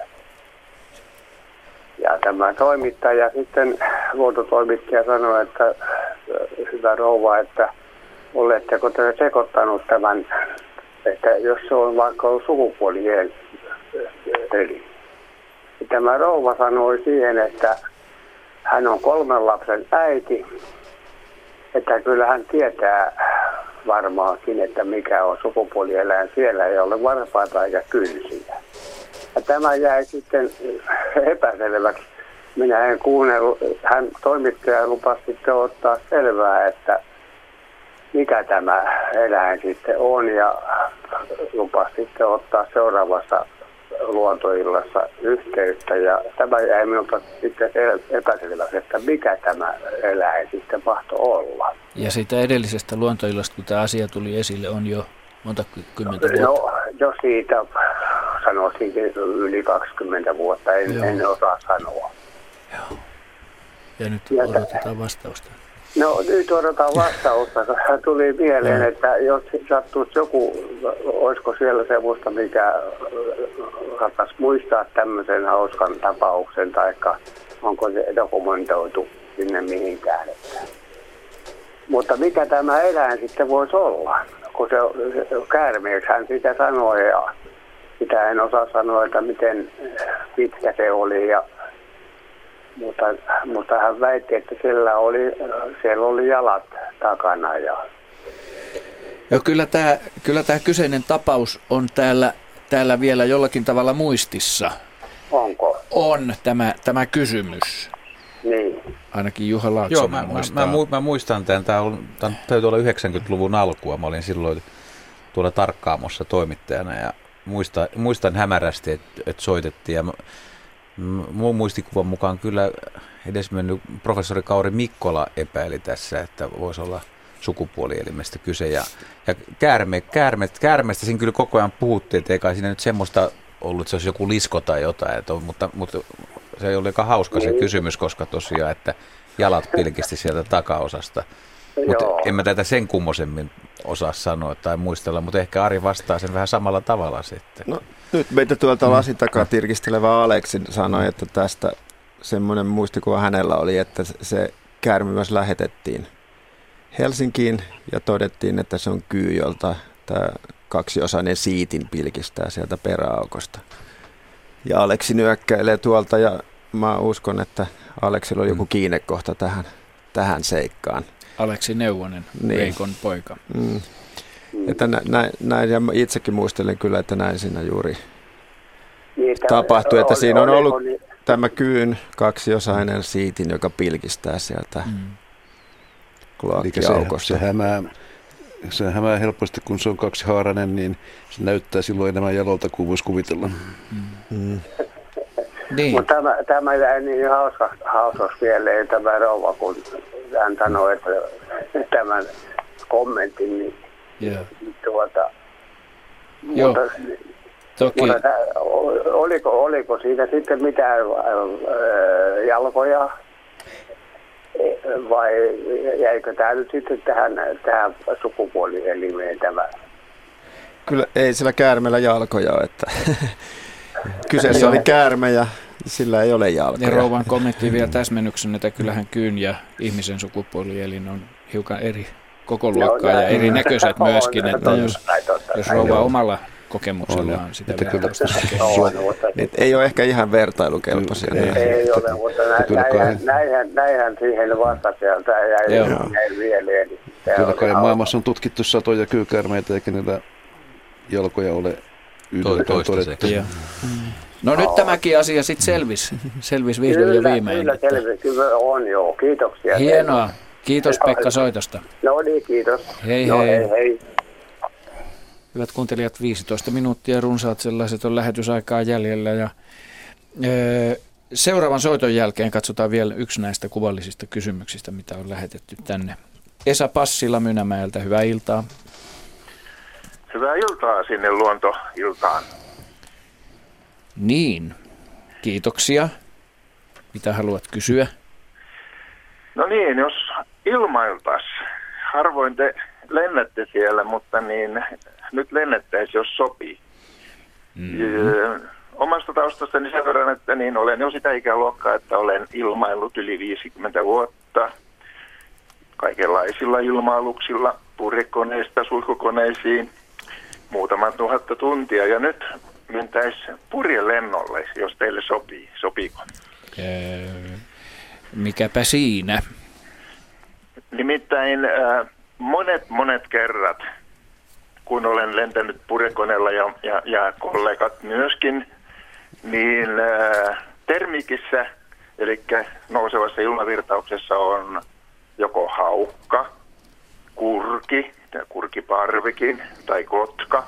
Speaker 10: Ja tämä toimittaja sitten, luontotoimittaja sanoi, että hyvä rouva, että oletteko te sekoittanut tämän, että jos se on vaikka sukupuolien eli. Tämä rouva sanoi siihen, että hän on 3 lapsen äiti, että kyllä hän tietää varmaankin, että mikä on sukupuolieläin. Siellä ei ole varpaita eikä kynsiä. Ja tämä jäi sitten epäselväksi. Minä en kuunnellut. Hän toimittaja lupasi sitten ottaa selvää, että mikä tämä eläin sitten on. Ja lupasi sitten ottaa seuraavassa luontoillassa yhteyttä. Ja tämä jäi minulta sitten epäselväksi, että mikä tämä eläin sitten mahtoi olla.
Speaker 1: Ja siitä edellisestä luontoillasta, kun tämä asia tuli esille, on jo monta kymmentä vuotta?
Speaker 10: No, jo siitä sanoisinkin yli 20 vuotta, en osaa sanoa.
Speaker 1: Joo. Ja nyt odotetaan vastausta.
Speaker 10: No nyt odotetaan vastausta. Tuli mieleen, että jos sattuisi joku, olisiko siellä semmoista, mikä saattaisi muistaa tämmöisen hauskan tapauksen, tai onko se dokumentoitu sinne mihinkään. Mutta mikä tämä eläin sitten voisi olla? Kun se käärmeeksi hän sitä sanoi, ja sitä en osaa sanoa, että miten pitkä se oli, mutta hän väitti, että siellä oli jalat takana. Ja
Speaker 1: kyllä tämä kyseinen tapaus on täällä vielä jollakin tavalla muistissa.
Speaker 10: Onko?
Speaker 1: On tämä kysymys.
Speaker 10: Niin.
Speaker 1: Ainakin Juha Laaksonen muistaa.
Speaker 3: Mä muistan tämän. Tämä täytyy olla 90-luvun alkua. Mä olin silloin tuolla Tarkkaamossa toimittajana ja muistan hämärästi, että soitettiin. Ja mun muistikuvan mukaan kyllä edesmennyt professori Kauri Mikkola epäili tässä, että voisi olla sukupuolielimestä kyse. Ja käärmeestä siinä kyllä koko ajan puhuttiin, että eikä siinä nyt semmoista ollut, että se olisi joku lisko tai jotain. Mutta se oli aika hauska se kysymys, koska tosiaan, että jalat pilkisti sieltä takaosasta. Mutta en mä tätä sen kummosemmin osaa sanoa tai muistella, mutta ehkä Ari vastaa sen vähän samalla tavalla sitten.
Speaker 5: No, nyt meitä tuolta lasin takaa tirkistelevä Aleksi sanoi, että tästä semmoinen muistikuva hänellä oli, että se käärme myös lähetettiin Helsinkiin ja todettiin, että se on kyy, jolta tämä 2-osainen siitin pilkistää sieltä peräaukosta. Ja Aleksi nyökkäilee tuolta ja mä uskon, että Aleksilla oli joku kiinnekohta tähän seikkaan.
Speaker 1: Aleksi Neuvonen, niin. Veikon poika.
Speaker 5: Että näin, ja itsekin muistelen kyllä, että näin siinä tapahtui, että siinä on ollut tämä kyyn kaksiosainen siitin, joka pilkistää sieltä kloakkiaukosta.
Speaker 7: Se hämää helposti, kun se on kaksihaarainen, niin se näyttää silloin enemmän jalolta kuin voisi kuvitella.
Speaker 10: Niin. Mutta tämä jäi niin hauskaksi mieleen tämä rouva, kun hän sanoi, että tämän kommentin, niin
Speaker 1: Joo. Toki.
Speaker 10: Mutta oliko siinä sitten mitään jalkoja vai jäikö tämä nyt sitten tähän sukupuolielimeen tämä?
Speaker 5: Kyllä ei sillä käärmeellä jalkoja ole, että kyseessä oli käärme ja sillä ei ole jalkoja.
Speaker 1: Ja rouvan kommenttiin vielä täsmennyksen, että kyllähän kyyn ja ihmisen sukupuolielin on hiukan eri kokoluokkaa ja erinäköiset myöskin, että jos rouva omalla kokemuksellaan sitä vertausta tekee.
Speaker 5: Ei ole ehkä ihan vertailukelpoisia.
Speaker 10: Ei ole, mutta näinhän siihen vastasieltä jäi mieleen.
Speaker 7: Kyllä kai maailmassa on tutkittu satoja kyykäärmeitä, eikä niillä jalkoja ole yhdelläkään todettu.
Speaker 1: No nyt tämäkin asia sitten selvisi vihdoin ja viimein.
Speaker 10: Kyllä on joo, kiitoksia.
Speaker 1: Hienoa. Kiitos Pekka soitosta.
Speaker 10: No niin, kiitos.
Speaker 1: Hei
Speaker 10: no,
Speaker 1: hei.
Speaker 10: hei.
Speaker 1: Hyvät kuuntelijat, 15 minuuttia runsaat sellaiset on lähetysaikaa jäljellä. Ja, seuraavan soiton jälkeen katsotaan vielä yksi näistä kuvallisista kysymyksistä, mitä on lähetetty tänne. Esa Passila Mynämäeltä, hyvää iltaa.
Speaker 8: Hyvää iltaa sinne luontoiltaan.
Speaker 1: Niin, kiitoksia. Mitä haluat kysyä?
Speaker 8: No niin, jos ilmailtaisiin, harvoin te lennätte siellä, mutta niin nyt lennettäisiin, jos sopii. Omasta taustastani sen verran, että niin olen jo sitä ikäluokkaa, että olen ilmaillut yli 50 vuotta kaikenlaisilla ilma-aluksilla, purjekoneista sulkukoneisiin, muutaman tuhatta tuntia. Ja nyt mentäisiin purjelennolle, jos teille sopii. Sopiiko?
Speaker 1: Mikäpä siinä?
Speaker 8: Nimittäin monet kerrat, kun olen lentänyt purjekoneella ja kollegat myöskin, niin termikissä, eli nousevassa ilmavirtauksessa on joko haukka, kurki, kurkiparvikin tai kotka.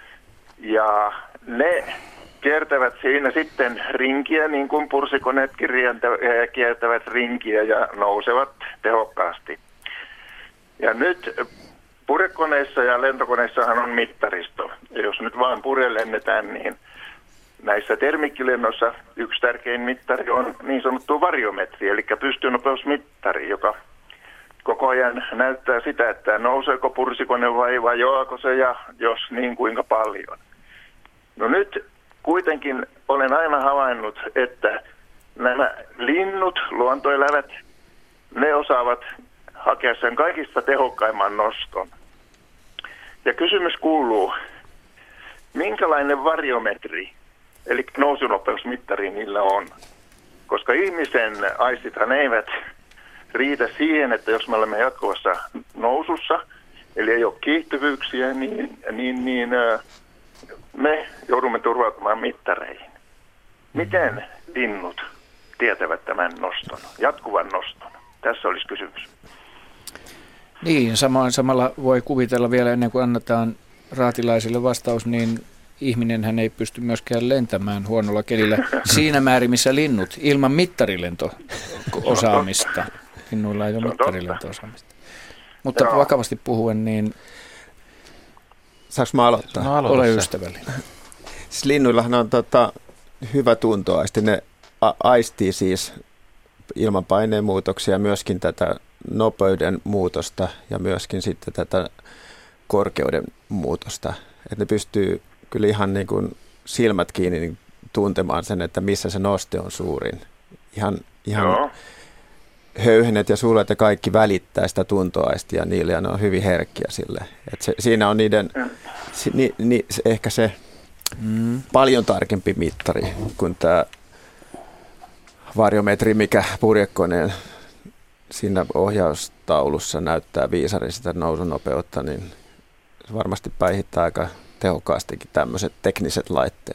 Speaker 8: Ja ne kiertävät siinä sitten rinkiä, niin kuin pursikoneetkin kiertävät rinkiä ja nousevat tehokkaasti. Ja nyt purjekoneissa ja lentokoneissahan on mittaristo. Ja jos nyt vaan purje lennetään, niin näissä termikkilennoissa yksi tärkein mittari on niin sanottu variometri, eli pystynopeusmittari, joka koko ajan näyttää sitä, että nouseeko pursikone vai vajoako se ja jos niin kuinka paljon. No nyt kuitenkin olen aina havainnut, että nämä linnut, luontoelävät, ne osaavat hakea sen kaikista tehokkaimman noston. Ja kysymys kuuluu, minkälainen variometri, eli nousunopeusmittari niillä on? Koska ihmisen aistithan eivät riitä siihen, että jos me olemme jatkuvassa nousussa, eli ei ole kiihtyvyyksiä, niin me joudumme turvautumaan mittareihin. Miten linnut tietävät tämän noston, jatkuvan noston? Tässä olisi kysymys.
Speaker 1: Niin, samalla voi kuvitella vielä ennen kuin annetaan raatilaisille vastaus, niin ihminenhän ei pysty myöskään lentämään huonolla kelillä siinä määrin, missä linnut, ilman mittarilento-osaamista. Linnuilla ei ole mittarilento-osaamista. Mutta vakavasti puhuen, niin
Speaker 5: saanko mä aloittaa?
Speaker 1: No, ole ystävällinen.
Speaker 5: Siis linnuillahan on hyvä tuntoaisti. Ne aistii siis ilmanpaineen muutoksia, myöskin tätä nopeuden muutosta ja myöskin sitten tätä korkeuden muutosta. Että ne pystyy kyllä ihan niin kuin silmät kiinni niin tuntemaan sen, että missä se noste on suurin. Ihan höyhenet ja sulet ja kaikki välittää sitä tuntoaistia niille ja ne on hyvin herkkiä sille. Että siinä on niiden ehkä se paljon tarkempi mittari kuin tämä variometri, mikä purjekoneen siinä ohjaustaulussa näyttää viisarin sitä nousunopeutta, niin se varmasti päihittää aika tehokkaastikin tämmöiset tekniset laitteet.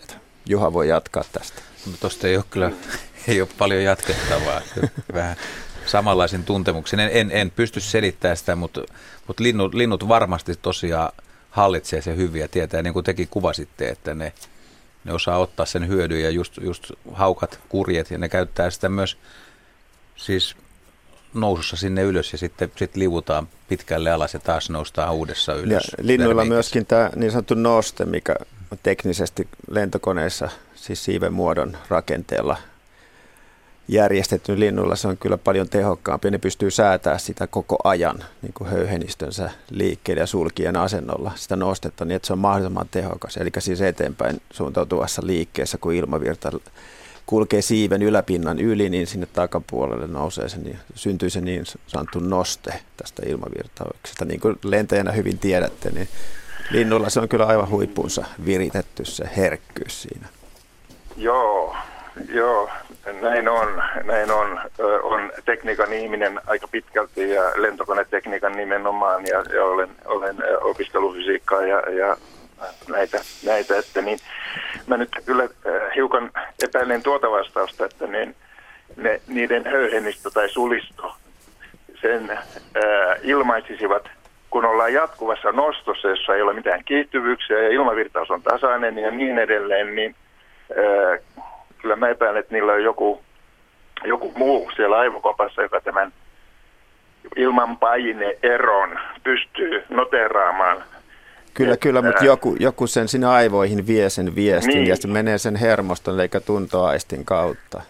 Speaker 5: Juha voi jatkaa tästä.
Speaker 3: No tuosta ei ole kyllä paljon jatkettavaa. Vähän samanlaisen tuntemuksen. En pysty selittämään sitä, mutta linnut varmasti tosiaan hallitsee sen hyvin ja tietää, niin kuin tekin kuvasitte, että ne osaa ottaa sen hyödyn ja just haukat, kurjet, ja ne käyttää sitä myös siis nousussa sinne ylös ja sitten liuutaan pitkälle alas ja taas noustaan uudessa ylös.
Speaker 5: Ja linnuilla myöskin tämä niin sanottu noste, mikä on teknisesti lentokoneissa, siis siiven muodon rakenteella järjestetty linnuilla, se on kyllä paljon tehokkaampi. Ne pystyy säätämään sitä koko ajan niin kuin höyhenistönsä liikkeellä ja sulkien asennolla sitä nostetta, niin että se on mahdollisimman tehokas. Eli siis eteenpäin suuntautuvassa liikkeessä, kun ilmavirta kulkee siiven yläpinnan yli, niin sinne takapuolelle nousee se, niin syntyy se niin sanottu noste tästä ilmavirtauksesta. Niin kuin lentäjänä hyvin tiedätte, niin linnuilla se on kyllä aivan huippuunsa viritetty se herkkyys siinä. Joo,
Speaker 11: näin on. On tekniikan ihminen aika pitkälti ja lentokonetekniikan nimenomaan ja olen opiskellut fysiikkaa ja näitä, että niin mä nyt kyllä hiukan epäilen tuota vastausta, että niiden höyhenistö tai sulisto sen ilmaisisivat, kun ollaan jatkuvassa nostossa, jossa ei ole mitään kiihtyvyyksiä ja ilmavirtaus on tasainen ja niin edelleen, niin kyllä mä epäilen, että niillä on joku muu siellä aivokopassa, joka tämän ilmanpaine-eron pystyy noteraamaan.
Speaker 5: Kyllä, mutta joku sen sinne aivoihin vie sen viestin niin. Ja se menee sen hermoston eikä tuntoaistin kautta.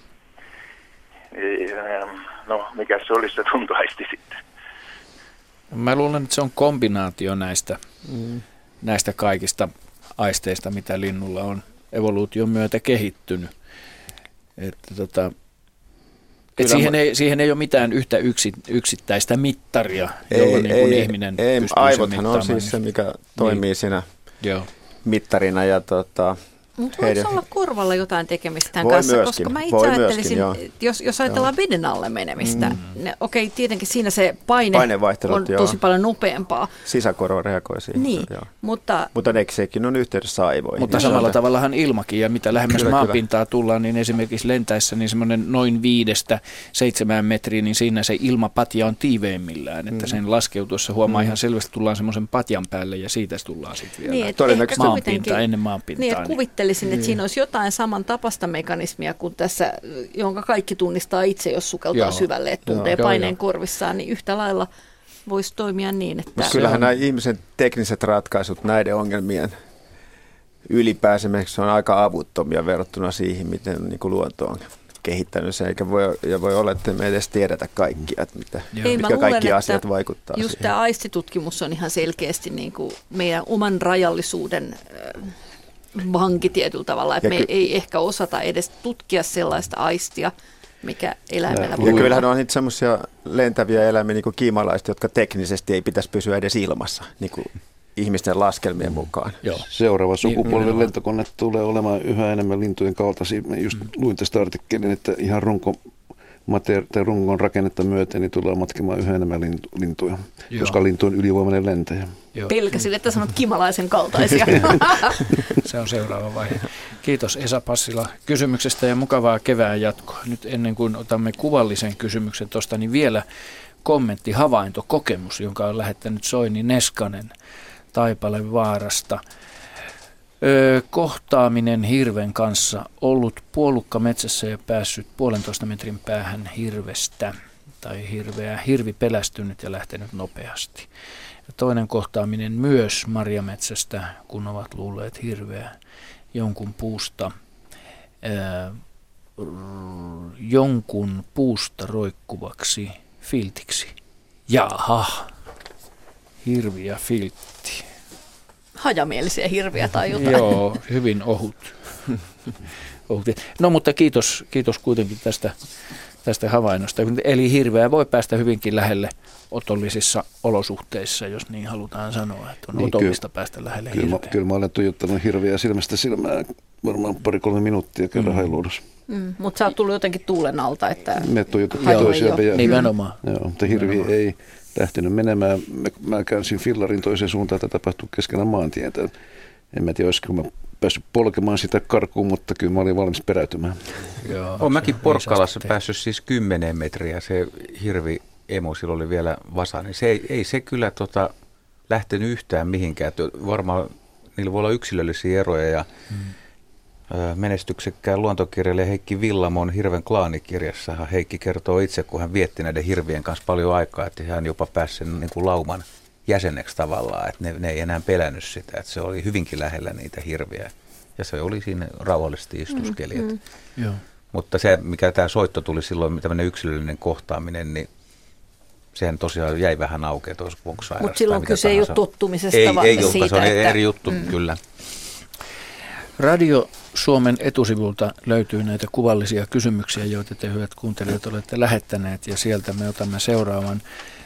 Speaker 11: No, mikä se olisi se tuntoaisti sitten?
Speaker 1: Mä luulen, että se on kombinaatio näistä kaikista aisteista, mitä linnulla on evoluution myötä kehittynyt. Että siihen ei ole mitään yhtä yksittäistä mittaria, jolla niin ihminen pystyy
Speaker 5: aivothan on siis se, mikä toimii siinä mittarina. Ja
Speaker 6: mutta voiko olla korvalla jotain tekemistä tämän kanssa?
Speaker 5: Myöskin,
Speaker 6: koska mä itse ajattelisin, jos ajatellaan veden alle menemistä, tietenkin siinä se paine on tosi paljon nopeampaa.
Speaker 5: Sisäkorva reagoi siihen.
Speaker 6: Niin, mutta
Speaker 5: sekin on yhteydessä aivoihin.
Speaker 1: Mutta samalla tavallahan ilmakin, ja mitä lähemmäs maapintaa tullaan, niin esimerkiksi lentäessä niin semmoinen noin 5-7 metriä, niin siinä se ilmapatja on tiiveimmillään, että sen laskeutuessa huomaa ihan selvästi, tullaan semmoisen patjan päälle, ja siitä tullaan sitten vielä maanpintaa ennen maanpintaa.
Speaker 6: Kuvittelisin, että siinä olisi jotain samantapaista mekanismia kuin tässä, jonka kaikki tunnistaa itse, jos sukeltaa syvälle, että tuntee paineen korvissaan, niin yhtä lailla voisi toimia niin, että...
Speaker 5: Kyllähän nämä ihmisen tekniset ratkaisut näiden ongelmien ylipääsemiseksi on aika avuttomia verrattuna siihen, miten niin kuin luonto on kehittänyt sen, eikä voi olla, että me edes tiedetä kaikkia, että mitkä kaikki asiat vaikuttaa
Speaker 6: just siihen. Tämä aistitutkimus on ihan selkeästi niin kuin meidän oman rajallisuuden vanki tietyllä tavalla, että me ei ehkä osata edes tutkia sellaista aistia, mikä eläimellä voi olla.
Speaker 5: Ja kyllähän on niitä semmoisia lentäviä eläimiä, niin kuin kiimalaiset, jotka teknisesti ei pitäisi pysyä edes ilmassa, niin kuin ihmisten laskelmien mukaan.
Speaker 7: Seuraava sukupolven lentokone tulee olemaan yhä enemmän lintujen kaltaisia. Just luin tästä artikkelin, että ihan rungon rakennetta myöten niin tulee matkimaan yhä enemmän lintuja, koska lintu on ylivoimainen lentäjä.
Speaker 6: Pelkäsin, että sanot kimalaisen kaltaisia.
Speaker 1: Se on seuraava vaihe. Kiitos Esa Passila kysymyksestä ja mukavaa kevään jatkoa. Nyt ennen kuin otamme kuvallisen kysymyksen tuosta, niin vielä kommentti, havainto, kokemus, jonka on lähettänyt Soini Neskanen Taipalevaarasta. Kohtaaminen hirven kanssa, ollut puolukka metsässä ja päässyt 1,5 metrin päähän hirvestä tai hirvi pelästynyt ja lähtenyt nopeasti. Ja toinen kohtaaminen myös marjametsästä, kun ovat luulleet hirveä jonkun puusta roikkuvaksi filtiksi. Jaha, hirvi ja filtti.
Speaker 6: Hajamielisiä hirviä tai jotain.
Speaker 1: Joo, hyvin ohut. No mutta kiitos kuitenkin tästä havainnosta. Eli hirveä voi päästä hyvinkin lähelle otollisissa olosuhteissa, jos niin halutaan sanoa, että on otollista päästä lähelle hirveä.
Speaker 7: Kyllä mä olen tuijottanut hirveä silmästä silmään varmaan 2-3 minuuttia kerran hailuudossa.
Speaker 6: Mutta sä oot tullut jotenkin tuulen alta, että...
Speaker 7: Me tuijotettiin toisiaan.
Speaker 1: Nimenomaan.
Speaker 7: Joo, mutta hirvi ei lähtenyt menemään. Mä käänsin fillarin toiseen suuntaan, että tapahtui keskellä maantietä. En mä tiedä, olisiko mä päässyt polkemaan sitä karkuun, mutta kyllä mä olin valmis peräytymään.
Speaker 3: Olen mäkin Porkkalassa päässyt siis 10 metriä. Se hirvi emu silloin oli vielä vasa, niin ei se kyllä lähtenyt yhtään mihinkään. Varmaan niillä voi olla yksilöllisiä eroja ja menestyksekkään luontokirjailija Heikki Villamon Hirven klaanikirjassahan Heikki kertoo itse, kun hän vietti näiden hirvien kanssa paljon aikaa, että hän jopa pääsi sen niin kuin lauman jäseneksi tavallaan, että ne ei enää pelännyt sitä, että se oli hyvinkin lähellä niitä hirviä ja se oli siinä rauhallisesti istuskeli. Mutta se, mikä tämä soitto tuli silloin, tämmöinen yksilöllinen kohtaaminen, niin sehän tosiaan jäi vähän auki, että onko sairasta.
Speaker 6: Mutta silloin kyse ei ole tottumisesta,
Speaker 3: ei siitä, se on eri juttu, kyllä.
Speaker 1: Radio Suomen etusivulta löytyy näitä kuvallisia kysymyksiä, joita te hyvät kuuntelijat olette lähettäneet, ja sieltä me otamme seuraavan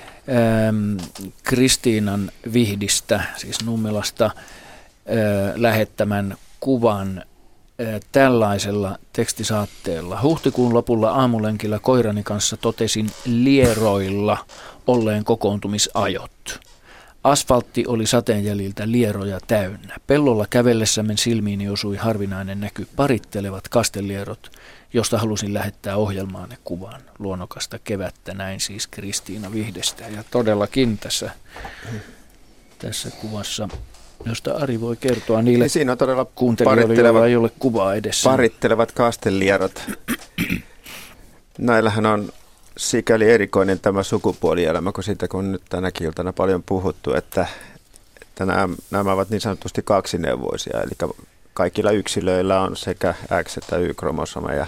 Speaker 1: Kristiinan Vihdistä, siis Nummelasta, lähettämän kuvan tällaisella tekstisaatteella. Huhtikuun lopulla aamulenkillä koirani kanssa totesin Lieroilla olleen kokoontumisajot. Asfaltti oli sateenjäljiltä lieroja täynnä. Pellolla kävellessämme silmiini osui harvinainen näky parittelevat kastelierot, josta halusin lähettää ohjelmaanne kuvan. Luonnokasta kevättä, näin siis Kristiina Vihdestä. Ja todellakin tässä kuvassa, josta Ari voi kertoa niille
Speaker 5: siinä on todella
Speaker 1: kuuntelijoille, joilla ei ole kuvaa edessä.
Speaker 5: Parittelevat kastelierot. Näillähän on sikäli erikoinen tämä sukupuolielämä, kun siitä kun nyt tänäkin iltana paljon puhuttu, että nämä ovat niin sanotusti kaksineuvoisia, eli kaikilla yksilöillä on sekä X- että Y-kromosomeja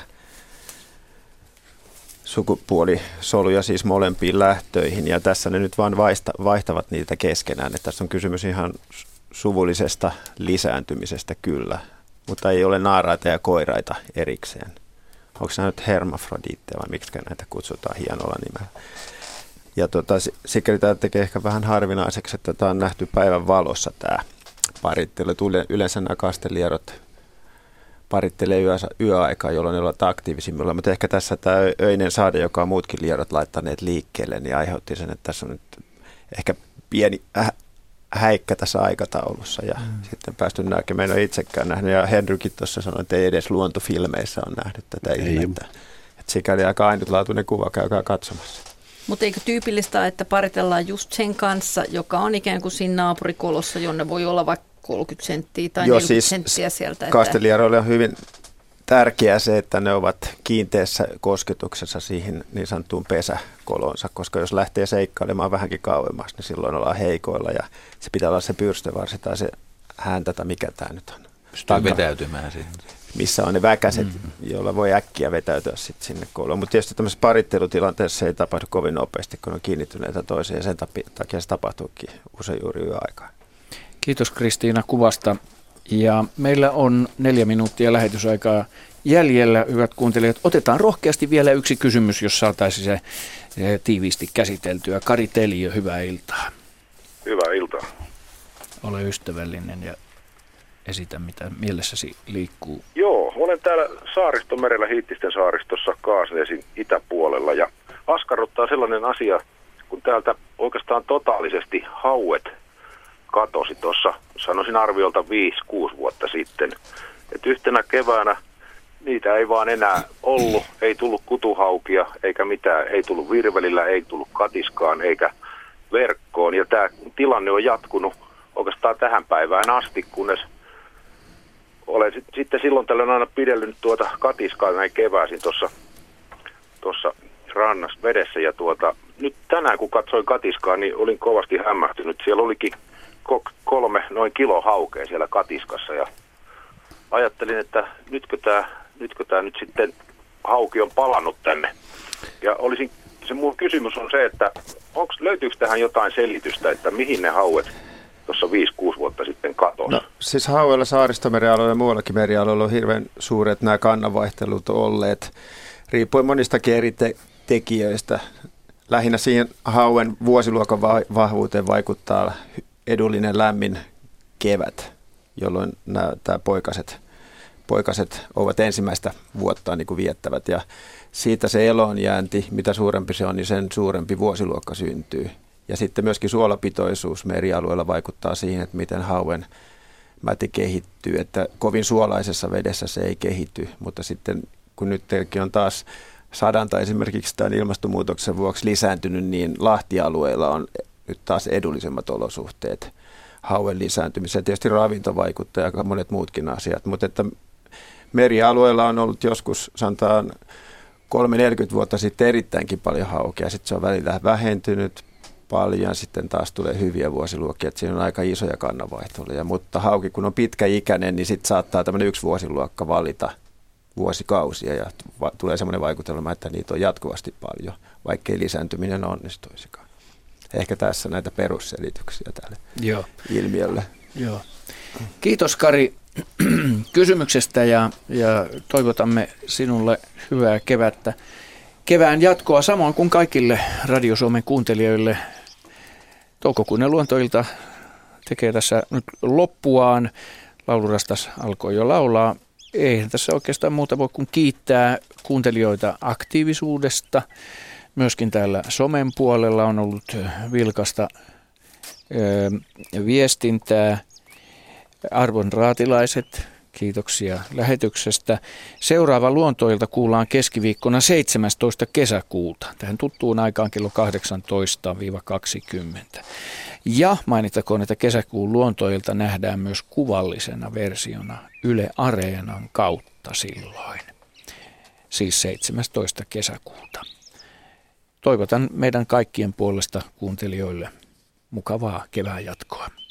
Speaker 5: sukupuolisoluja siis molempiin lähtöihin, ja tässä ne nyt vaan vaihtavat niitä keskenään. Että tässä on kysymys ihan suvullisesta lisääntymisestä kyllä, mutta ei ole naaraita ja koiraita erikseen. Onko se nyt hermafrodiitteja vai miksi näitä kutsutaan hienolla nimellä? Ja sikäli tämä tekee ehkä vähän harvinaiseksi, että tämä on nähty päivän valossa tämä parittelu. Yleensä nämä kastelierot parittelee yöaikaa, jolloin ne ovat aktiivisimmilla. Mutta ehkä tässä tämä öinen sade, joka on muutkin lierot laittaneet liikkeelle, niin aiheutti sen, että tässä on nyt ehkä pieni häikkä tässä aikataulussa ja sitten päästy näkemään. En ole itsekään nähnyt, ja Henrykin tuossa sanoi, että ei edes luontofilmeissä on nähnyt tätä ilmettä. Että sikäli aika ainutlaatuinen kuva, käykää katsomassa.
Speaker 6: Mutta eikö tyypillistä, että paritellaan just sen kanssa, joka on ikään kuin siinä naapurikolossa, jonne voi olla vaikka 30 senttiä tai 40 senttiä sieltä?
Speaker 5: Kastelieroille on hyvin tärkeää se, että ne ovat kiinteässä kosketuksessa siihen niin sanottuun pesäkolonsa, koska jos lähtee seikkailemaan vähänkin kauemmas, niin silloin ollaan heikoilla ja se pitää olla se pyrstövarsi tai se häntä tai mikä tämä nyt on.
Speaker 3: Pystyy vetäytymään siihen.
Speaker 5: Missä on ne väkäset, joilla voi äkkiä vetäytyä sitten sinne koloon. Mutta tietysti tämmöisessä parittelutilanteessa se ei tapahdu kovin nopeasti, kun on kiinnittyneitä toiseen ja sen takia se tapahtuukin usein juuri yöaikaan.
Speaker 1: Kiitos Kristiina kuvasta. Ja meillä on 4 minuuttia lähetysaikaa jäljellä, hyvät kuuntelijat. Otetaan rohkeasti vielä yksi kysymys, jos saataisiin se tiiviisti käsiteltyä. Kari Teliö, hyvää iltaa.
Speaker 9: Hyvää iltaa.
Speaker 1: Ole ystävällinen ja esitä, mitä mielessäsi liikkuu.
Speaker 9: Joo, olen täällä Saaristomerellä, Hiittisten saaristossa Kaasneesin itäpuolella ja askarruttaa sellainen asia, kun täältä oikeastaan totaalisesti hauet katosi tuossa, sanoisin arviolta 5-6 vuotta sitten. Et yhtenä keväänä niitä ei vaan enää ollut, ei tullut kutuhaukia eikä mitään, ei tullut virvelillä, ei tullut katiskaan eikä verkkoon. Ja tämä tilanne on jatkunut oikeastaan tähän päivään asti, kunnes olen sitten silloin tällöin aina pidellyt tuota katiskaa näin keväisin tuossa rannassa vedessä. Ja nyt tänään kun katsoin katiskaa, niin olin kovasti hämmähtynyt. Siellä olikin 3 noin kilo haukea siellä katiskassa ja ajattelin, että nytkö tämä nyt sitten hauki on palannut tänne. Ja se mun kysymys on se, että löytyykö tähän jotain selitystä, että mihin ne hauet tuossa 5-6 vuotta sitten katosi?
Speaker 5: No, siis hauella Saaristomerialueella ja muuallakin merialueella on hirveän suuret nämä kannanvaihtelut olleet, riippuen monistakin eri tekijöistä. Lähinnä siihen hauen vuosiluokan vahvuuteen vaikuttaa edullinen lämmin kevät, jolloin nämä poikaset ovat ensimmäistä vuottaan niin kuin viettävät. Ja siitä se eloonjäänti, mitä suurempi se on, niin sen suurempi vuosiluokka syntyy. Ja sitten myöskin suolapitoisuus merialueella vaikuttaa siihen, että miten hauen mäti kehittyy, että kovin suolaisessa vedessä se ei kehity, mutta sitten kun nyt on taas sadanta esimerkiksi tämän ilmastonmuutoksen vuoksi lisääntynyt, niin Lahtialueella on nyt taas edullisemmat olosuhteet hauen lisääntymiseen. Tietysti ravinto vaikuttaa ja monet muutkin asiat, mutta että merialueella on ollut joskus, sanotaan 30-40 vuotta sitten erittäinkin paljon haukea, sitten se on välillä vähentynyt paljon, sitten taas tulee hyviä vuosiluokkia, että siinä on aika isoja kannanvaihteluja, mutta hauki kun on pitkäikäinen, niin sitten saattaa tämmöinen yksi vuosiluokka valita vuosikausia ja tulee semmoinen vaikutelma, että niitä on jatkuvasti paljon, vaikkei lisääntyminen onnistuisikaan. Ehkä tässä näitä perusselityksiä tälle ilmiölle.
Speaker 1: Joo. Kiitos Kari kysymyksestä ja toivotamme sinulle hyvää kevättä. Kevään jatkoa samoin kuin kaikille Radio Suomen kuuntelijoille. Toukokuinen luontoilta tekee tässä nyt loppuaan. Laulurastas alkoi jo laulaa. Eihän tässä oikeastaan muuta voi kuin kiittää kuuntelijoita aktiivisuudesta. Myöskin täällä somen puolella on ollut vilkasta viestintää. Arvon raatilaiset, kiitoksia lähetyksestä. Seuraava luontoilta kuullaan keskiviikkona 17. kesäkuuta. Tähän tuttuun aikaan kello 18-20. Ja mainittakoon, että kesäkuun luontoilta nähdään myös kuvallisena versiona Yle Areenan kautta silloin. Siis 17. kesäkuuta. Toivotan meidän kaikkien puolesta kuuntelijoille mukavaa kevään jatkoa.